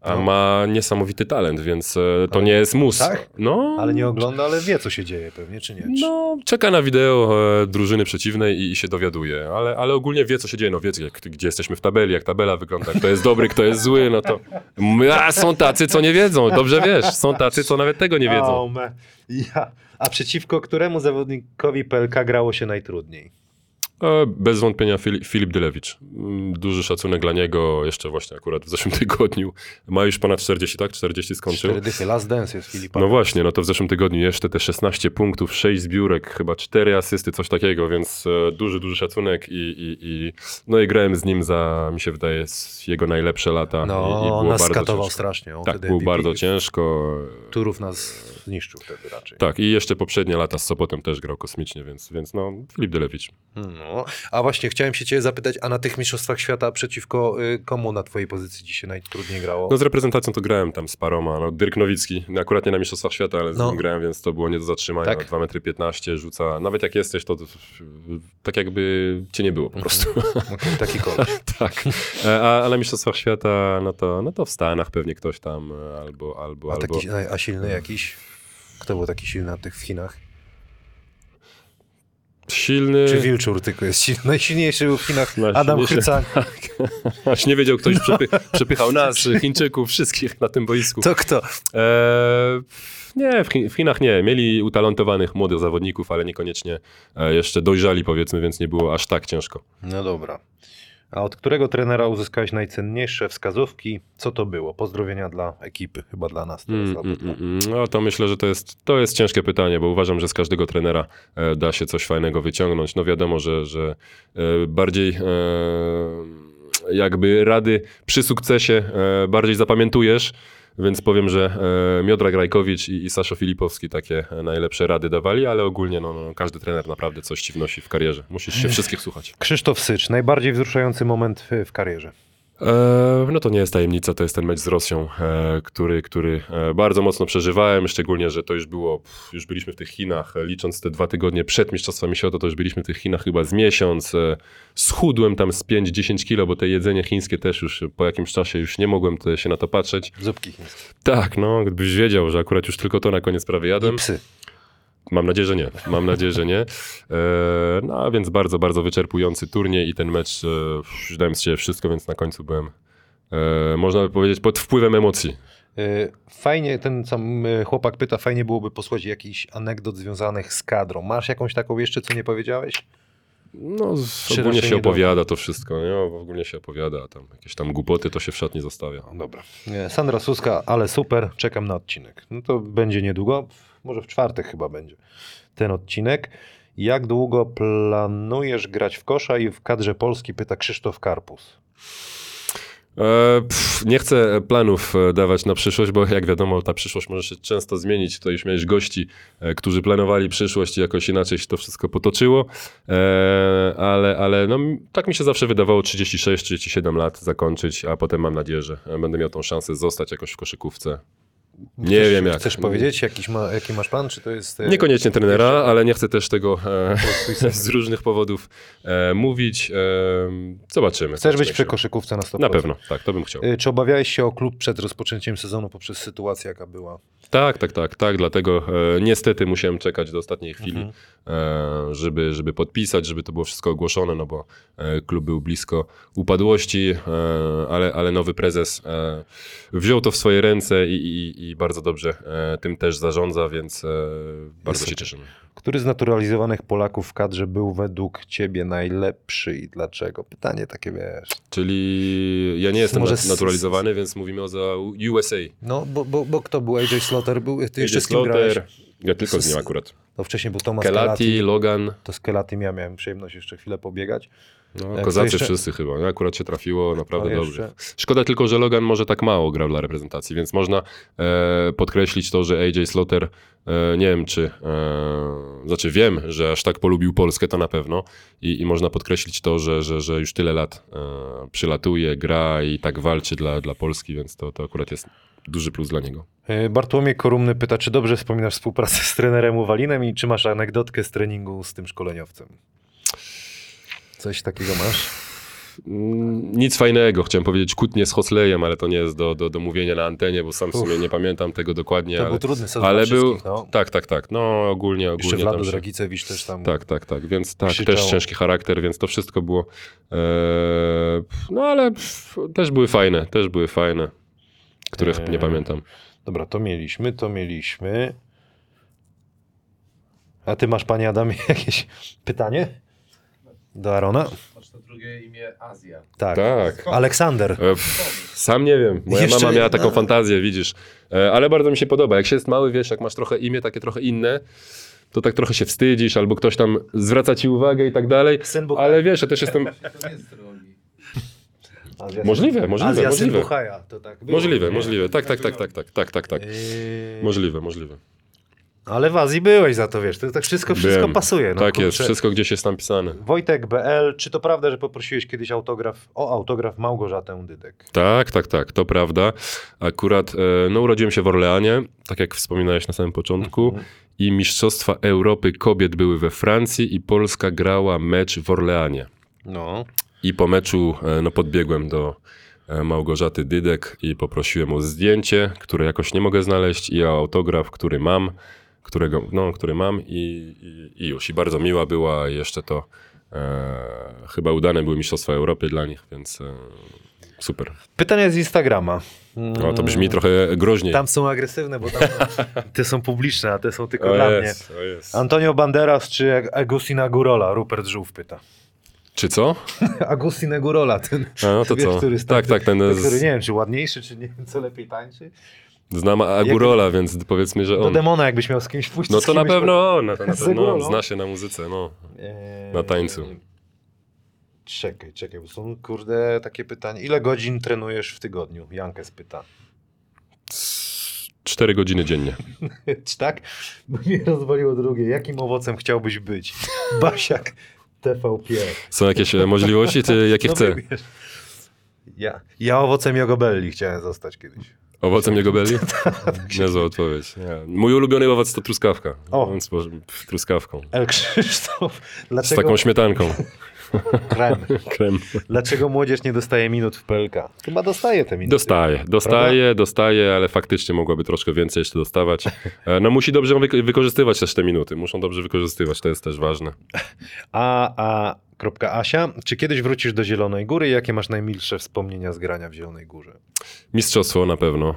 a ma niesamowity talent, więc to nie jest mus. tak? No, Ale nie ogląda, ale wie, co się dzieje pewnie, czy nie? no, czeka na wideo drużyny przeciwnej i się dowiaduje, ale ogólnie wie, co się dzieje. No wie, gdzie jesteśmy w tabeli, jak tabela wygląda, kto jest dobry, kto jest zły, no to są tacy, co nie wiedzą, dobrze wiesz, są tacy, co nawet tego nie wiedzą. A przeciwko któremu zawodnikowi PLK grało się najtrudniej? Bez wątpienia Filip Dylewicz. Duży szacunek dla niego, jeszcze właśnie akurat w zeszłym tygodniu. Ma już ponad 40, tak? 40 skończył. 4 dychy, last dance jest Filipa. No właśnie, no to w zeszłym tygodniu jeszcze te 16 punktów, 6 zbiórek, chyba 4 asysty, coś takiego, więc duży szacunek no i grałem z nim mi się wydaje, jego najlepsze lata. No, i było nas bardzo skatował ciężko. strasznie. On Tak, wtedy było MVP. bardzo ciężko. Turów nas zniszczył wtedy raczej. Tak, i jeszcze poprzednie lata z Sopotem też grał kosmicznie, więc no, Filip Dylewicz. No. A właśnie, chciałem się ciebie zapytać, a na tych mistrzostwach świata przeciwko komu na twojej pozycji dzisiaj najtrudniej grało? No z reprezentacją to grałem tam z paroma. No, Dirk Nowicki, akurat nie na Mistrzostwach Świata, ale z nim grałem, więc to było nie do zatrzymania. Tak? Tak? 2,15 m rzuca. Nawet jak jesteś, to tak jakby cię nie było po prostu. Okay, taki koleś. Tak. A na Mistrzostwach Świata, no to w Stanach pewnie ktoś tam albo. A silny jakiś? Kto był taki silny na tych w Chinach? Silny. Czy Wilczur tylko jest silny? Najsilniejszy był w Chinach Adam Najsilniejszy. Hycak. Aż nie wiedział, ktoś przepychał nas, Chińczyków, wszystkich na tym boisku. To kto? Nie, w Chinach nie. Mieli utalentowanych młodych zawodników, ale niekoniecznie jeszcze dojrzali, powiedzmy, więc nie było aż tak ciężko. No dobra. A od którego trenera uzyskałeś najcenniejsze wskazówki? Co to było? Pozdrowienia dla ekipy, chyba dla nas teraz. No to myślę, że to jest ciężkie pytanie, bo uważam, że z każdego trenera da się coś fajnego wyciągnąć. No wiadomo, że bardziej jakby rady przy sukcesie bardziej zapamiętujesz, więc powiem, że Miodrag Rajkowicz i Saszo Filipowski takie najlepsze rady dawali, ale ogólnie no, każdy trener naprawdę coś ci wnosi w karierze. Musisz się wszystkich słuchać. Krzysztof Sycz, najbardziej wzruszający moment w karierze. No to nie jest tajemnica, to jest ten mecz z Rosją, który bardzo mocno przeżywałem, szczególnie, że to już byliśmy w tych Chinach, licząc te 2 tygodnie przed Mistrzostwami Świata, to już byliśmy w tych Chinach chyba z miesiąc, schudłem tam z 5-10 kilo, bo te jedzenie chińskie też już po jakimś czasie już nie mogłem się na to patrzeć. Zupki chińskie. Tak, no gdybyś wiedział, że akurat już tylko to na koniec prawie jadłem. I psy. Mam nadzieję, że nie. No a więc bardzo, bardzo wyczerpujący turniej i ten mecz, już dałem z siebie wszystko, więc na końcu byłem, można by powiedzieć, pod wpływem emocji. Fajnie, ten sam chłopak pyta, fajnie byłoby posłuchać jakichś anegdot związanych z kadrą. Masz jakąś taką jeszcze, co nie powiedziałeś? No, Czy ogólnie raczej się nie opowiada to wszystko, nie? Ogólnie się opowiada, a tam jakieś tam głupoty to się w szatni zostawia. Dobra. Sandra Suska, ale super, czekam na odcinek. No to będzie niedługo, może w czwartek chyba będzie ten odcinek. Jak długo planujesz grać w kosza i w kadrze Polski, pyta Krzysztof Karpus. Nie chcę planów dawać na przyszłość, bo jak wiadomo, ta przyszłość może się często zmienić. Tutaj już miałeś gości, którzy planowali przyszłość i jakoś inaczej się to wszystko potoczyło, ale no, tak mi się zawsze wydawało 36-37 lat zakończyć, a potem mam nadzieję, że będę miał tą szansę zostać jakoś w koszykówce. Nie wiem jak. Chcesz powiedzieć, jaki masz plan? Czy to jest... Niekoniecznie trenera, ale nie chcę też tego z różnych powodów mówić. Zobaczymy. Chcesz być przy koszykówce na 100%? Na pewno, tak, to bym chciał. Czy obawiałeś się o klub przed rozpoczęciem sezonu poprzez sytuację, jaka była? Tak, dlatego niestety musiałem czekać do ostatniej chwili, żeby podpisać, żeby to było wszystko ogłoszone, no bo klub był blisko upadłości, ale nowy prezes wziął to w swoje ręce i bardzo dobrze tym też zarządza, więc bardzo się cieszymy. Który z naturalizowanych Polaków w kadrze był według ciebie najlepszy i dlaczego? Pytanie takie, wiesz. Czyli ja nie jestem Może naturalizowany, więc mówimy o USA. No, bo kto był? AJ Slaughter był? Ty jeszcze AJ z kim grałeś? Slaughter, ja tylko z nim akurat. To wcześniej był Tomasz Kelati, Logan. To z Kelatim ja miałem przyjemność jeszcze chwilę pobiegać. No, Jak kozacy to jeszcze- wszyscy chyba. No, akurat się trafiło naprawdę No, dobrze. jeszcze- Szkoda tylko, że Logan może tak mało grał dla reprezentacji, więc można podkreślić to, że AJ Slaughter, nie wiem czy, znaczy wiem, że aż tak polubił Polskę, to na pewno i można podkreślić to, że już tyle lat przylatuje, gra i tak walczy dla Polski, więc to akurat jest duży plus dla niego. Bartłomiej Korumny pyta, czy dobrze wspominasz współpracę z trenerem Uwalinem i czy masz anegdotkę z treningu z tym szkoleniowcem? Coś takiego masz? nic fajnego, chciałem powiedzieć kłótnie z Hoslejem, ale to nie jest do mówienia na antenie, bo sam w sumie nie pamiętam tego dokładnie. To ale, był trudny sezon ale dla był, wszystkich, no. tak, no ogólnie Jeszcze tam Wladu się... Dragicewicz też tam... Tak, więc tak, krzyczał. też ciężki charakter, więc to wszystko było, no ale też były fajne, których nie pamiętam. Dobra, to mieliśmy. A ty masz, panie Adamie, jakieś pytanie do Arona? Masz to drugie imię Azja. Tak. Tak. Aleksander. Sam nie wiem, moja Jeszcze mama miała jedna. taką fantazję, widzisz, ale bardzo mi się podoba, jak się jest mały, wiesz, jak masz trochę imię takie trochę inne, to tak trochę się wstydzisz, albo ktoś tam zwraca ci uwagę i tak dalej, Syn Buchaja. ale wiesz, ja też jestem... To nie jest z roli. Możliwe. Azja, syn Buchaja, to tak było. Możliwe, tak. Yy, Możliwe. Ale w Azji byłeś za to, wiesz, to tak wszystko Byłem. pasuje. No, Tak jest, kurczę. wszystko gdzieś jest tam pisane. Wojtek BL, czy to prawda, że poprosiłeś kiedyś autograf Małgorzatę Dydek? Tak, to prawda. Akurat, no urodziłem się w Orleanie, tak jak wspominałeś na samym początku, i Mistrzostwa Europy Kobiet były we Francji i Polska grała mecz w Orleanie. No. I po meczu no, podbiegłem do Małgorzaty Dydek i poprosiłem o zdjęcie, które jakoś nie mogę znaleźć, i o autograf, który mam i już. I bardzo miła była, i jeszcze to chyba udane były Mistrzostwa Europy dla nich, więc super. Pytania z Instagrama. No, to brzmi trochę groźniej. Tam są agresywne, bo tam te są publiczne, a te są tylko O dla jest. mnie. Antonio Banderas czy Agustina Gurola? Rupert Żółw pyta. Czy co? Agustin Gurola, ten, A, no to wiesz, co? który jest Tak, ten który nie wiem, czy ładniejszy, czy nie wiem, co lepiej tańczy. znam Agurola, więc powiedzmy, że Do on. Demona jakbyś miał z kimś pójść. No z to na kimś pewno on, Z Agurolą? zna się na muzyce, no. Eee, Na tańcu. Czekaj, bo są kurde takie pytania. Ile godzin trenujesz w tygodniu? Jankes pyta. 4 godziny dziennie. Czy tak? Bo mnie rozwaliło drugie. Jakim owocem chciałbyś być? Basiak TVP. Są jakieś możliwości, czy jakie chcę? wybierz. Ja owocem Jogobelli chciałem zostać kiedyś. Owocem jego belli? Niezła odpowiedź. Nie. Mój ulubiony owoc to truskawka. O. Więc może truskawką. El Krzysztof. Z Dlaczego... taką śmietanką. Krem. Krem. Dlaczego młodzież nie dostaje minut w PLK? Chyba dostaje te minuty. Dostaje, ale faktycznie mogłaby troszkę więcej jeszcze dostawać. No musi dobrze wykorzystywać też te minuty. Muszą dobrze wykorzystywać, to jest też ważne. Asia, czy kiedyś wrócisz do Zielonej Góry? Jakie masz najmilsze wspomnienia z grania w Zielonej Górze? Mistrzostwo na pewno.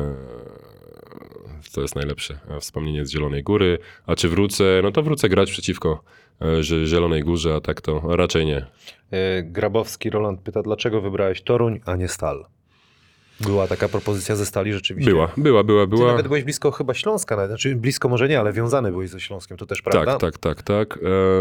To jest najlepsze wspomnienie z Zielonej Góry. A czy wrócę? No to wrócę grać przeciwko Zielonej Górze, a tak to raczej nie. Grabowski Roland pyta, dlaczego wybrałeś Toruń, a nie Stal? Była taka propozycja ze Stali rzeczywiście? Była. Ty nawet byłeś blisko chyba Śląska, nawet. Znaczy blisko może nie, ale wiązany byłeś ze Śląskiem, to też prawda? Tak.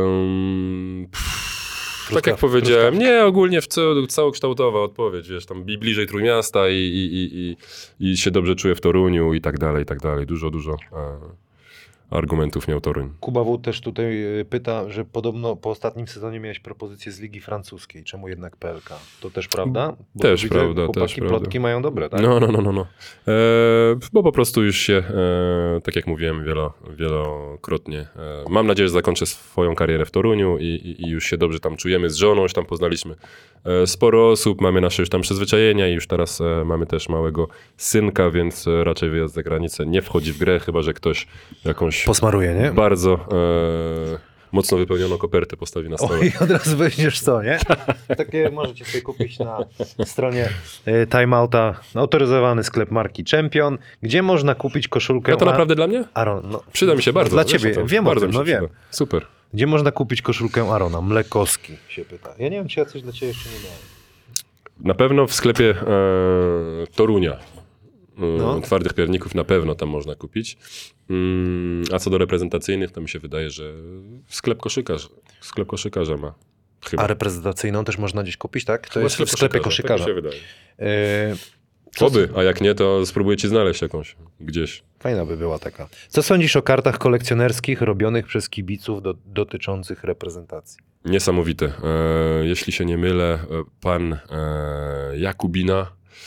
Tak jak powiedziałem, nie, ogólnie całokształtowa odpowiedź, wiesz, tam bliżej Trójmiasta i się dobrze czuję w Toruniu i tak dalej. Dużo argumentów miał Toruń. Kuba W. też tutaj pyta, że podobno po ostatnim sezonie miałeś propozycję z Ligi Francuskiej. Czemu jednak PLK? To też prawda? Bo Też widzę, prawda, chłopaki też prawda. plotki mają dobre, tak? No. Bo po prostu już się, tak jak mówiłem wielokrotnie, mam nadzieję, że zakończę swoją karierę w Toruniu i już się dobrze tam czujemy z żoną, już tam poznaliśmy sporo osób, mamy nasze już tam przyzwyczajenia i już teraz mamy też małego synka, więc raczej wyjazd za granicę nie wchodzi w grę, chyba że ktoś jakąś Posmaruje, nie? bardzo mocno wypełnioną kopertę postawi na stole. Oj, od razu weźmiesz co, nie? Takie możecie sobie kupić na stronie Time Outa, autoryzowany sklep marki Champion, gdzie można kupić koszulkę... Ja to naprawdę dla mnie? Aaron, no, Przyda mi się bardzo. Dla wiesz ciebie, o tym. wiem o Bardzo tym, mi się no wiem. przyda. Super. Gdzie można kupić koszulkę Arona? Mlekowski się pyta. Ja nie wiem, czy ja coś dla ciebie jeszcze nie miałem. Na pewno w sklepie Torunia. No. Twardych pierników na pewno tam można kupić. A co do reprezentacyjnych, to mi się wydaje, że sklep koszykarza ma. Chyba. A reprezentacyjną też można gdzieś kupić, tak? To Chyba jest w sklepie koszykarza. Tak mi się wydaje. Co- Oby, a jak nie, to spróbuję ci znaleźć jakąś gdzieś. Fajna by była taka. Co sądzisz o kartach kolekcjonerskich robionych przez kibiców dotyczących reprezentacji? Niesamowite. Jeśli się nie mylę, pan Jakubina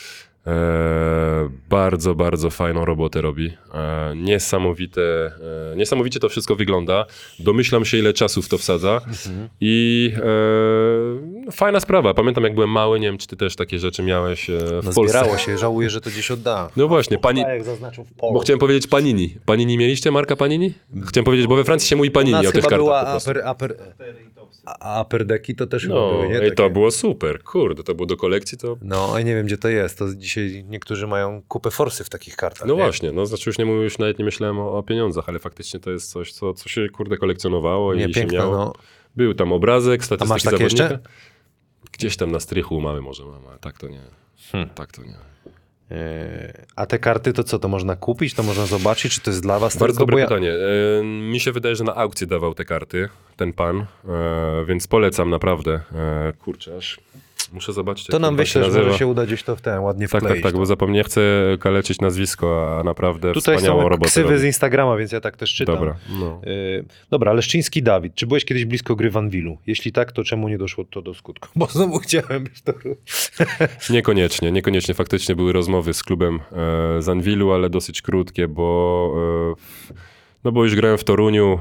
bardzo, bardzo fajną robotę robi. Niesamowicie to wszystko wygląda. Domyślam się, ile czasu w to wsadza. I Fajna sprawa. Pamiętam, jak byłem mały, nie wiem, czy ty też takie rzeczy miałeś w No Polsce. zbierało się, żałuję, że to gdzieś odda. No właśnie, Jak zaznaczył w polu. bo chciałem powiedzieć Panini. Panini mieliście, marka Panini? Chciałem powiedzieć, bo we Francji się mówi U Panini nas o tych chyba kartach była po prostu. upper decki to też chyba No, były, nie? i Takie. to było super. Kurde, to było do kolekcji, to... No, i nie wiem, gdzie to jest. To dzisiaj niektórzy mają kupę forsy w takich kartach. No nie? właśnie, no znaczy już nawet nie myślałem o pieniądzach, ale faktycznie to jest coś, co się kurde kolekcjonowało Nie, i się piękne, miało. no. Był tam obrazek, A statystyki masz takie zawodnika. jeszcze? Gdzieś tam na strychu mamy może mam, ale tak to nie. Tak to nie. A te karty to co, to można kupić, to można zobaczyć, czy to jest dla was? Bardzo tylko? dobre Bo ja- pytanie. Mi się wydaje, że na aukcji dawał te karty, ten pan, więc polecam naprawdę. Kurczę, aż muszę zobaczyć. To jak nam ten pan wyślesz, nazywa. może się uda gdzieś to w ten ładnie Tak, wkleić. bo zapomnę, chcę kaleczyć nazwisko, a naprawdę Tutaj wspaniałą są robotę ksywy robi. z Instagrama, więc ja tak też czytam. Dobra, no. Dobra, Leszczyński Dawid, czy byłeś kiedyś blisko gry w Anwilu? Jeśli tak, to czemu nie doszło to do skutku? Bo znowu chciałem być to. Niekoniecznie. Faktycznie były rozmowy z klubem z Anwilu, ale dosyć krótkie, bo już grałem w Toruniu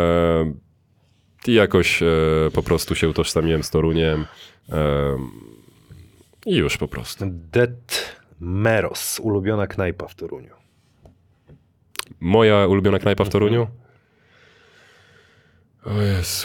i jakoś po prostu się utożsamiłem z Toruniem i już po prostu. Det Meros, ulubiona knajpa w Toruniu. Moja ulubiona knajpa w Toruniu? O Jezu.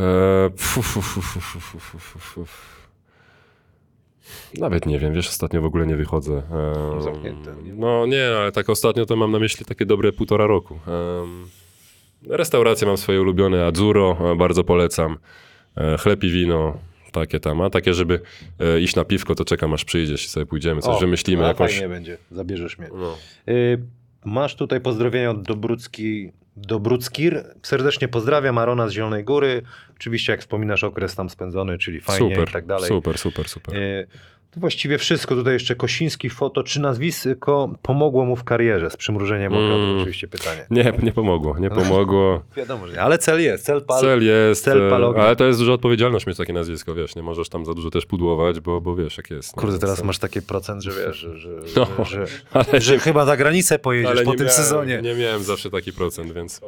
Nawet nie wiem, wiesz, ostatnio w ogóle nie wychodzę. Zamknięte. No nie, ale tak ostatnio to mam na myśli takie dobre 1,5 roku. Restauracje mam swoje ulubione, Azzurro, bardzo polecam. Chleb i wino, takie tam. A takie, żeby iść na piwko, to czekam aż przyjdziesz i sobie pójdziemy, coś wymyślimy. A Jakąś... fajnie będzie, zabierzesz mnie. No. Masz tutaj pozdrowienia od Dobruckir. Serdecznie pozdrawiam, Arona z Zielonej Góry. Oczywiście jak wspominasz okres tam spędzony, czyli fajnie Super, i tak dalej. super. To właściwie wszystko. Tutaj jeszcze Kosiński foto. Czy nazwisko pomogło mu w karierze? Z przymrużeniem oka to oczywiście pytanie. Nie pomogło. Wiadomo, że nie. Ale cel jest. Cel jest, cel palogni. ale to jest duża odpowiedzialność mieć takie nazwisko, wiesz, nie możesz tam za dużo też pudłować, bo wiesz jak jest. Kurde, nie? teraz Więc- masz taki procent, że wiesz, No, że chyba za granicę pojedziesz ale po nie tym miałem, sezonie. Nie miałem zawsze taki procent, więc...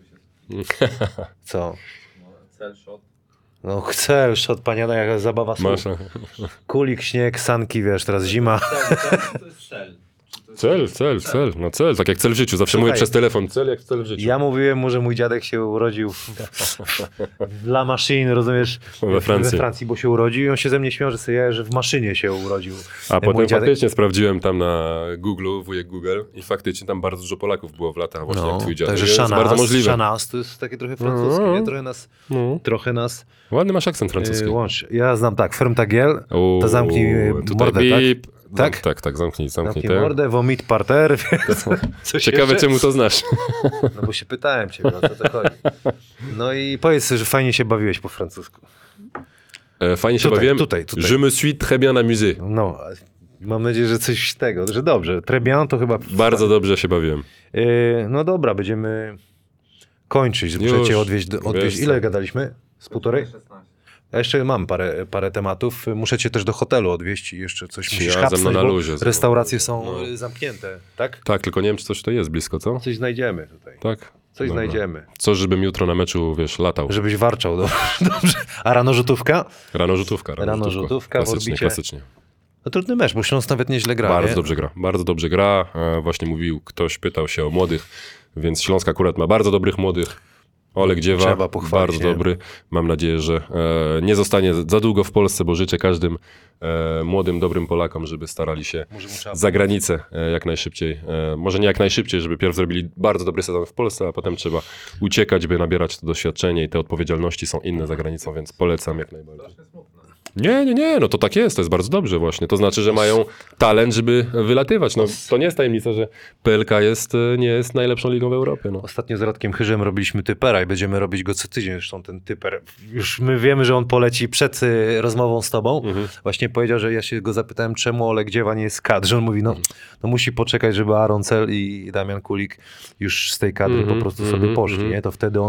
Co? Cel shot. No cel, shot, paniana, jaka zabawa słów. Masz... Kulik, śnieg, sanki, wiesz, teraz zima. To jest cel. Cel. No cel, tak jak cel w życiu. Zawsze Słuchaj, mówię przez telefon, cel jak cel w życiu. Ja mówiłem mu, że mój dziadek się urodził w La Machine, rozumiesz? We Francji. Bo się urodził i on się ze mnie śmiał, że w maszynie się urodził. A Mój potem dziadek- faktycznie sprawdziłem tam na Google, wujek Google i faktycznie tam bardzo dużo Polaków było w latach właśnie jak twój dziadek. także Jest bardzo możliwe. Szanas to jest takie trochę francuskie, nie? Trochę nas Ładny masz akcent francuski. łączy. Ja znam tak, Fermtagiel, to zamknij tutaj mordę, tak? bip. Tak? Tak, zamknij Zamknij te. mordę, vomit parterre. Coś Ciekawe jeszcze? czemu to znasz. No bo się pytałem cię, o co to chodzi. No i powiedz, że fajnie się bawiłeś po francusku. Fajnie się Tutaj, bawiłem. tutaj. Je me suis très bien amusé. No, mam nadzieję, że coś z tego, że dobrze. Très bien to chyba... Bardzo dobrze się bawiłem. No dobra, będziemy kończyć. Muszę Już, cię odwieźć. wiesz co. Ile gadaliśmy? Z półtorej? 16. Ja jeszcze mam parę tematów. Muszę cię też do hotelu odwieźć i jeszcze coś musisz ze mną hapsnąć, na bo luzie. restauracje są zamknięte, tak? Tak, tylko nie wiem, czy coś to jest blisko, co? Coś znajdziemy tutaj. Tak? Coś Dobra. znajdziemy. Coś, żebym jutro na meczu, wiesz, latał. Żebyś warczał. Dobrze. A rano rzutówka? Rano rzutówka. Rano rzutówka w Klasycznie, orbicie. klasycznie. No trudny mecz, bo Śląsk nawet nieźle gra. Bardzo nie? dobrze gra. Bardzo dobrze gra. Właśnie mówił, ktoś pytał się o młodych, więc Śląsk akurat ma bardzo dobrych młodych. Olek Dziewa, Trzeba pochwalić, bardzo nie? dobry. Mam nadzieję, że nie zostanie za długo w Polsce, bo życzę każdym młodym, dobrym Polakom, żeby starali się Może mu trzeba za granicę jak najszybciej. Może nie jak najszybciej, żeby pierw zrobili bardzo dobry sezon w Polsce, a potem trzeba uciekać, by nabierać to doświadczenie i te odpowiedzialności są inne za granicą, więc polecam jak najbardziej. Nie, no to tak jest, to jest bardzo dobrze właśnie. To znaczy, że mają talent, żeby wylatywać. No, to nie jest tajemnica, że PLK nie jest najlepszą ligą w Europie. No. Ostatnio z Radkiem Chyżem robiliśmy typera i będziemy robić go co tydzień. Zresztą ten typer, już my wiemy, że on poleci przed rozmową z tobą. Właśnie powiedział, że ja się go zapytałem, czemu Olek Dziewa nie jest w kadrze. On mówi, no musi poczekać, żeby Aaron Cel i Damian Kulik już z tej kadry po prostu sobie poszli. Nie? To wtedy on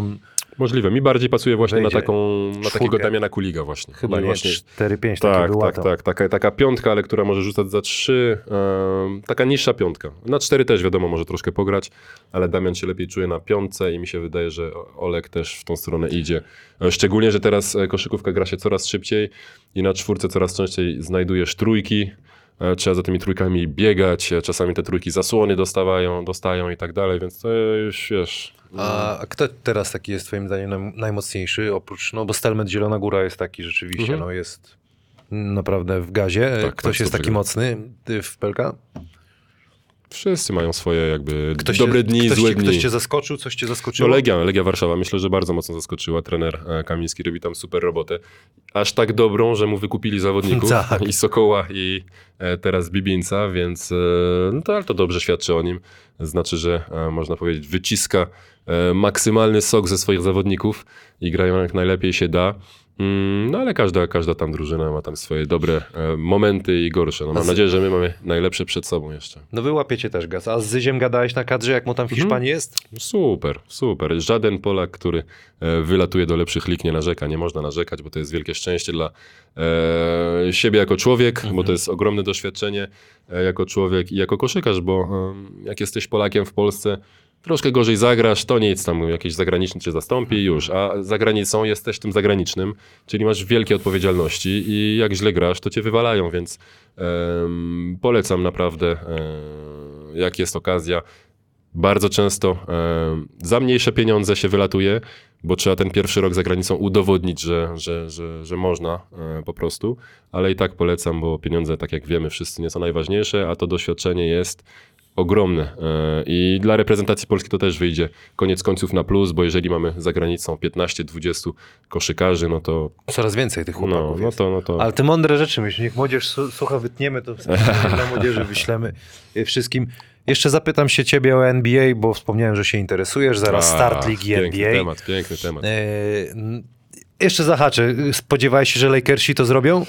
Możliwe. Mi bardziej pasuje właśnie Wejdzie na takiego czwórkę. Damiana Kuliga właśnie. Chyba I nie, właśnie 4-5 tak, takie była tak, tak. Taka piątka, ale która może rzucać za 3. Taka niższa piątka. Na 4 też wiadomo, może troszkę pograć, ale Damian się lepiej czuje na piątce i mi się wydaje, że Olek też w tą stronę idzie. Szczególnie, że teraz koszykówka gra się coraz szybciej i na 4 coraz częściej znajdujesz trójki. Trzeba za tymi trójkami biegać, czasami te trójki zasłony dostają i tak dalej, więc to już wiesz... A kto teraz taki jest twoim zdaniem najmocniejszy? Oprócz, no bo Stelmet Zielona Góra jest taki rzeczywiście, no jest naprawdę w gazie. Tak, Ktoś jest bardzo taki gra. mocny w Pelka? Wszyscy mają swoje jakby dobre dni, złe dni. Ktoś cię zaskoczył? Coś cię zaskoczyło? No Legia Warszawa myślę, że bardzo mocno zaskoczyła. Trener Kamiński robi tam super robotę. Aż tak dobrą, że mu wykupili zawodników Tak. i Sokoła i teraz Bibinca, więc no to, ale to dobrze świadczy o nim. Znaczy, że można powiedzieć wyciska maksymalny sok ze swoich zawodników i grają jak najlepiej się da. No ale każda tam drużyna ma tam swoje dobre momenty i gorsze. No, mam nadzieję, że my mamy najlepsze przed sobą jeszcze. No wy łapiecie też gaz. A z Zyziem gadałeś na kadrze, jak mu tam w Hiszpanii jest? Super, super. Żaden Polak, który wylatuje do lepszych lig, nie narzeka. Nie można narzekać, bo to jest wielkie szczęście dla siebie jako człowiek, bo to jest ogromne doświadczenie jako człowiek i jako koszykarz, bo jak jesteś Polakiem w Polsce, troszkę gorzej zagrasz, to nic, tam jakiś zagraniczny cię zastąpi i już, a za granicą jesteś tym zagranicznym, czyli masz wielkie odpowiedzialności i jak źle grasz, to cię wywalają, więc polecam naprawdę, jak jest okazja. Bardzo często za mniejsze pieniądze się wylatuje, bo trzeba ten pierwszy rok za granicą udowodnić, że można po prostu, ale i tak polecam, bo pieniądze, tak jak wiemy, wszyscy nie są najważniejsze, a to doświadczenie jest ogromne i dla reprezentacji Polski to też wyjdzie koniec końców na plus, bo jeżeli mamy za granicą 15-20 koszykarzy, no to Coraz więcej tych chłopaków jest. no to Ale ty mądre rzeczy myślisz, niech młodzież słucha, wytniemy to dla młodzieży, wyślemy wszystkim. Jeszcze zapytam się ciebie o NBA, bo wspomniałem, że się interesujesz, zaraz start ligi NBA. Piękny temat. Jeszcze zahaczę, spodziewałeś się, że Lakersi to zrobią?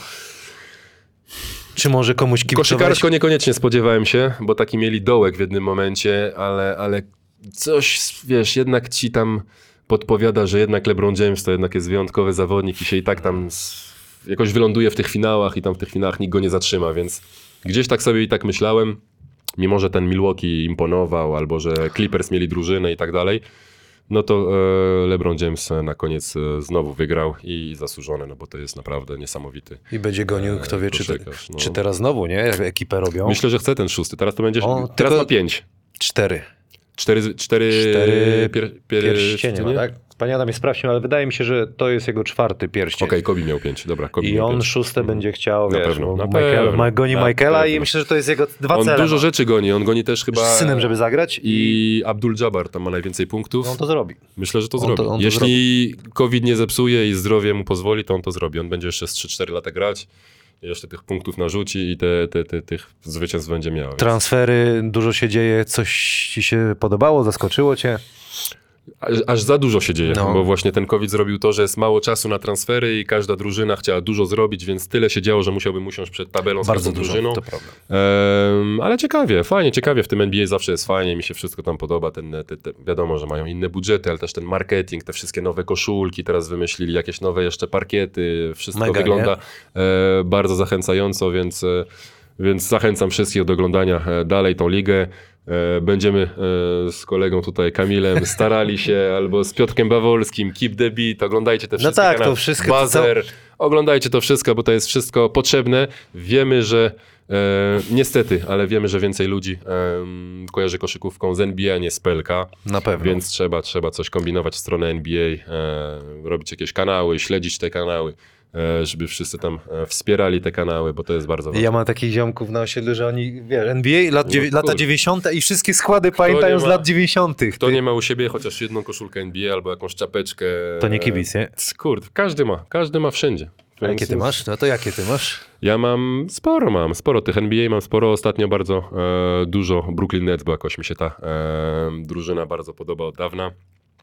Czy może komuś kibicowałeś? Koszykarsko niekoniecznie spodziewałem się, bo taki mieli dołek w jednym momencie, ale coś, wiesz, jednak ci tam podpowiada, że jednak LeBron James to jednak jest wyjątkowy zawodnik i się i tak tam jakoś wyląduje w tych finałach i tam w tych finałach nikt go nie zatrzyma, więc gdzieś tak sobie i tak myślałem, mimo że ten Milwaukee imponował, albo że Clippers mieli drużynę i tak dalej, no to LeBron James na koniec znowu wygrał i zasłużony, no bo to jest naprawdę niesamowity. I będzie gonił, kto wie, koszykarz, no. czy teraz znowu, nie? Jak ekipę robią. Myślę, że chce ten 6. Teraz to będzie, teraz tylko- ma 5. 4. 4 pierścienie ma, tak? Panie Adamie, sprawdźmy, ale wydaje mi się, że to jest jego 4. pierścień. Okej, Kobe miał 5, dobra. Kobe I miał on 5. 6 będzie chciał, Na wiesz, pewno, bo na Michael, pewno. goni Na Michaela i pewno. myślę, że to jest jego 2 On cele. dużo rzeczy goni, on goni też chyba... Z synem, żeby zagrać I Abdul-Jabbar tam ma najwięcej punktów. on to zrobi. Myślę, że to on zrobi. to Jeśli COVID nie zepsuje i zdrowie mu pozwoli, to on to zrobi. On będzie jeszcze z 3-4 lata grać. I jeszcze tych punktów narzuci i tych zwycięstw będzie miał. Więc... Transfery, dużo się dzieje, coś ci się podobało, zaskoczyło cię? Aż za dużo się dzieje, No. bo właśnie ten COVID zrobił to, że jest mało czasu na transfery i każda drużyna chciała dużo zrobić, więc tyle się działo, że musiałbym usiąść przed tabelą z Bardzo każdą dużo, drużyną. to prawda. Ale ciekawie, w tym NBA zawsze jest fajnie, mi się wszystko tam podoba, wiadomo, że mają inne budżety, ale też ten marketing, te wszystkie nowe koszulki, teraz wymyślili jakieś nowe jeszcze parkiety, wszystko Mega, wygląda bardzo zachęcająco, więc zachęcam wszystkich do oglądania dalej tą ligę. Będziemy z kolegą tutaj Kamilem starali się, albo z Piotrkiem Bawolskim, Keep the Beat, oglądajcie te wszystkie tak, to kanały. wszystko- Bazer, oglądajcie to wszystko, bo to jest wszystko potrzebne. Wiemy, że niestety, ale wiemy, że więcej ludzi kojarzy koszykówką z NBA, a nie z PLK, Na pewno. więc trzeba coś kombinować w stronę NBA, robić jakieś kanały, śledzić te kanały, żeby wszyscy tam wspierali te kanały, bo to jest bardzo ważne. Ja mam takich ziomków na osiedlu, że oni, wiesz, NBA, lata kurde. 90. i wszystkie składy pamiętają nie z ma- lat 90. Kto nie ma u siebie chociaż jedną koszulkę NBA albo jakąś czapeczkę. To nie kibic, nie? Kurde, każdy ma wszędzie. A jakie ty masz? No to jakie ty masz? Ja mam sporo tych NBA, mam sporo, ostatnio bardzo dużo Brooklyn Nets, bo jakoś mi się ta drużyna bardzo podoba od dawna.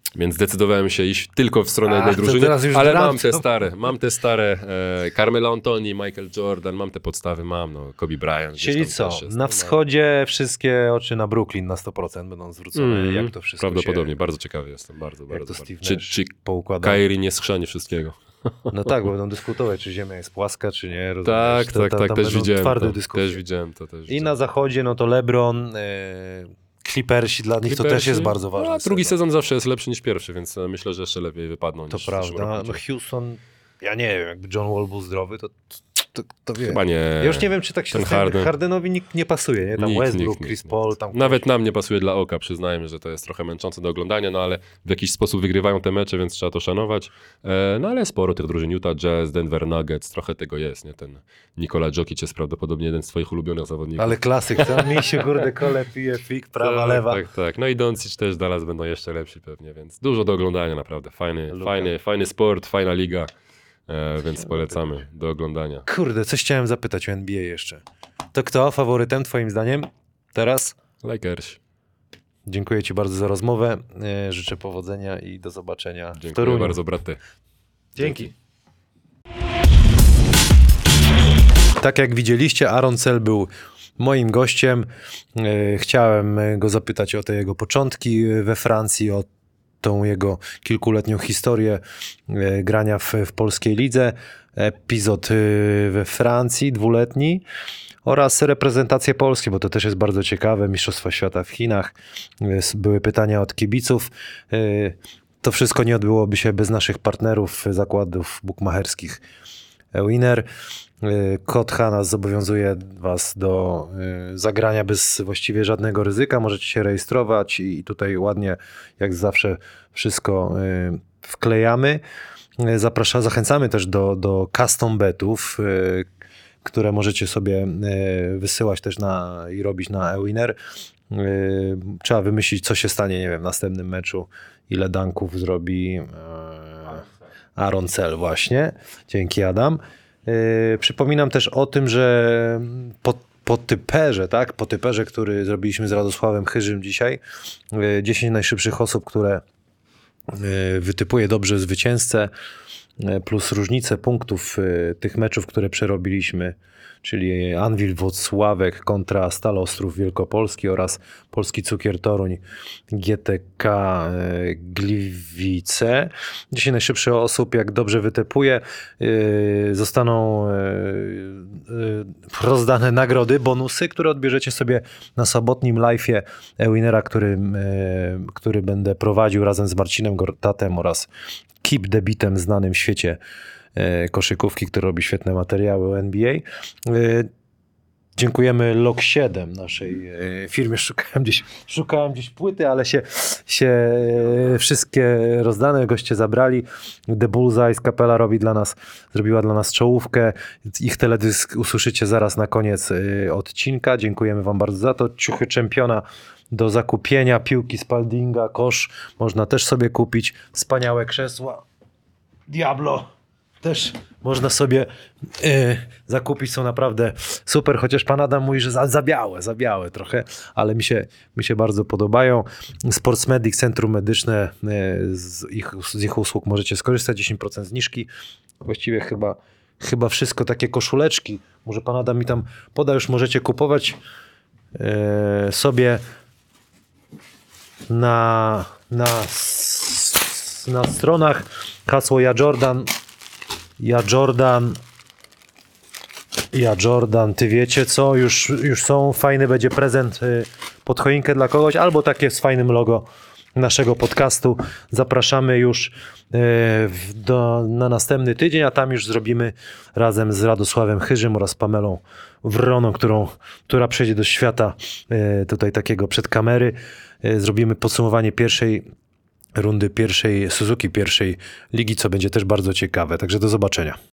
Więc zdecydowałem się iść tylko w stronę Ach, jednej to drużyny, teraz już ale Durant, mam te stare Carmelo Anthony, Michael Jordan, mam te podstawy, Kobe Bryant. gdzieś Czyli tam co, też jest. na wschodzie wszystkie oczy na Brooklyn na 100% będą zwrócone. Jak to wszystko Prawdopodobnie, się... bardzo ciekawy jestem, bardzo. to Steve Czy Nash poukładał? Kyrie nie schrzani wszystkiego? No tak, bo będą dyskutować, czy Ziemia jest płaska, czy nie. Rozumiesz? Tak, tam też też widziałem twarde to. dyskusje. Też widziałem to. I na zachodzie, no to LeBron, Clippersi, dla nich to też jest bardzo ważne. A drugi sezon zawsze jest lepszy niż pierwszy, więc myślę, że jeszcze lepiej wypadną To niż w zeszłym prawda. roku. No Houston, ja nie wiem, jakby John Wall był zdrowy, to wie. Chyba nie. Ja już nie wiem, czy tak się Ten Hardenowi nikt nie pasuje, nie? Tam Westbrook, Chris Paul, tam... Nawet nam nie pasuje dla oka, przyznajmy, że to jest trochę męczące do oglądania, no ale w jakiś sposób wygrywają te mecze, więc trzeba to szanować. No ale sporo tych drużyn, Utah Jazz, Denver Nuggets, trochę tego jest, nie? Ten Nikola Jokic jest prawdopodobnie jeden z twoich ulubionych zawodników. Ale klasyk, co? Misiu, kurde, kole, pije, fik, prawa, lewa. Tak. No i Doncic też Dallas będą jeszcze lepsi pewnie, więc dużo do oglądania naprawdę. Fajny sport, fajna liga, więc polecamy do oglądania. Kurde, coś chciałem zapytać o NBA jeszcze. To kto faworytem twoim zdaniem teraz? Lakers. Dziękuję ci bardzo za rozmowę. Życzę powodzenia i do zobaczenia w Dziękuję Toruniu. bardzo, braty. Dzięki. Tak jak widzieliście, Aaron Cell był moim gościem. Chciałem go zapytać o te jego początki we Francji, o tą jego kilkuletnią historię grania w polskiej lidze, epizod we Francji dwuletni oraz reprezentację Polski, bo to też jest bardzo ciekawe, Mistrzostwa Świata w Chinach, były pytania od kibiców. To wszystko nie odbyłoby się bez naszych partnerów, zakładów bukmacherskich Winner. Kod nas zobowiązuje was do zagrania bez właściwie żadnego ryzyka. Możecie się rejestrować i tutaj ładnie, jak zawsze, wszystko wklejamy. Zachęcamy też do custom betów, które możecie sobie wysyłać też i robić na eWinner. Trzeba wymyślić, co się stanie, nie wiem, w następnym meczu, ile danków zrobi Aaron Cell właśnie. Dzięki, Adam. Przypominam też o tym, że po typerze, który zrobiliśmy z Radosławem Chyżym dzisiaj, 10 najszybszych osób, które wytypuje dobrze zwycięzcę, plus różnice punktów tych meczów, które przerobiliśmy, czyli Anwil Włocławek kontra Stal Ostrów Wielkopolski oraz Polski Cukier Toruń GTK Gliwice. 10 najszybszych osób, jak dobrze wytypuje, zostaną rozdane nagrody, bonusy, które odbierzecie sobie na sobotnim live'ie Winera, który będę prowadził razem z Marcinem Gortatem oraz Keep Debitem, znanym w świecie koszykówki, który robi świetne materiały o NBA. Dziękujemy Lok7, naszej firmie. Szukałem gdzieś płyty, ale się wszystkie rozdane, goście zabrali. The Bullseye z Kapela zrobiła dla nas czołówkę. Ich teledysk usłyszycie zaraz na koniec odcinka. Dziękujemy wam bardzo za to. Ciuchy czempiona do zakupienia, piłki Spaldinga, kosz można też sobie kupić. Wspaniałe krzesła Diablo też można sobie zakupić, są naprawdę super, chociaż pan Adam mówi, że za białe trochę, ale mi się bardzo podobają. Sportsmedic, centrum medyczne, z ich usług możecie skorzystać, 10% zniżki. Właściwie chyba wszystko, takie koszuleczki, może pan Adam mi tam poda, już możecie kupować sobie na stronach. Hasło Ja Jordan, ty wiecie co, już są, fajny będzie prezent pod choinkę dla kogoś, albo takie z fajnym logo naszego podcastu. Zapraszamy już na następny tydzień, a tam już zrobimy razem z Radosławem Chyżym oraz Pamelą Wroną, która przejdzie do świata tutaj takiego przed kamery. Zrobimy podsumowanie pierwszej rundy Suzuki pierwszej ligi, co będzie też bardzo ciekawe. Także do zobaczenia.